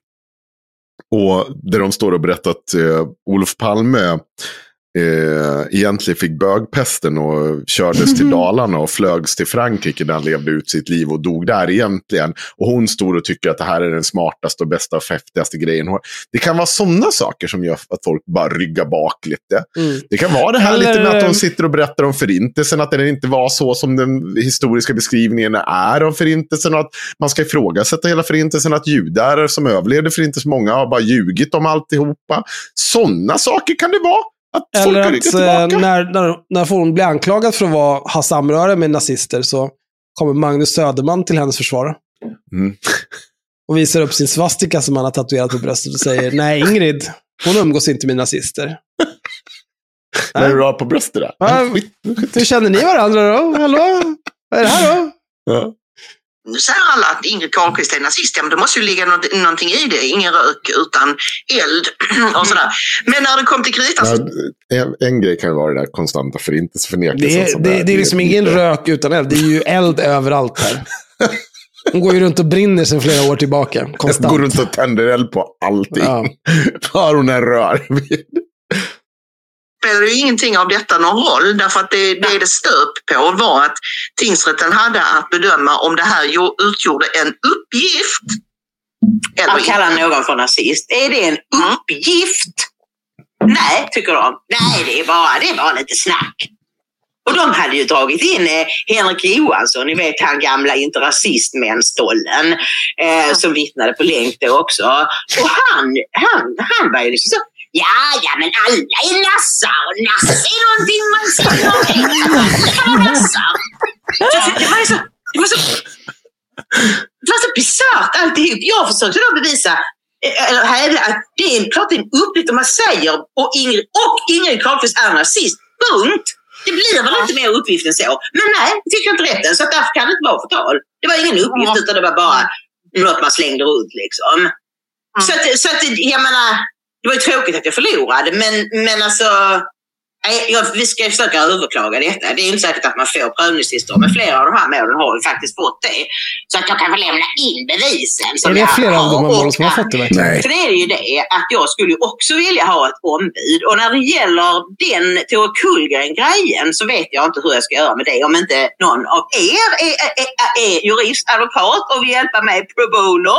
och där de står och berättar att eh, Olof Palme eh, egentligen fick bögpesten och kördes till Dalarna och flögs till Frankrike där han levde ut sitt liv och dog där egentligen. Och hon står och tycker att det här är den smartaste och bästa och häftigaste grejen. Det kan vara sådana saker som gör att folk bara ryggar bak lite. Mm. Det kan vara det här Eller... lite med att de sitter och berättar om förintelsen, att det inte var så som den historiska beskrivningen är av förintelsen, och att man ska ifrågasätta hela förintelsen, att judar som överlevde förintelsen, många har bara ljugit om alltihopa. Sådana saker kan det vara. Att Eller att eh, när, när, när hon blir anklagad för att vara, ha samröre med nazister, så kommer Magnus Söderman till hennes försvar. Mm. Och visar upp sin svastika som han har tatuerat på bröstet och säger, nej Ingrid, hon umgås inte med nazister. När du har på bröstet där. Ja, hur känner ni varandra då? Hallå? Vad är det här då? Ja. Nu säger alla att Ingrid Carlqvist är nazist, ja, men det måste ju ligga något, någonting i det. Ingen rök utan eld och sådär. Men när det kom till kritan... Ja, en, en grej kan ju vara det där konstanta förintelseförnekelsen. Det, är, det, det är liksom ingen rök utan eld. Det är ju eld överallt här. Hon går ju runt och brinner sedan flera år tillbaka. Konstant. Går runt och tänder eld på allting. Ja. Har hon en rör vid. Spelar ju ingenting av detta någon roll, därför att det, det det stöp på var att tingsrätten hade att bedöma om det här utgjorde en uppgift. Eller att kalla någon för nazist. Är det en uppgift? Mm. Nej, tycker de. Nej, det är bara, det är bara lite snack. Och de hade ju dragit in eh, Henrik Johansson, ni vet han gamla inte rasistmänstollen eh, som vittnade på länk då också. Och han, han, han var ju liksom så, ja, ja men alla är nassar och nass är någonting man ska ha. Nassar. Det var så, det var så, det var så bisarrt alltihop. Jag försökte då bevisa eller hävda att det är klart en uppgift om man säger och Ingrid, och Ingrid Carlqvist är nazist. Punkt. Det blir väl inte mer uppgift än så. Men nej, det fick jag inte rätten. Så därför kan det inte vara förtal. Det var ingen uppgift utan det var bara något man slängde runt liksom. Mm. Så, att, så att jag menar, det var ju tråkigt att jag förlorade. Men, men alltså, jag, vi ska försöka överklaga detta. Det är inte säkert att man får prövningstillstånd. Men flera av de här målen har ju faktiskt fått det. Så att jag kan få lämna in bevisen. Som är det flera har, av de här målen som har fått det verkligen? Nej. För det är ju det att jag skulle också vilja ha ett ombud. Och när det gäller den Tore Kullgren-grejen så vet jag inte hur jag ska göra med det. Om inte någon av er är, är, är, är jurist, advokat och vill hjälpa mig pro bono.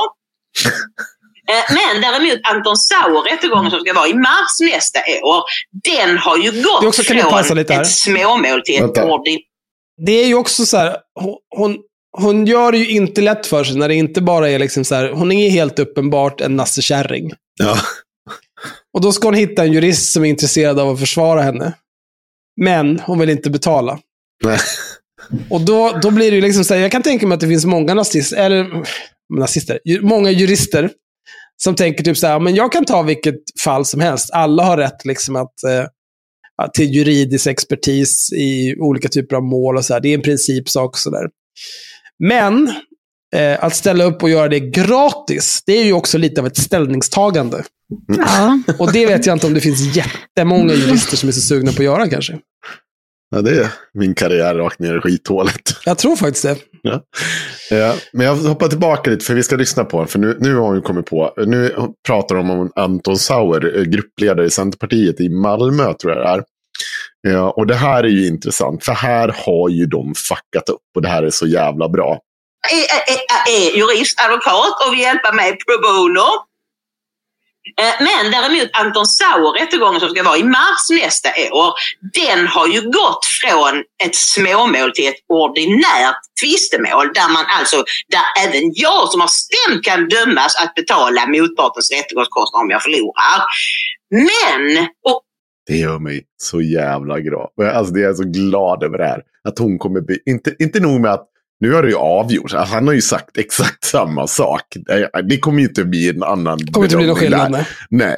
Men däremot Anton Sauer-rättegången som ska vara i mars nästa år, den har ju gått också, från ett småmål till ett ordin. Det är ju också så här, hon, hon gör det ju inte lätt för sig när det inte bara är liksom så här, hon är helt uppenbart en nassekärring. Ja. Och då ska hon hitta en jurist som är intresserad av att försvara henne. Men hon vill inte betala. Nej. Och då, då blir det ju liksom så här, jag kan tänka mig att det finns många nazister, eller nazister, många jurister som tänker typ så här, men jag kan ta vilket fall som helst. Alla har rätt liksom att eh, till juridisk expertis i olika typer av mål och så här. Det är en principsak så där. Men eh, att ställa upp och göra det gratis, det är ju också lite av ett ställningstagande. Ja. Och det vet jag inte om det finns jättemånga jurister som är så sugna på att göra kanske. Ja, det är min karriär rakt ner i skithålet. Jag tror faktiskt det. Ja. Ja, men jag hoppar tillbaka lite för vi ska lyssna på den. För nu, nu har hon kommit på. Nu pratar de om Anton Sauer, gruppledare i Centerpartiet i Malmö tror jag det är. Ja, och det här är ju intressant. För här har ju de fuckat upp. Och det här är så jävla bra. Är, är, är jurist, advokat och vill hjälpa mig pro bono. Men däremot Anton Sauer-rättegången som ska vara i mars nästa år, den har ju gått från ett småmål till ett ordinärt tvistemål där man alltså, där även jag som har stämt kan dömas att betala motpartens rättegångskostnader om jag förlorar. Men och det gör mig så jävla glad. Alltså det är jag så glad över det här. Att hon kommer bli, inte, inte nog med att nu har det ju avgjort. Han har ju sagt exakt samma sak. Det kommer ju inte bli en annan... Det kommer inte bli någon skillnad, nej. Nej.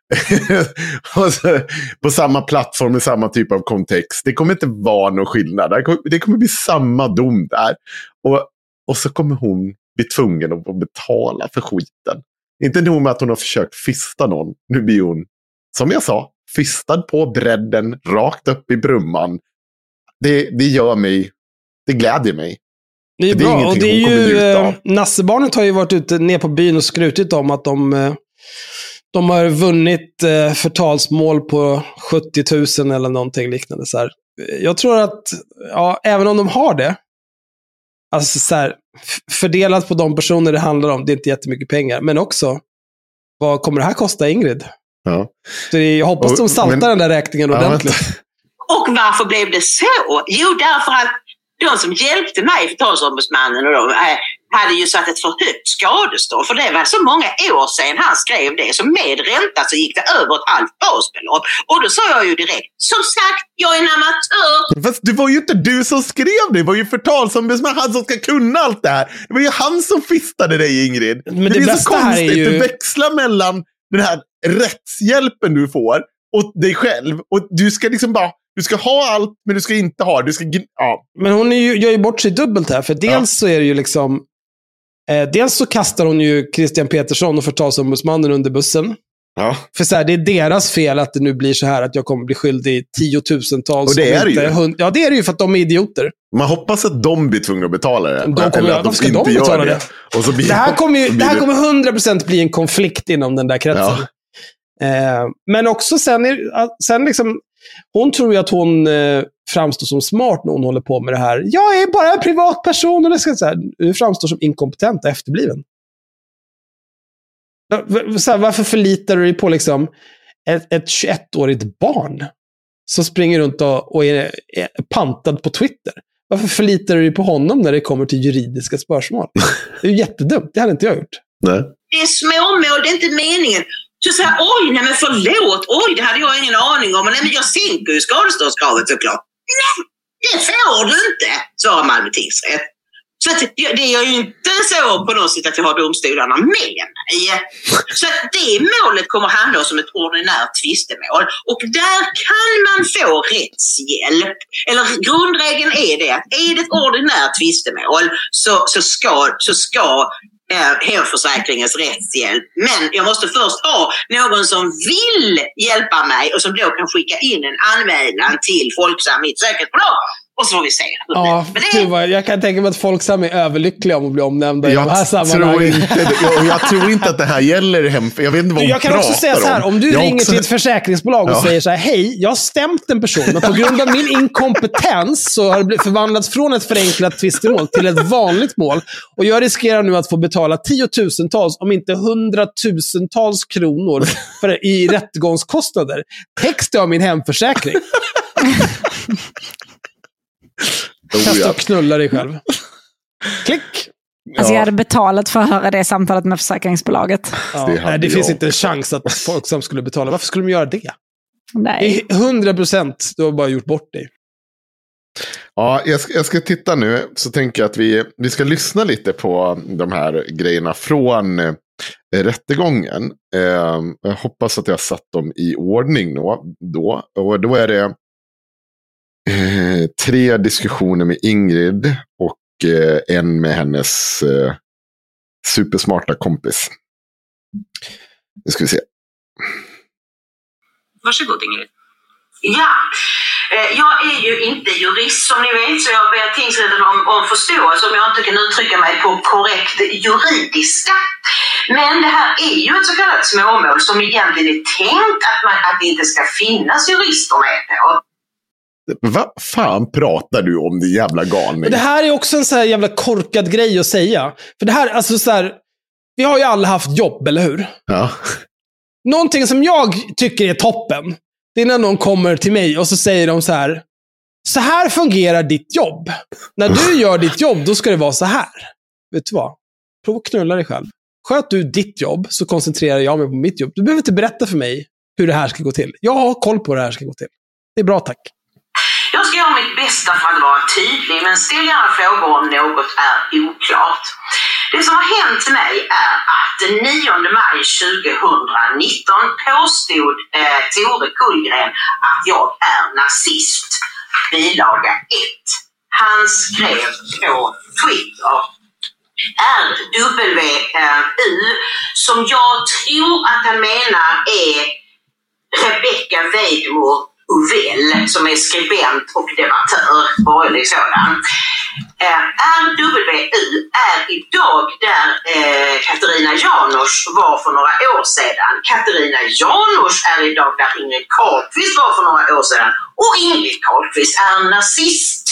På samma plattform med samma typ av kontext. Det kommer inte vara någon skillnad. Det kommer, det kommer bli samma dom där. Och, och så kommer hon bli tvungen att betala för skiten. Inte nog med att hon har försökt fista någon. Nu blir hon, som jag sa, fistad på bredden, rakt upp i brumman. Det, det gör mig... Det glädjer mig. Det är, det är bra, och det är ju, eh, Nassebarnet har ju varit ute ner på byn och skrutit om att de, eh, de har vunnit eh, förtalsmål på sjuttio tusen eller någonting liknande. Så här. Jag tror att, ja, även om de har det, alltså så här, fördelat på de personer det handlar om, det är inte jättemycket pengar, men också, vad kommer det här kosta Ingrid? Ja. Så det, jag hoppas och, de saltar men, den där räkningen ordentligt. Ja, och varför blev det så? Jo, därför att de som hjälpte mig, förtalsombudsmannen, och de äh, hade ju satt ett för högt skadestånd. För det var så många år sedan han skrev det. Så med ränta så gick det över ett halvt basbelopp. Och då sa jag ju direkt, som sagt, jag är en amatör. Fast det var ju inte du som skrev det. Det var ju förtalsombudsmannen, han som ska kunna allt det här. Det var ju han som fistade dig, Ingrid. Men det, det är så konstigt. Är ju... Du växlar mellan den här rättshjälpen du får och dig själv. Och du ska liksom bara... Du ska ha allt, men du ska inte ha. Du ska, ja. Men hon är ju, gör ju bort sig dubbelt här. För dels ja. så är det ju liksom... Eh, dels så kastar hon ju Christian Petersson och förtalsombudsmannen under bussen. Ja. För så här, det är deras fel att det nu blir så här att jag kommer bli skyldig tiotusentals. Och det är det ju. Hund- ja, det är det ju för att de är idioter. Man hoppas att de blir tvungna att betala det. De kommer, eller att de ska de betala det? det? Och så blir, det här kommer ju, blir det här det... kommer hundra procent bli en konflikt inom den där kretsen. Ja. Eh, men också sen, är, sen liksom... Hon tror ju att hon eh, framstår som smart när hon håller på med det här. Jag är bara en privatperson och det ska säga, du framstår som inkompetent och efterbliven. Så här, varför förlitar du dig på liksom ett, ett tjugoett-årigt barn som springer runt och, och är, är pantad på Twitter. Varför förlitar du dig på honom när det kommer till juridiska spörsmål? Det är ju jättedumt, det hade inte jag gjort. Nej. Det är småmål, det är inte meningen. Så säger oj, nej men förlåt, oj, det hade jag ingen aning om. Men nej, men jag sänker ju skadeståndskravet såklart. Nej, det får du inte, svarar Malmö tingsrätt. Så att, det är ju inte så på något sätt att jag har domstolarna med mig. Så att det målet kommer handla som ett ordinärt tvistemål. Och där kan man få rättshjälp. Eller grundregeln är det att är det ett ordinärt tvistemål så, så ska, så ska eh, hemförsäkringens rättshjälp. Men jag måste först ha någon som vill hjälpa mig och som då kan skicka in en anmälan till Folksam, mitt säkerhetsbolag. Och så får vi se. Ja, det... det var, jag kan tänka mig att Folksam är överlyckliga om att bli omnämnda i jag de här sammanhangen. Tror inte, jag, jag tror inte att det här gäller hem. Jag vet inte vad jag kan också säga så här, om du jag ringer också... till ett försäkringsbolag och ja. säger så här, hej, jag har stämt en person, men på grund av min inkompetens så har det förvandlats från ett förenklat tvistemål till ett vanligt mål. Och jag riskerar nu att få betala tiotusentals, om inte hundratusentals kronor för, i rättegångskostnader. Text av min hemförsäkring. Kasta och knulla dig själv. Klick. Alltså jag hade betalat för att höra det samtalet med försäkringsbolaget. Ja, det nej, det finns inte en chans att folk som skulle betala. Varför skulle de göra det? Nej. hundra procent du har bara gjort bort dig. Ja, jag ska, jag ska titta nu. Så tänker jag att vi, vi ska lyssna lite på de här grejerna från eh, rättegången. Eh, jag hoppas att jag har satt dem i ordning då. då. Och då är det Eh, tre diskussioner med Ingrid och eh, en med hennes eh, supersmarta kompis. Nu ska vi se. Varsågod Ingrid. Ja, eh, jag är ju inte jurist som ni vet, så jag ber tingsrätten om, om förståelse om jag inte kan uttrycka mig på korrekt juridiska. Men det här är ju ett så kallat småmål som egentligen är tänkt att, man, att det inte ska finnas jurister med på. Vad fan pratar du om, det jävla galning? Det här är också en så här jävla korkad grej att säga. För det här, alltså så här, vi har ju alla haft jobb, eller hur? Ja. Någonting som jag tycker är toppen, det är när någon kommer till mig och så säger de så här: så här fungerar ditt jobb. När du gör ditt jobb, då ska det vara så här. Vet du vad? Prova att knulla dig själv. Sköt du ditt jobb så koncentrerar jag mig på mitt jobb. Du behöver inte berätta för mig hur det här ska gå till. Jag har koll på hur det här ska gå till. Det är bra, tack. Jag ska göra mitt bästa för att vara tydlig, men ställ gärna frågor om något är oklart. Det som har hänt mig är att den nionde maj tjugonitton påstod eh, Tore Kullgren att jag är nazist. Bilaga ett. Han skrev på Twitter R W U som jag tror att han menar är Rebecca Weidmo Uvell, som är skribent och debattör, borgerlig sådan. R W U är idag där eh, Katarina Janouch var för några år sedan. Katarina Janouch är idag där Ingrid Carlqvist var för några år sedan. Och Ingrid Carlqvist är nazist.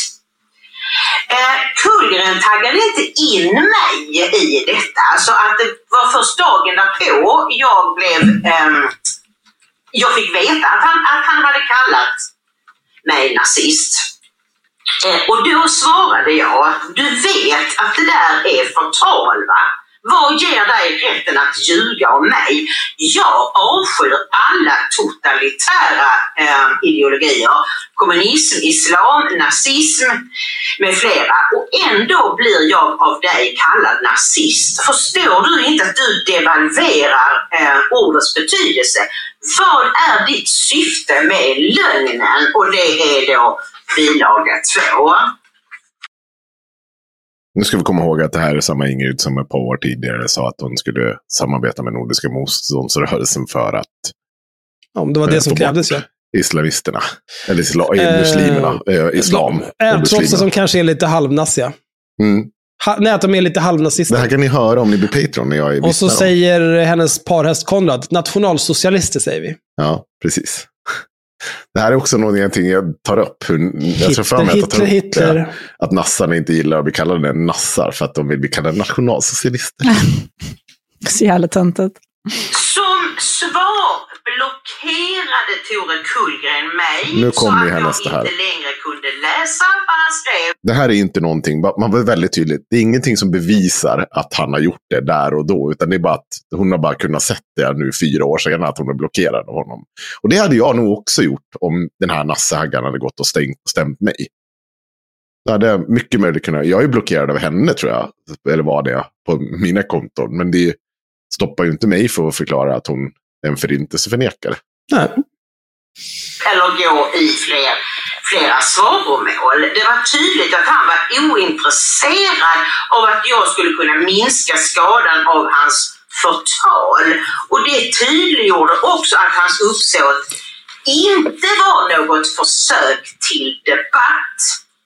Eh, Kullgren taggade inte in mig i detta. Så att det var först dagen därpå jag blev... Eh, Jag fick veta att han, att han hade kallat mig nazist. Eh, och då svarade jag att du vet att det där är förtal, va? Vad ger dig rätten att ljuga om mig? Jag avskyr alla totalitära eh, ideologier. Kommunism, islam, nazism med flera. Och ändå blir jag av dig kallad nazist. Förstår du inte att du devalverar eh, ordets betydelse? Vad är ditt syfte med lögnen? Och det är då bilaga två. Nu ska vi komma ihåg att det här är samma Ingrid som ett par år tidigare sa att hon skulle samarbeta med Nordiska motståndsrörelsen för att... Ja, det var det som krävdes, ja. Islamisterna. Eller isla, eh, muslimerna. Eh, islam. Äh, trots att de kanske är lite halvnaziga. Mm. Ha, nej, att de är lite halvnazister. Det här kan ni höra om ni blir Patreon när jag är. Och så säger hennes parhäst Konrad, nationalsocialister säger vi. Ja, precis. Det här är också någonting jag tar upp. Hur, Hitler, jag tror för mig Hitler, att, Hitler. Ja, att nassarna inte gillar att bli kallade nassar för att de vill bli kallade nationalsocialister. Så jävla töntigt. Som svar blockerade Tore Kullgren mig Nu så kommer att ju jag hennes inte det här. längre kunde läsa vad han skrev. Det här är inte någonting, man var väldigt tydligt, det är ingenting som bevisar att han har gjort det där och då, utan det är bara att hon har bara kunnat sett det nu fyra år sedan att hon är blockerad av honom. Och det hade jag nog också gjort om den här nassehaggan hade gått och stängt, stämt mig. Det hade jag mycket möjligt kunnat, jag är blockerad av henne tror jag, eller var det på mina konton, men det stoppar ju inte mig för att förklara att hon är en förintelseförnekare. Nej. Eller gå i fler, flera svaromål. Det var tydligt att han var ointresserad av att jag skulle kunna minska skadan av hans förtal. Och det tydliggjorde också att hans uppsåt inte var något försök till debatt.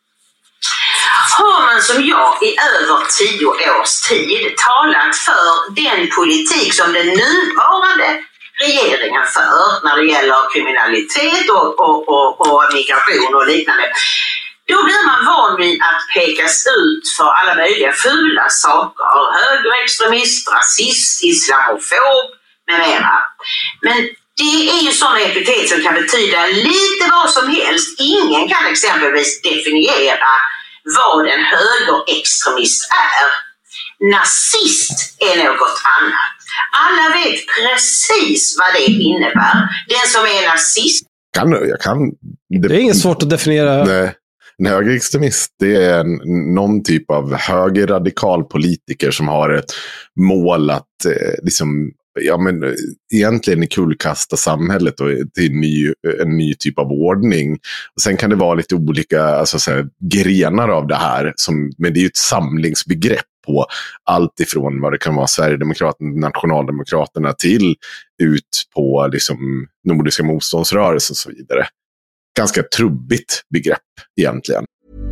Har man som jag i över tio års tid talat för den politik som den nuvarande regeringen för när det gäller kriminalitet och, och, och, och migration och liknande, då blir man van vid att pekas ut för alla möjliga fula saker. Högerextremist, rasist, islamofob med mera. Men det är ju sådana epitet som kan betyda lite vad som helst. Ingen kan exempelvis definiera vad en högerextremist är. Nazist är något annat. Alla vet precis vad det innebär. Den som är nazist... Kan, jag kan, det, det är inget svårt att definiera. Nej, en högerextremist, det är en, någon typ av högerradikal politiker som har ett mål att eh, liksom, ja, men, egentligen kullkasta samhället och till en ny, en ny typ av ordning. Och sen kan det vara lite olika alltså, så här, grenar av det här, som, men det är ju ett samlingsbegrepp på allt ifrån vad det kan vara Sverigedemokraterna, Nationaldemokraterna till ut på liksom, Nordiska motståndsrörelsen och så vidare. Ganska trubbigt begrepp egentligen.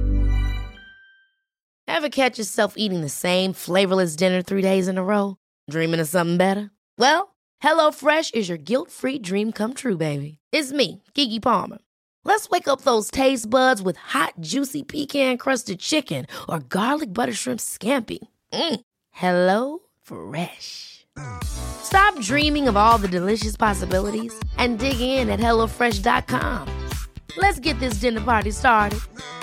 Ever catch yourself eating the same flavorless dinner three days in a row? Dreaming of something better? Well, HelloFresh is your guilt-free dream come true, baby. It's me, Keke Palmer. Let's wake up those taste buds with hot, juicy pecan-crusted chicken or garlic butter shrimp scampi. Mm. Hello Fresh. Stop dreaming of all the delicious possibilities and dig in at hello fresh dot com. Let's get this dinner party started.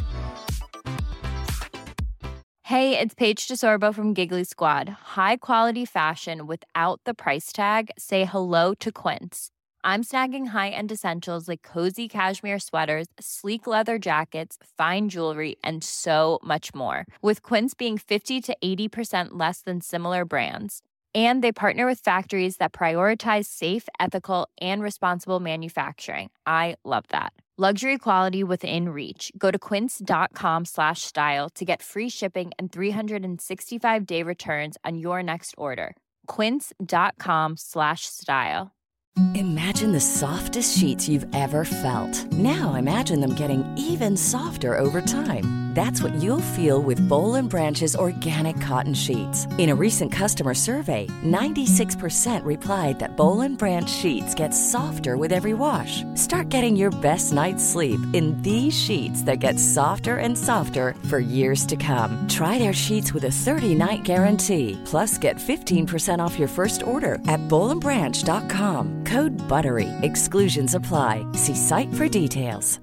Hey, it's Paige DeSorbo from Giggly Squad. High quality fashion without the price tag. Say hello to Quince. I'm snagging high-end essentials like cozy cashmere sweaters, sleek leather jackets, fine jewelry, and so much more. With Quince being fifty to eighty percent less than similar brands. And they partner with factories that prioritize safe, ethical, and responsible manufacturing. I love that. Luxury quality within reach. Go to quince.com slash style to get free shipping and three sixty-five day returns on your next order. Quince.com slash style. Imagine the softest sheets you've ever felt. Now imagine them getting even softer over time. That's what you'll feel with Boll and Branch's organic cotton sheets. In a recent customer survey, ninety-six percent replied that Boll and Branch sheets get softer with every wash. Start getting your best night's sleep in these sheets that get softer and softer for years to come. Try their sheets with a thirty-night guarantee. Plus, get fifteen percent off your first order at boll and branch dot com. Code BUTTERY. Exclusions apply. See site for details.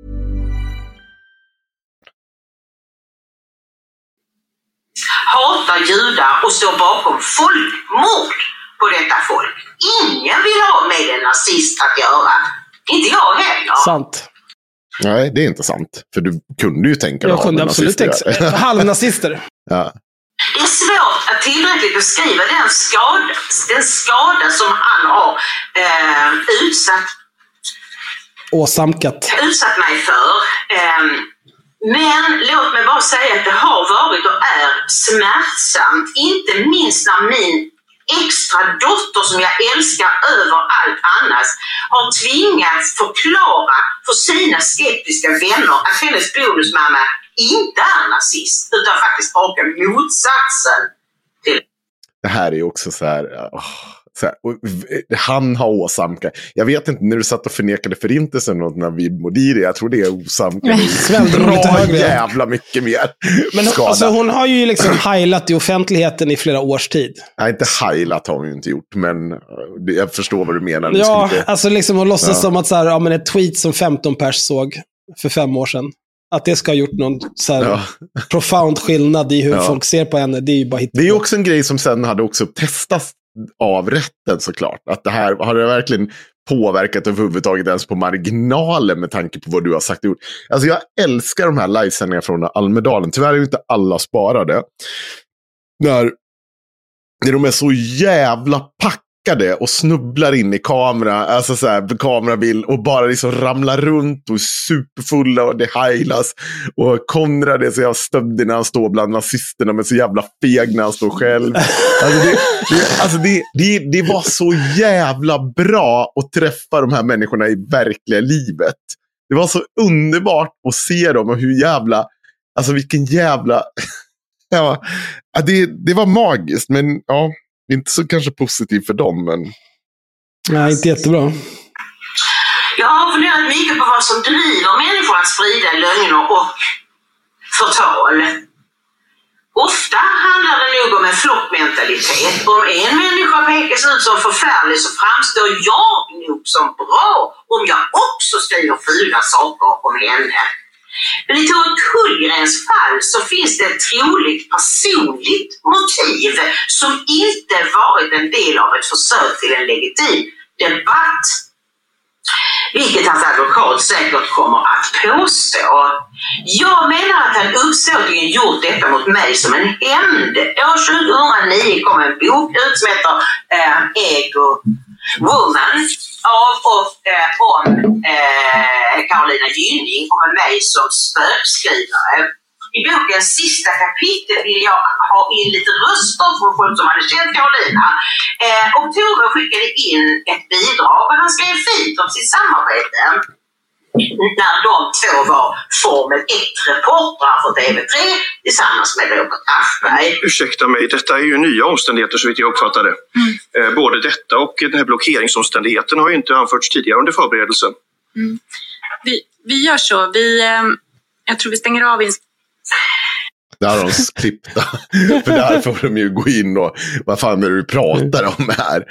Hatar judar och står bakom folkmord på detta folk. Ingen vill ha med en nazist att göra. Inte jag heller. Sant. Nej, det är inte sant. För du kunde ju tänka dig Jag kunde absolut tänka halvnazister. Ja. Det är svårt att tillräckligt beskriva den skada, den skada som han har eh, utsatt, åsamkat. utsatt mig för. Eh, men låt mig bara säga att det har varit och är smärtsamt. Inte minst när min extra dotter som jag älskar över allt annat har tvingats förklara för sina skeptiska vänner att hennes bonusmamma inte är nazist utan faktiskt raka motsatsen till. Det här är också så här, åh, Så här, och han har åsamkat. Jag vet inte, när du satt och förnekade förintelsen något när vi Modiri, jag tror det är åsamkat bra jävla mycket mer. Men alltså, hon har ju liksom heilat i offentligheten i flera års tid. Nej, inte heilat har hon ju inte gjort, men jag förstår vad du menar. Ja, inte... alltså liksom hon låtsas ja. som att så här, ja, men ett tweet som femton pers såg för fem år sedan. Att det ska ha gjort någon så här ja. profound skillnad i hur ja. folk ser på henne. Det är ju bara det är ju också en grej som sen hade också testats av rätten såklart. Att det här har det verkligen påverkat överhuvudtaget ens på marginalen med tanke på vad du har sagt och gjort. Alltså jag älskar de här livesändningarna från Almedalen. Tyvärr är ju inte alla sparade. När, när de är så jävla packade och snubblar in i kamera, alltså så här, kamerabild och bara liksom ramlar runt och är superfulla och det heilas. Och Konrad är så jävla stöddig när han står bland nazisterna, men så jävla feg när han står själv. Alltså det, det, alltså det, det, det var så jävla bra att träffa de här människorna i verkliga livet. Det var så underbart att se dem och hur jävla, alltså vilken jävla ja, det, det var magiskt, men ja, inte så kanske positivt för dem, men... Nej, inte jättebra. Jag har funderat mycket på vad som driver människor att sprida lögner och förtal. Ofta handlar det nog om en flockmentalitet. Om en människa pekas ut som förfärlig så framstår jag nog som bra om jag också skriver fula saker om henne. Men i Tore Kullgrens fall så finns det ett troligt personligt motiv som inte varit en del av ett försök till en legitim debatt. Vilket hans advokat säkert kommer att påstå. Jag menar att han uppsåtligen gjort detta mot mig som en hämnd. År tjugohundranio kom en bok ut som heter äh, Ego Woman av och äh, om äh, Carolina Gynning och med mig som spökskrivare. I bokens sista kapitel vill jag ha in lite röster från folk som hade känt Carolina. Eh, och Tore skickade in ett bidrag och han skrev fint om sitt samarbete. När de två var Formel ett-reportrar för T V tre tillsammans med Robert Aschberg. Ursäkta mig, detta är ju nya omständigheter så vitt jag uppfattar det. Mm. Eh, både detta och den här blockeringsomständigheten har ju inte anförts tidigare under förberedelsen. Mm. Vi, vi gör så, vi, eh, jag tror vi stänger av in. Där har de klippta. För där får de ju gå in och vad fan är det du pratar om här?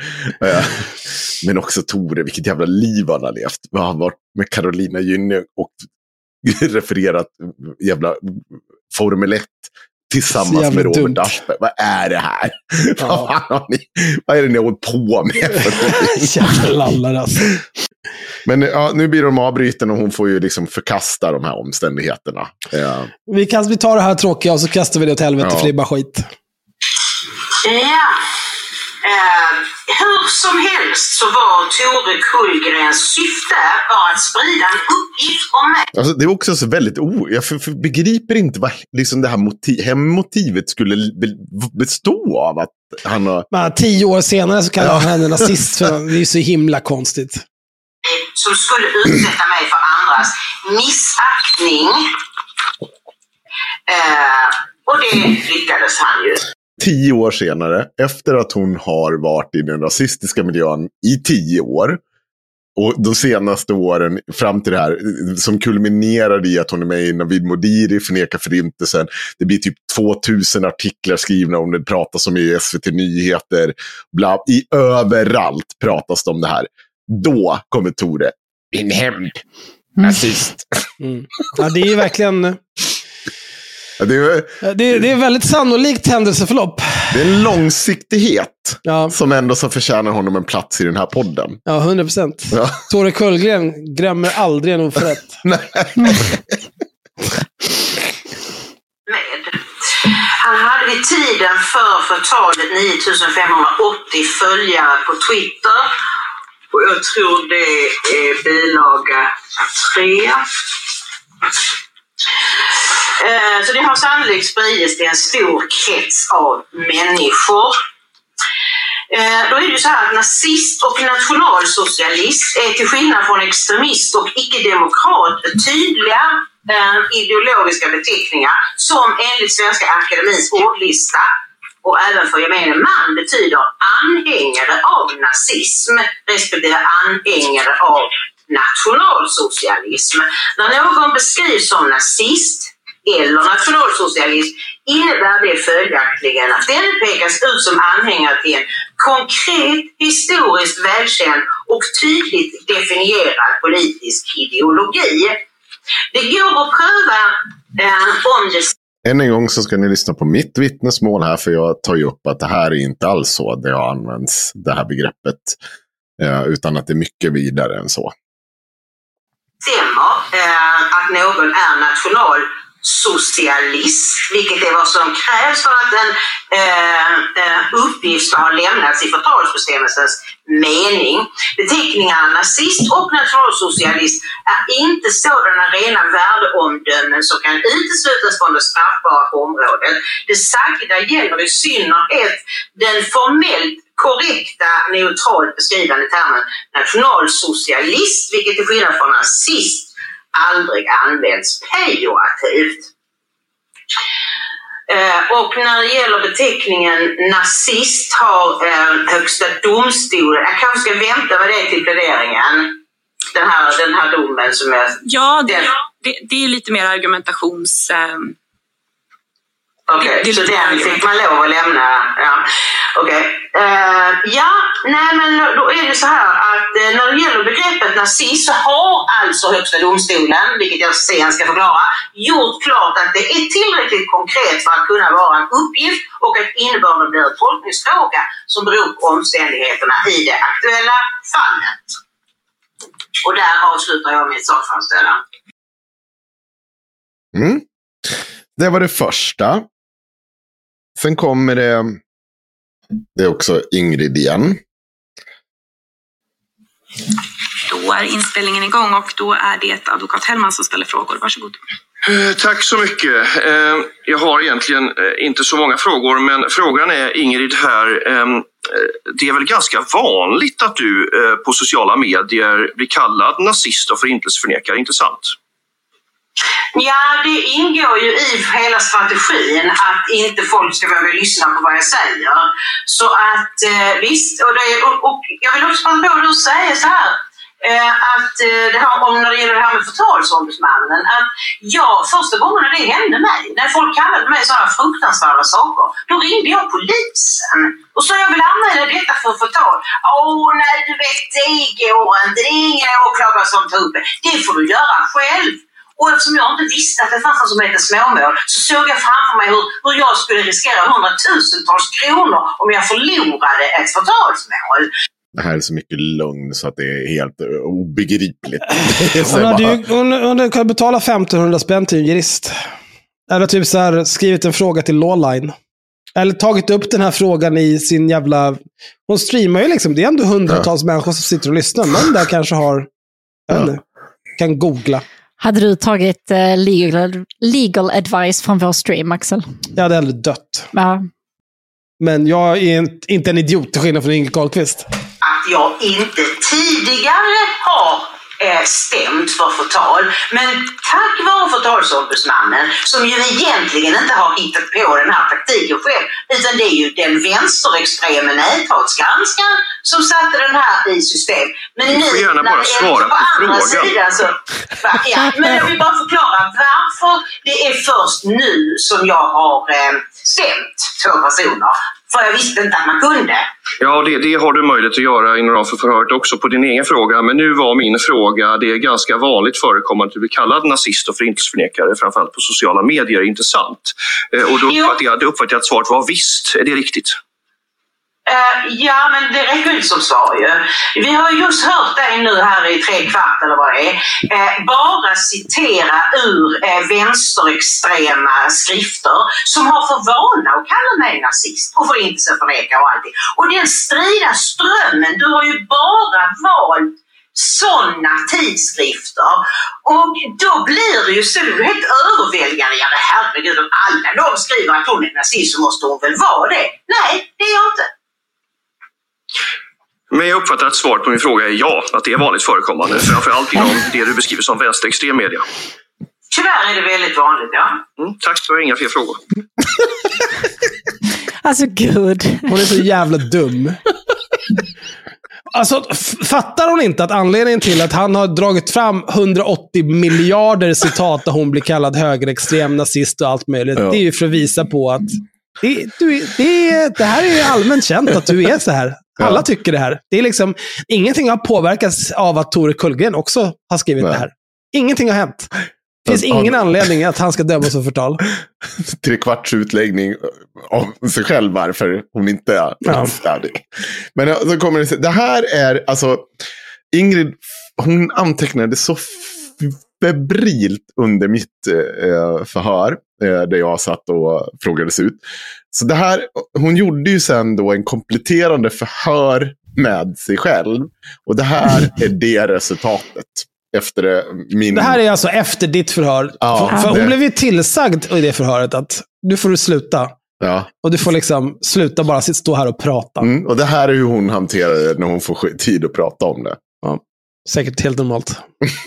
Men också Tore, vilket jävla liv han har levt. Han har varit med Carolina Gynning och refererat jävla Formel ett tillsammans med Robert Aschberg. Vad är det här? Ja. vad, fan ni, vad är det ni har hållit på med? Jävlar alltså. Men ja, nu blir de avbryten och hon får ju liksom förkasta de här omständigheterna. Ja. Vi, kan, vi tar det här tråkiga och så kastar vi det åt helvete, ja. För det är bara skit. Ja. Uh, hur som helst så var Tore Kullgrens syfte var att sprida en uppgift om mig. Alltså, det är också så väldigt o... Jag för, för begriper inte vad liksom det här motiv, hemmotivet skulle be, bestå av att han har... Men, tio år senare så kallar ja. han henne nazist, för det är ju så himla konstigt. Som skulle utsätta mig för andras missaktning. Uh, och det lyckades han ju. Tio år senare, efter att hon har varit i den rasistiska miljön i tio år, och de senaste åren fram till det här som kulminerade i att hon är med i Navid Modiri, förnekar förintelsen. Det blir typ tvåtusen artiklar skrivna om det, pratas om i S V T Nyheter, bla, i överallt pratas det om det här. Då kommer Tore, min hämnd, nazist. Mm. Mm. Ja, det är ju verkligen... Ja, det, är, det, är, det är väldigt sannolikt händelseförlopp. Det är en långsiktighet ja. Som ändå så förtjänar honom en plats i den här podden. Ja, hundra procent. Ja. Tore Kullgren glömmer aldrig en oförrätt. Med. Han hade vid tiden för förtalet nio tusen femhundraåttio följare på Twitter. Och jag tror det är bilaga tre. Så det har sannolikt spridits till en stor krets av människor. Då är det ju så här att nazist och nationalsocialist är till skillnad från extremist och icke-demokrat tydliga ideologiska beteckningar som enligt Svenska Akademins ordlista och även för gemene man betyder anhängare av nazism respektive anhängare av nationalsocialism. När någon beskrivs som nazist eller nationalsocialist innebär det följaktligen att den pekas ut som anhängare till en konkret, historiskt välkänd och tydligt definierad politisk ideologi. Det går att pröva eh, om det... Än en gång så ska ni lyssna på mitt vittnesmål här, för jag tar ju upp att det här är inte alls så det har använts, det här begreppet, eh, utan att det är mycket vidare än så. Stämmer eh, att någon är nationalsocialist, vilket är vad som krävs för att en eh, eh, uppgift ska ha lämnats i förtalsbestämmelsens mening. Beteckningarna nazist och nationalsocialist är inte sådana rena värdeomdömen som kan uteslutas från det straffbara området. Det särskilda gäller i synnerhet den formellt korrekta, neutralt beskrivande termen nationalsocialist, vilket till skillnad från nazist aldrig används pejorativt. Eh, och när det gäller beteckningen nazist har eh, högsta domstolen, jag kanske ska vänta med det till pläderingen, den här, den här domen som är... Ja, det, det, det är lite mer argumentations... Eh, Okej, okay, så den fick man lov att lämna. Ja, okej. Okay. Uh, ja, nej men då är det så här att uh, när det gäller begreppet nazist så har alltså Högsta domstolen, vilket jag sen ska förklara, gjort klart att det är tillräckligt konkret för att kunna vara en uppgift och att innebörden blir en tolkningsfråga som beror på omständigheterna i det aktuella fallet. Och där avslutar jag mitt sakframställan. Mm. Det var det första. Sen kommer det, det är också Ingrid igen. Då är inspelningen igång och då är det advokat Hellman som ställer frågor. Varsågod. Eh, tack så mycket. Eh, jag har egentligen eh, inte så många frågor, men frågan är, Ingrid här, eh, det är väl ganska vanligt att du eh, på sociala medier blir kallad nazist och förintelseförnekare, inte sant? Ja, det ingår ju i hela strategin att inte folk ska våga lyssna på vad jag säger. Så att eh, visst, och, det, och, och jag vill också passa på att säga så här, eh, att eh, det här, om när det gäller det här med förtalsombudsmannen, att jag första gången när det hände mig, när folk kallade mig sådana fruktansvärda saker, då ringde jag polisen och så jag vill anmäla detta för förtal. Åh nej, du vet, det går inte, det är ingen åklagare som tar upp det, det får du göra själv. Och eftersom jag inte visste att det fanns något som heter småmål så såg jag framför mig hur, hur jag skulle riskera hundratusentals kronor om jag förlorade ett förtalsmål. Det här är så mycket lugn så att det är helt obegripligt. Hon hade ju hon, hon kan betala femtonhundra spänn till en jurist. Eller typ så här, skrivit en fråga till Lawline. Eller tagit upp den här frågan i sin jävla... Hon streamar ju liksom, det är ändå hundratals ja. människor som sitter och lyssnar. Men där kanske har... Jag vet inte, kan googla. Hade du tagit uh, legal, legal advice från vår stream, Axel? Jag hade aldrig dött. Ja. Men jag är en, inte en idiot till skillnad från Ingrid Carlqvist. Att jag inte tidigare har eh, stämt för förtal. Men tack vare förtalsombudsmannen, som ju egentligen inte har hittat på den här taktiken själv, utan det är ju den vänsterextreme näthatsgranskaren som satte den här i system. Men du får nu, gärna bara svara på, på frågan. Sidan, så, ja, men jag vill bara förklara varför det är först nu som jag har eh, stämt två personer. För jag visste inte att man kunde. Ja, det, det har du möjlighet att göra inom ramen för förhöret också på din egen fråga. Men nu var min fråga, det är ganska vanligt förekommande att du blir kallad nazist och förintelseförnekare, framförallt på sociala medier, inte sant? Och då uppfattade jag, uppfattade jag att svaret var visst. Är det riktigt? Uh, ja, men det räcker inte som svar ju. Vi har just hört dig nu här i tre kvart eller vad det är. Uh, bara citera ur uh, vänsterextrema skrifter som har för vana att kalla mig nazist och förintelseförnekare och allting. Och den strida strömmen, du har ju bara valt sådana tidskrifter och då blir det ju så helt överväldigande. Ja, men herregud, om alla de skriver att hon är nazist så måste hon väl vara det. Nej, det är jag inte. Men jag uppfattar att svaret på min fråga är ja, att det är vanligt förekommande, framförallt inom det du beskriver som vänsterextrem media. Tyvärr är det väldigt vanligt, ja. Mm, tack, då har jag inga fler frågor. Alltså gud. Hon är så jävla dum. Alltså, f- fattar hon inte att anledningen till att han har dragit fram hundraåttio miljarder citat där hon blir kallad högerextrem, nazist och allt möjligt. Ja. Det är ju för att visa på att det, du, det, det här är ju allmänt känt att du är så här. Alla ja. tycker det här. Det är liksom, ingenting har påverkats av att Tore Kullgren också har skrivit Nej. det här. Ingenting har hänt. Det finns ingen anledning att han ska dömas för förtal. Tre kvarts utläggning av sig själv varför hon inte är ja. färdig. Men så kommer det, det här är, alltså, Ingrid, hon antecknade så febrilt under mitt eh, förhör, eh, där jag satt och frågades ut. Så det här, hon gjorde ju sen då en kompletterande förhör med sig själv. Och det här är det resultatet. Efter min... Det här är alltså efter ditt förhör. Ja, för för det... hon blev ju tillsagd i det förhöret att nu får du sluta. Ja. Och du får liksom sluta bara stå här och prata. Mm, och det här är hur hon hanterar det när hon får tid att prata om det. Ja, säkert helt normalt.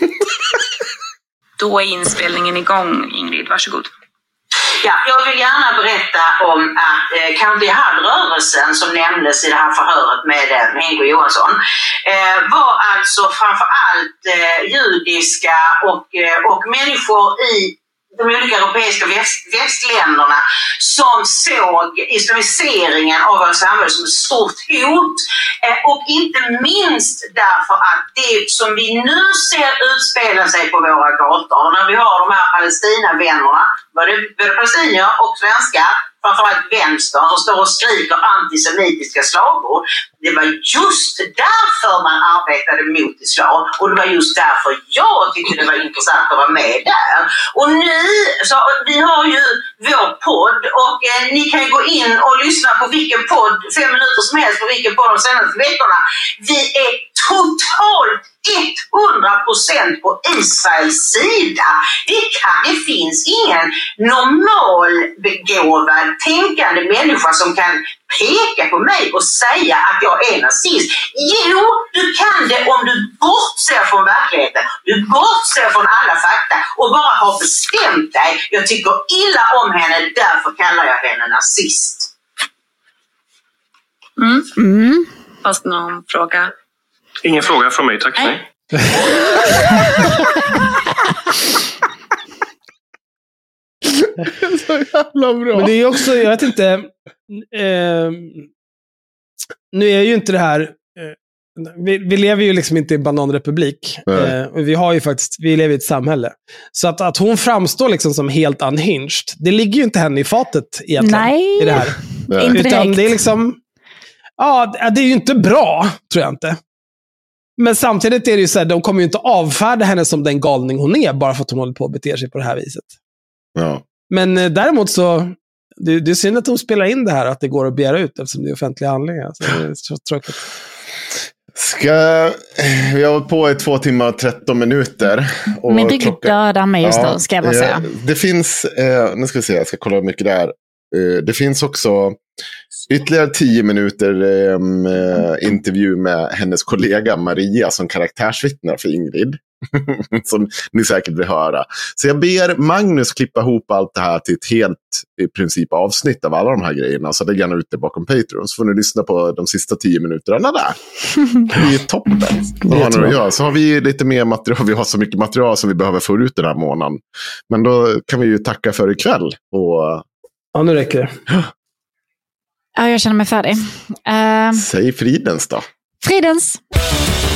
Då är inspelningen igång, Ingrid. Varsågod. Ja, jag vill gärna berätta om att eh, County Hall-rörelsen som nämndes i det här förhöret med eh, Henko Johansson eh, var alltså framförallt eh, judiska och, eh, och människor i de olika europeiska väst, västländerna som såg islamiseringen av vårt samhälle som ett stort hot. Eh, och inte minst därför att det som vi nu ser utspela sig på våra gator, när vi har de här Palestina-vännerna, både, både palestinier och svenskar, framförallt vänster, som står och skriker antisemitiska slagord. Det var just därför man arbetade mot islam. Och det var just därför jag tyckte det var intressant att vara med där. Och nu, så vi har ju vår podd och eh, ni kan gå in och lyssna på vilken podd, fem minuter som helst på vilken podd de senaste veckorna. Vi är totalt hundra procent på Israels sida. Det, kan, det finns ingen normal begåvad tänkande människa som kan peka på mig och säga att jag är nazist. Jo, du kan det om du bortser från verkligheten. Du bortser från alla fakta och bara har bestämt dig. Jag tycker illa om henne, därför kallar jag henne nazist. Mm. Mm. Fast någon fråga? Ingen fråga från mig, tack. Nej. Så jävla bra. Men det är också, jag vet inte, eh, nu är ju inte det här, eh, vi, vi lever ju liksom inte i en bananrepublik. Eh, vi har ju faktiskt, vi lever i ett samhälle. Så att, att hon framstår liksom som helt unhinged, det ligger ju inte henne i fatet egentligen. Nej, i det här. Nej. Inte Utan direkt. det är liksom, ja, det är ju inte bra, tror jag inte. Men samtidigt är det ju så här, de kommer ju inte avfärda henne som den galning hon är bara för att hon håller på att bete sig på det här viset. Ja. Men eh, däremot så, det, det är synd att de spelar in det här, att det går att begära ut eftersom det är offentliga handlingar. Så det är så tråkigt. Ska, vi har hållit på i två timmar och tretton minuter. Och Min rygg dödar mig just ja, nu, ska jag bara säga. Det finns, eh, nu ska vi se, jag ska kolla hur mycket det är. Eh, det finns också ytterligare tio minuter eh, intervju med hennes kollega Maria som karaktärsvittnar för Ingrid. Som ni säkert vill höra. Så jag ber Magnus klippa ihop allt det här till ett helt i princip avsnitt av alla de här grejerna. Så lägger gärna ut det bakom Patreon. Så får ni lyssna på de sista tio minuterna där. Det är toppen. Så har, ni att göra. Så har vi lite mer material. Vi har så mycket material som vi behöver få ut den här månaden. Men då kan vi ju tacka för ikväll. Och... Ja, nu räcker det. Ja, jag känner mig färdig. Uh... Säg fridens då. Fridens!